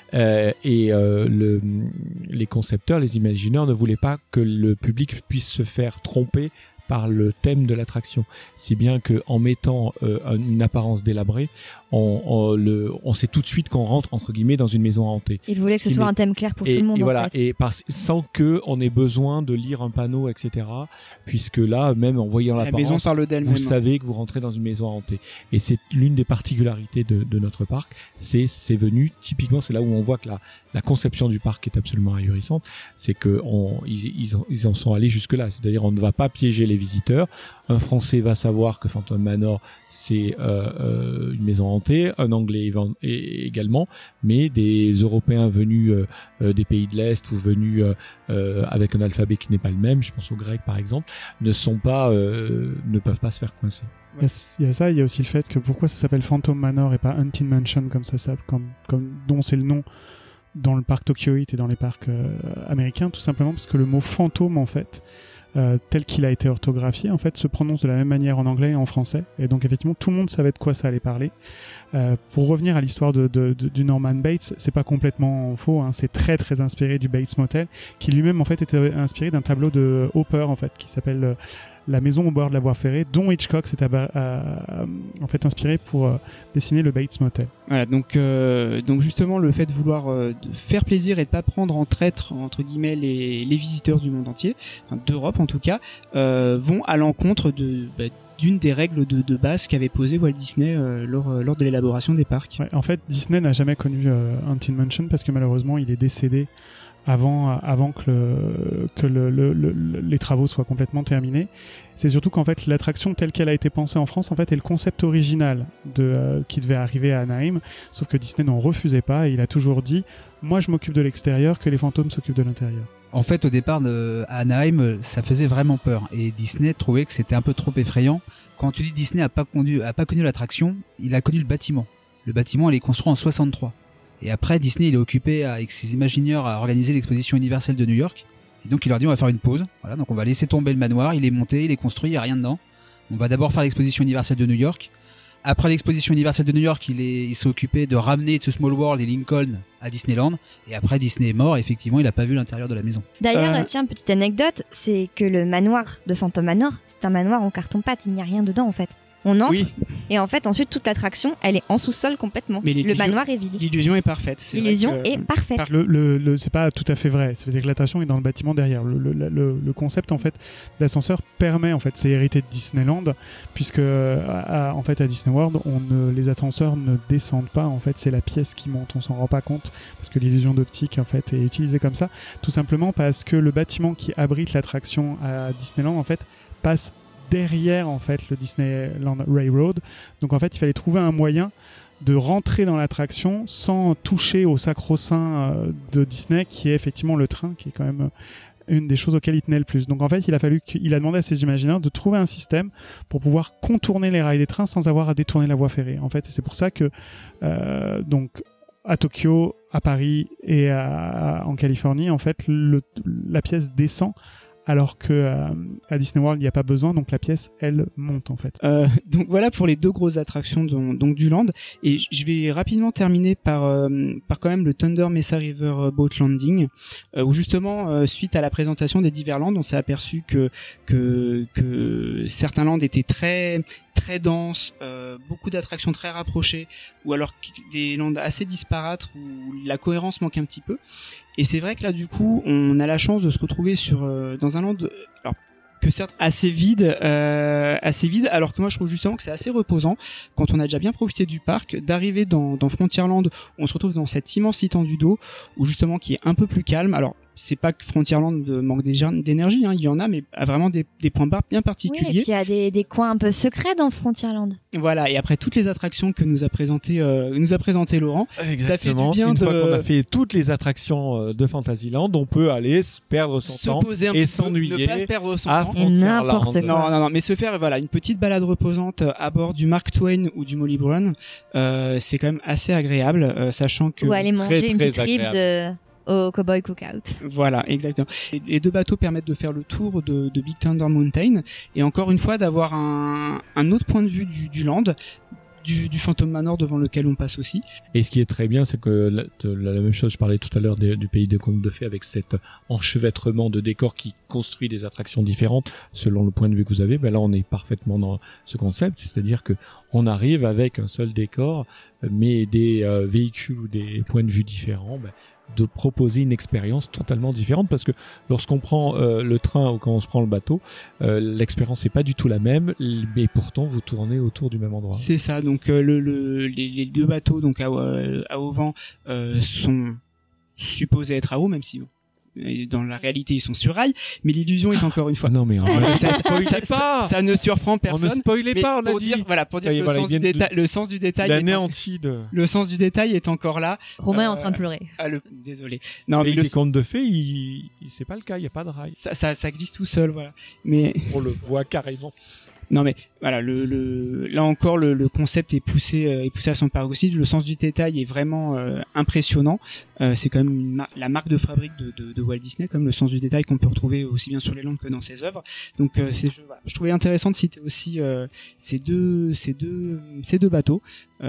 Les concepteurs, les imagineurs ne voulaient pas que le public puisse se faire tromper par le thème de l'attraction, si bien que en mettant une apparence délabrée, on sait tout de suite qu'on rentre entre guillemets dans une maison hantée. Il voulait que ce soit un thème clair pour tout le monde. Et voilà, en fait. et sans que on ait besoin de lire un panneau, etc. Puisque là, même en voyant l'apparence, vous savez que vous rentrez dans une maison hantée. Et c'est l'une des particularités de notre parc. C'est venu typiquement, c'est là où on voit que la conception du parc est absolument ahurissante. C'est que ils en sont allés jusque là. C'est-à-dire, on ne va pas piéger les visiteurs. Un Français va savoir que Phantom Manor, c'est une maison hantée, un Anglais également, mais des Européens venus des pays de l'Est ou venus avec un alphabet qui n'est pas le même, je pense aux Grecs par exemple, ne peuvent pas se faire coincer. Il y a ça, il y a aussi le fait que pourquoi ça s'appelle Phantom Manor et pas Haunted Mansion comme dont c'est le nom dans le parc Tokyo-Heat et dans les parcs américains, tout simplement parce que le mot fantôme en fait, tel qu'il a été orthographié, en fait, se prononce de la même manière en anglais et en français. Et donc, effectivement, tout le monde savait de quoi ça allait parler. Pour revenir à l'histoire du Norman Bates, c'est pas complètement faux, hein, c'est très très inspiré du Bates Motel, qui lui-même, en fait, était inspiré d'un tableau de Hopper, en fait, qui s'appelle La maison au bord de la voie ferrée, dont Hitchcock s'est en fait inspiré pour dessiner le Bates Motel. Voilà, donc justement le fait de vouloir de faire plaisir et de pas prendre en traître entre guillemets les visiteurs du monde entier, enfin, d'Europe en tout cas, vont à l'encontre d'une des règles de base qu'avait posé Walt Disney lors de l'élaboration des parcs. Ouais, en fait, Disney n'a jamais connu Haunted Mansion parce que malheureusement il est décédé avant que les travaux soient complètement terminés. C'est surtout qu'en fait l'attraction telle qu'elle a été pensée en France en fait est le concept original qui devait arriver à Anaheim, sauf que Disney n'en refusait pas et il a toujours dit moi je m'occupe de l'extérieur, que les fantômes s'occupent de l'intérieur. En fait, au départ à Anaheim, ça faisait vraiment peur et Disney trouvait que c'était un peu trop effrayant. Quand tu dis Disney a pas connu l'attraction, il a connu le bâtiment. Le bâtiment, il est construit en 63. Et après, Disney, il est occupé avec ses Imagineers à organiser l'exposition universelle de New York. Et donc, il leur dit, on va faire une pause. Voilà, donc on va laisser tomber le manoir. Il est monté, il est construit, il n'y a rien dedans. On va d'abord faire l'exposition universelle de New York. Après l'exposition universelle de New York, il s'est occupé de ramener It's a Small World et Lincoln à Disneyland. Et après, Disney est mort. Et effectivement, il n'a pas vu l'intérieur de la maison. D'ailleurs, tiens, petite anecdote, c'est que le manoir de Phantom Manor, c'est un manoir en carton-pâte. Il n'y a rien dedans, en fait. on entre, Oui. et en fait, ensuite, toute l'attraction, elle est en sous-sol complètement. Mais le manoir est vide. L'illusion est parfaite. C'est L'illusion vrai que- est parfaite. C'est pas tout à fait vrai. Ça veut dire que l'attraction est dans le bâtiment derrière. Le concept en fait d'ascenseur permet en fait, c'est hérité de Disneyland, puisque en fait à Disney World, les ascenseurs ne descendent pas. En fait, c'est la pièce qui monte. On s'en rend pas compte parce que l'illusion d'optique en fait est utilisée comme ça, tout simplement parce que le bâtiment qui abrite l'attraction à Disneyland en fait passe derrière en fait le Disneyland Railroad. Donc en fait, il fallait trouver un moyen de rentrer dans l'attraction sans toucher au sacro-saint de Disney, qui est effectivement le train, qui est quand même une des choses auxquelles il tenait le plus. Donc en fait, il a demandé à ses imaginaires de trouver un système pour pouvoir contourner les rails des trains sans avoir à détourner la voie ferrée. En fait, et c'est pour ça que donc à Tokyo, à Paris et en Californie, en fait, la pièce descend. Alors que à Disney World, il n'y a pas besoin, donc la pièce, elle monte en fait. Donc voilà pour les deux grosses attractions donc du land. Et je vais rapidement terminer par quand même le Thunder Mesa River Boat Landing, où justement suite à la présentation des divers lands, on s'est aperçu que certains lands étaient très denses, beaucoup d'attractions très rapprochées, ou alors des lands assez disparates où la cohérence manque un petit peu. Et c'est vrai que là, du coup, on a la chance de se retrouver dans un land, alors que certes assez vide, alors que moi je trouve justement que c'est assez reposant quand on a déjà bien profité du parc, d'arriver dans Frontierland, où on se retrouve dans cette immense étendue d'eau, où justement qui est un peu plus calme. Alors c'est pas que Frontierland manque d'énergie, hein, il y en a, mais à vraiment des points bien particuliers. Oui, et puis il y a des coins un peu secrets dans Frontierland. Voilà, et après toutes les attractions que nous a présenté Laurent, Exactement. ça fait du bien Une fois qu'on a fait toutes les attractions de Fantasyland, on peut aller se perdre son temps et s'ennuyer ne pas perdre son à temps. Frontierland. Non, mais se faire une petite balade reposante à bord du Mark Twain ou du Molly Brown, c'est quand même assez agréable, sachant que Ou aller manger une petite agréable. ribs au Cowboy Cookout. Voilà, exactement. Les deux bateaux permettent de faire le tour de Big Thunder Mountain, et encore une fois d'avoir un autre point de vue du land, du Phantom Manor devant lequel on passe aussi. Et ce qui est très bien, c'est que la même chose, je parlais tout à l'heure du pays des contes de fées, avec cet enchevêtrement de décors qui construit des attractions différentes selon le point de vue que vous avez. Ben là, on est parfaitement dans ce concept, c'est-à-dire que on arrive avec un seul décor, mais des véhicules ou des points de vue différents, de proposer une expérience totalement différente, parce que lorsqu'on prend le train ou quand on se prend le bateau, l'expérience n'est pas du tout la même, mais pourtant vous tournez autour du même endroit. C'est ça, donc les deux bateaux donc à haut vent sont supposés être à eau, même si dans la réalité ils sont sur rail, mais l'illusion est encore une fois. Non mais ça ne surprend personne. On ne spoilez pas, on a dit. Pour dire que le sens du détail le sens du détail est encore là. Romain est en train de pleurer. Désolé. Non, mais les contes de fées, c'est pas le cas, il y a pas de rail. Ça glisse tout seul, voilà. Mais on le voit carrément. Non mais voilà, là encore le concept est poussé à son paroxysme. Le sens du détail est vraiment impressionnant. C'est quand même la marque de fabrique de Walt Disney, comme le sens du détail qu'on peut retrouver aussi bien sur les landes que dans ses œuvres. Donc je trouvais intéressant de citer aussi ces deux bateaux.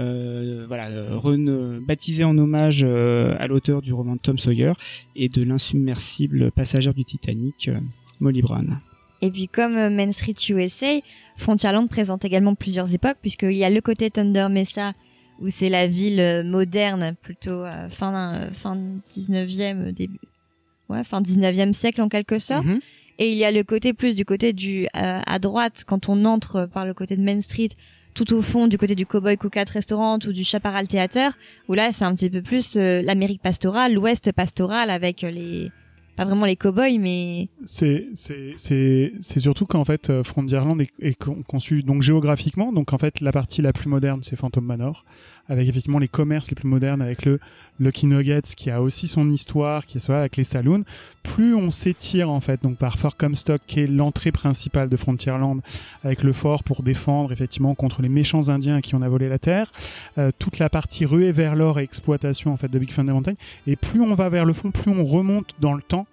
Baptisés en hommage à l'auteur du roman de Tom Sawyer et de l'insubmersible passagère du Titanic, Molly Brown. Et puis comme Main Street USA, Frontierland présente également plusieurs époques, puisqu'il y a le côté Thunder Mesa, où c'est la ville moderne, plutôt fin 19e, fin 19e siècle en quelque sorte. Mm-hmm. Et il y a le côté plus du côté à droite, quand on entre par le côté de Main Street, tout au fond du côté du Cowboy Cookout Restaurant ou du Chaparral Theater, où là c'est un petit peu plus l'Amérique pastorale, l'Ouest pastoral, avec pas vraiment les cow-boys, mais c'est surtout qu'en fait Frontierland est conçu donc géographiquement, donc en fait la partie la plus moderne c'est Phantom Manor, avec effectivement les commerces les plus modernes, avec le Lucky Nuggets qui a aussi son histoire, qui est soit avec les saloons. Plus on s'étire en fait, donc par Fort Comstock qui est l'entrée principale de Frontierland, avec le fort pour défendre effectivement contre les méchants indiens à qui on a volé la terre, toute la partie ruée vers l'or et exploitation en fait de Big Thunder Mountain, et plus on va vers le fond, plus on remonte dans le temps,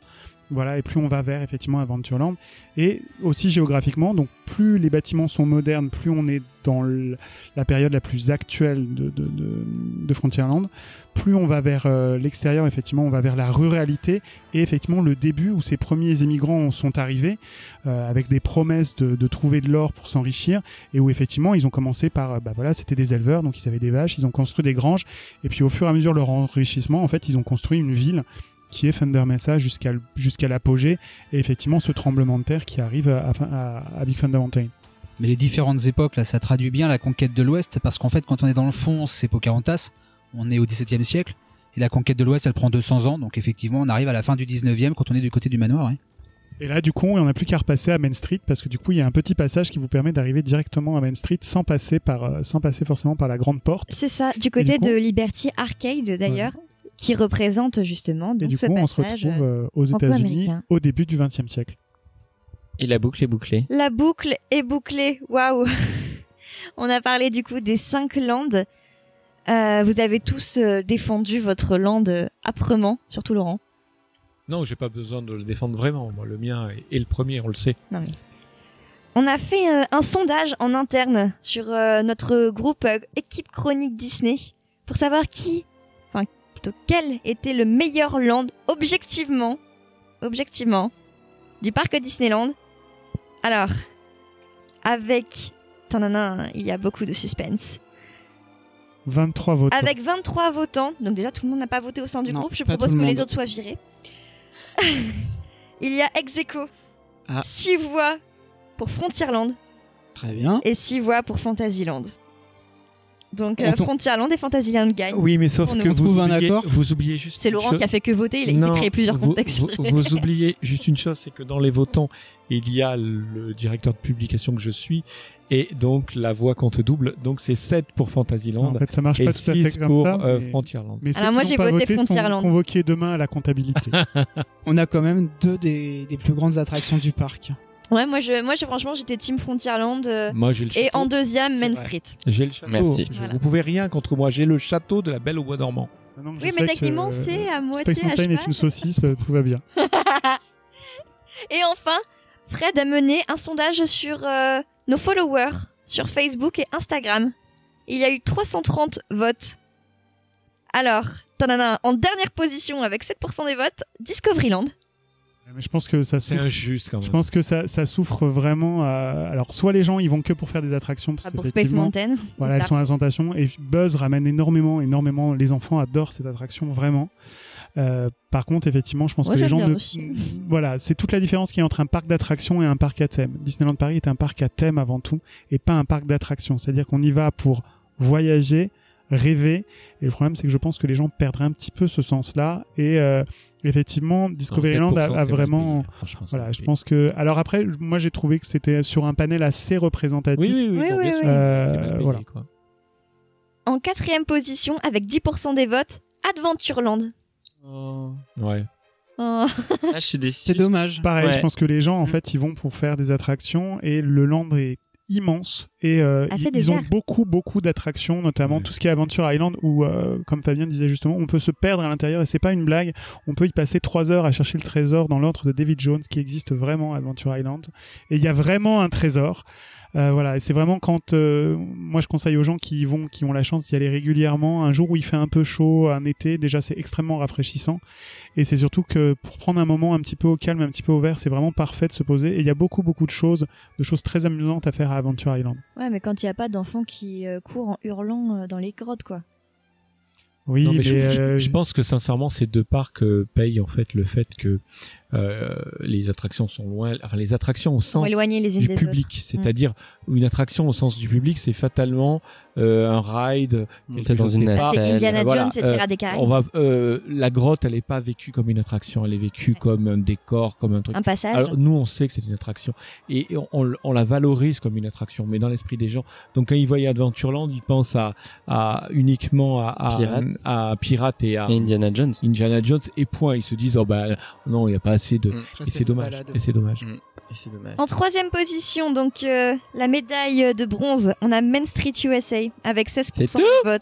Voilà, et plus on va vers effectivement Adventureland, et aussi géographiquement, donc plus les bâtiments sont modernes, plus on est dans la période la plus actuelle de Frontierland, plus on va vers l'extérieur, effectivement, on va vers la ruralité, et effectivement le début où ces premiers émigrants sont arrivés, avec des promesses de trouver de l'or pour s'enrichir, et où effectivement ils ont commencé par, voilà, c'était des éleveurs, donc ils avaient des vaches, ils ont construit des granges, et puis au fur et à mesure de leur enrichissement, en fait, ils ont construit une ville qui est Thunder Mesa jusqu'à l'apogée, et effectivement ce tremblement de terre qui arrive à Big Thunder Mountain. Mais les différentes époques, là, ça traduit bien la conquête de l'Ouest, parce qu'en fait, quand on est dans le fond, c'est Pocahontas, on est au XVIIe siècle, et la conquête de l'Ouest, elle prend 200 ans, donc effectivement, on arrive à la fin du XIXe quand on est du côté du manoir. Ouais. Et là, du coup, on n'a plus qu'à repasser à Main Street, parce que du coup, il y a un petit passage qui vous permet d'arriver directement à Main Street sans passer forcément par la grande porte. C'est ça, du côté de Liberty Arcade d'ailleurs. Ouais. Qui représente justement donc, ce passage. On se retrouve aux États-Unis au début du XXe siècle. Et la boucle est bouclée. La boucle est bouclée, waouh. On a parlé du coup des 5 landes. Vous avez tous défendu votre land âprement, surtout Laurent. Non, j'ai pas besoin de le défendre vraiment. Moi, le mien est le premier, on le sait. Non mais... On a fait un sondage en interne sur notre groupe équipe chronique Disney pour savoir quel était le meilleur land objectivement du parc Disneyland. Alors, avec il y a beaucoup de suspense. 23 votants. Avec 23 votants, donc déjà tout le monde n'a pas voté au sein du groupe, je propose que les autres soient virés. Il y a ex-aequo 6 voix pour Frontierland. Très bien. Et 6 voix pour Fantasyland. Donc Frontierland et Fantasyland gagnent. Oui, mais sauf que vous oubliez juste. C'est Laurent qui a fait que voter, il a créé plusieurs contextes. Vous oubliez juste une chose, c'est que dans les votants, il y a le directeur de publication que je suis, et donc la voix compte double. Donc c'est 7 pour Fantasyland. En fait, ça marche pas tout à fait comme pour ça. Frontierland. Mais alors moi j'ai voté Frontierland. Sont convoqués demain à la comptabilité. On a quand même 2 des plus grandes attractions du parc. Ouais, moi franchement j'étais team Frontierland moi, j'ai le château. Et en deuxième Main Street. J'ai le château. Merci. Voilà. Vous pouvez rien contre moi. J'ai le château de la Belle au Bois dormant. Oui, mais techniquement c'est à moitié Space Mountain est une saucisse, tout va bien. Et enfin, Fred a mené un sondage sur nos followers sur Facebook et Instagram. Il y a eu 330 votes. Alors, en dernière position avec 7% des votes, Discoveryland. Mais je pense que ça souffre. C'est injuste quand même. Je pense que ça souffre vraiment. Alors, soit les gens ils vont que pour faire des attractions parce pour Space Mountain. Voilà, elles sont à la tentation. Et Buzz ramène énormément. Les enfants adorent cette attraction vraiment. Par contre, effectivement, je pense que les gens voilà, c'est toute la différence qu'il y a entre un parc d'attractions et un parc à thème. Disneyland Paris est un parc à thème avant tout et pas un parc d'attractions. C'est-à-dire qu'on y va pour voyager, rêver. Et le problème, c'est que je pense que les gens perdraient un petit peu ce sens-là. Et effectivement, Discoveryland a vraiment. Voilà, je pense que. Alors après, moi, j'ai trouvé que c'était sur un panel assez représentatif. Oui. Voilà. Quoi. En 4e position, avec 10% des votes, Adventureland. Ouais. Je suis déçu. C'est dommage. Pareil, je pense que les gens, en fait, ils vont pour faire des attractions et le land est immense et ils ont beaucoup d'attractions, notamment tout ce qui est Adventure Island où comme Fabien disait justement, on peut se perdre à l'intérieur et c'est pas une blague, on peut y passer 3 heures à chercher le trésor dans l'antre de David Jones qui existe vraiment à Adventure Island et il y a vraiment un trésor. Voilà, et c'est vraiment quand moi je conseille aux gens qui ont la chance d'y aller régulièrement, un jour où il fait un peu chaud, un été, déjà c'est extrêmement rafraîchissant et c'est surtout que pour prendre un moment un petit peu au calme, un petit peu au vert, c'est vraiment parfait de se poser et il y a beaucoup de choses très amusantes à faire à Adventure Island. Ouais, mais quand il n'y a pas d'enfants qui courent en hurlant dans les grottes, quoi. Oui, non, mais je pense que sincèrement ces 2 parcs payent en fait le fait que les attractions sont loin, enfin les attractions au sens du public, c'est-à-dire une attraction au sens du public, c'est fatalement un ride, dans une nacelle. C'est Indiana Jones et Pirates des Caraïbes. La grotte, elle est pas vécue comme une attraction, elle est vécue comme un décor, comme un truc. Un passage. Alors nous, on sait que c'est une attraction et on la valorise comme une attraction, mais dans l'esprit des gens. Donc quand ils voient Adventureland, ils pensent uniquement à Pirates et à Indiana Jones et point. Ils se disent non, il y a pas assez de et c'est dommage. Et c'est dommage. En 3e position, donc la médaille de bronze, on a Main Street USA avec 16% de votes.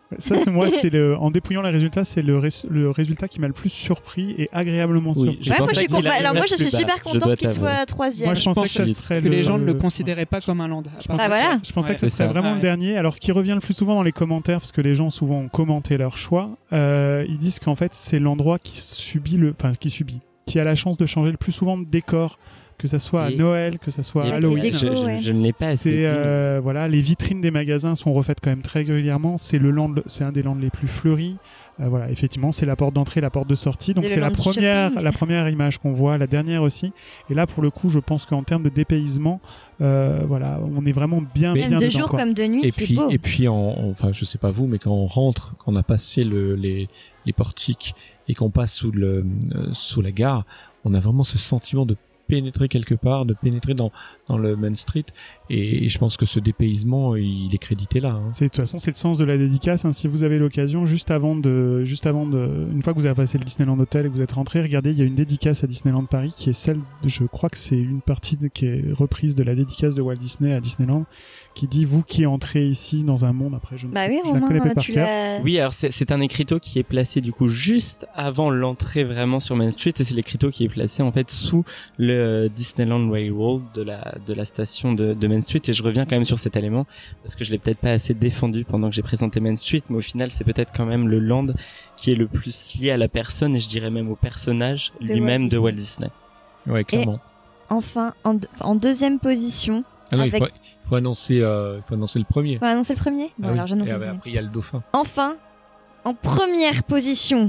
Ça, c'est moi, en dépouillant les résultats, c'est le résultat qui m'a le plus surpris et agréablement surpris. Moi, je suis super contente qu'il soit troisième. Moi, je pensais que ça serait les gens ne le considéraient pas comme un land. Je pensais que ce serait vraiment le dernier. Alors, ce qui revient le plus souvent dans les commentaires, parce que les gens souvent ont commenté leur choix, ils disent qu'en fait, c'est l'endroit qui a la chance de changer le plus souvent de décor. Que ça soit à Noël, que ça soit à Halloween. Je ne l'ai pas assez dit. Voilà, les vitrines des magasins sont refaites quand même très régulièrement. C'est un des lands les plus fleuris. Voilà, effectivement, c'est la porte d'entrée, la porte de sortie. Donc c'est la première image qu'on voit, la dernière aussi. Et là, pour le coup, je pense qu'en termes de dépaysement, voilà, on est vraiment bien de dedans, jour quoi. comme de nuit, c'est beau. Et puis, enfin, je sais pas vous, mais quand on rentre, quand on a passé les portiques et qu'on passe sous la gare, on a vraiment ce sentiment de pénétrer quelque part, de pénétrer dans le Main Street, et je pense que ce dépaysement il est crédité là. De toute façon, c'est le sens de la dédicace. Si vous avez l'occasion, juste avant de, une fois que vous avez passé le Disneyland Hotel et que vous êtes rentré, regardez, il y a une dédicace à Disneyland Paris qui est celle, je crois que c'est une partie qui est reprise de la dédicace de Walt Disney à Disneyland, qui dit vous qui entrez ici dans un monde. Après, je la connais pas par cœur. Oui, alors c'est un écriteau qui est placé du coup juste avant l'entrée vraiment sur Main Street, et c'est l'écriteau qui est placé en fait sous le Disneyland Railroad de la station de Main Street. Et je reviens quand même sur cet élément parce que je l'ai peut-être pas assez défendu pendant que j'ai présenté Main Street, mais au final c'est peut-être quand même le land qui est le plus lié à la personne, et je dirais même au personnage lui-même de Walt Disney. Ouais, clairement. Et enfin, en deuxième position. Ah non, il faut annoncer le premier. Faut annoncer le premier. Bon, alors j'annonce le premier. Après il y a le dauphin. Enfin, en première position,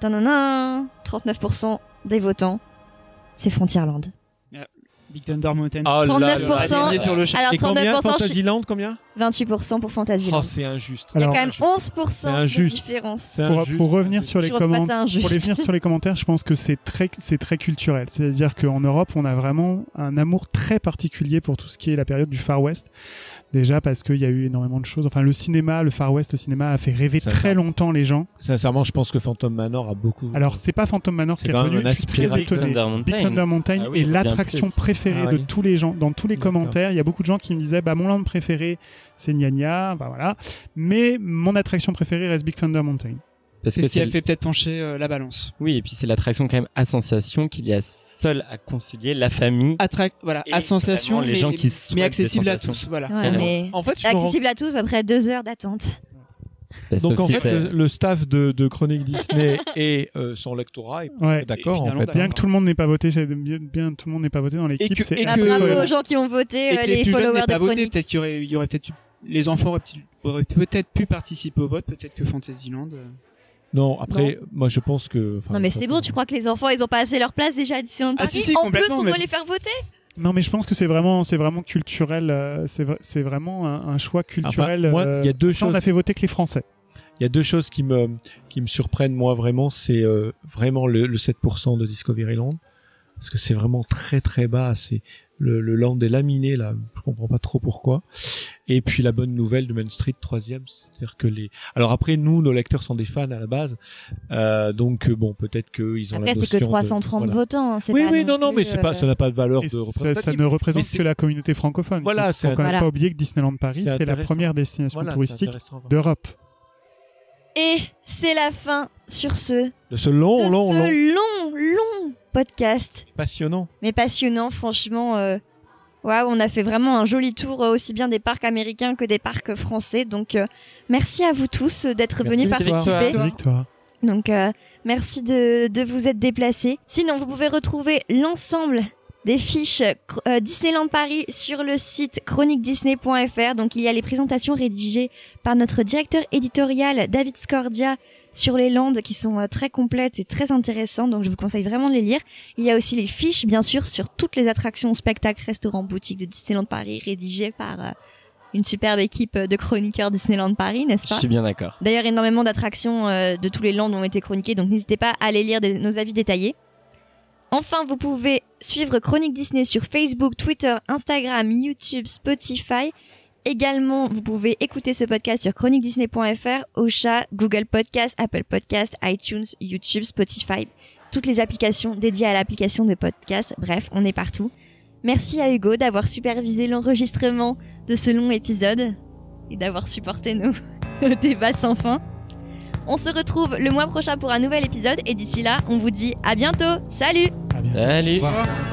39% des votants, c'est Frontierland. Big Thunder Mountain. Oh 39%. Sur le chat. Alors, et 39%. Combien Fantasyland, combien 28% pour Fantasyland. Oh, c'est injuste. Il y a quand même 11% de différence. Pour revenir sur les commentaires, pour revenir sur les commentaires, je pense que c'est très culturel. C'est-à-dire qu'en Europe, on a vraiment un amour très particulier pour tout ce qui est la période du Far West. Déjà parce qu'il y a eu énormément de choses. Enfin, le Far West au cinéma a fait rêver très longtemps les gens. Sincèrement, je pense que Phantom Manor a beaucoup. Alors, c'est pas Phantom Manor qui est revenu. Je suis très étonné. Big Thunder Mountain est l'attraction préférée de tous les gens. Dans tous les commentaires, il y a beaucoup de gens qui me disaient, mon land préféré, c'est Nya Nya. Voilà. Mais mon attraction préférée reste Big Thunder Mountain. C'est ce qui a fait peut-être pencher la balance. Oui, et puis c'est l'attraction quand même à sensation qu'il y a seule à concilier la famille. Voilà, à sensation, les gens qui mais accessible à tous. Voilà. Ouais, mais en fait, accessible à tous après 2 heures d'attente. Donc en fait, le staff de Chronique Disney et son lectorat est d'accord en fait. Bien que tout le monde n'ait pas voté, tout le monde n'ait pas voté dans l'équipe. Bravo aux gens qui ont voté, les followers de Chronique. Peut-être qu'il y aurait peut-être les enfants auraient peut-être pu participer au vote, peut-être que Fantasyland. Non, après, moi je pense que. Non, mais c'est bon, tu crois que les enfants ils ont pas assez leur place déjà à Disneyland Paris? En plus, on doit les faire voter? Non, mais je pense que c'est vraiment culturel. C'est vraiment un choix culturel. Enfin, moi, il y a deux choses. On a fait voter que les Français. Il y a deux choses qui me surprennent moi vraiment, c'est vraiment le 7% de Discoveryland, parce que c'est vraiment très très bas. C'est le land est laminé là, je comprends pas trop pourquoi. Et puis la bonne nouvelle de Main Street 3e, c'est-à-dire que alors après nous nos lecteurs sont des fans à la base, donc bon peut-être que ils ont après, la notion. Après c'est que 330 votants. Hein, non mais c'est pas, ça n'a pas de valeur de représentative. Ça ne représente que la communauté francophone. Voilà, faut quand même pas oublier que Disneyland Paris c'est la première destination touristique d'Europe. Et c'est la fin sur ce long podcast. Passionnant. Mais passionnant, franchement. Waouh, on a fait vraiment un joli tour aussi bien des parcs américains que des parcs français. Donc, merci à vous tous d'être venus participer. Victoire. Donc, merci de vous être déplacés. Sinon, vous pouvez retrouver l'ensemble des fiches Disneyland Paris sur le site chroniquedisney.fr. Donc il y a les présentations rédigées par notre directeur éditorial David Scordia sur les landes qui sont très complètes et très intéressantes. Donc je vous conseille vraiment de les lire. Il y a aussi les fiches bien sûr sur toutes les attractions, spectacles, restaurants, boutiques de Disneyland Paris rédigées par une superbe équipe de chroniqueurs Disneyland Paris, n'est-ce pas? Je suis bien d'accord. D'ailleurs énormément d'attractions de tous les landes ont été chroniquées, donc n'hésitez pas à aller lire nos avis détaillés. Enfin, vous pouvez suivre Chronique Disney sur Facebook, Twitter, Instagram, YouTube, Spotify. Également, vous pouvez écouter ce podcast sur chroniquedisney.fr, Ocha, Google Podcast, Apple Podcast, iTunes, YouTube, Spotify, toutes les applications dédiées à l'application de podcast. Bref, on est partout. Merci à Hugo d'avoir supervisé l'enregistrement de ce long épisode et d'avoir supporté nos au débat sans fin. On se retrouve le mois prochain pour un nouvel épisode et d'ici là, on vous dit à bientôt. Salut! À bientôt. Salut. Au revoir.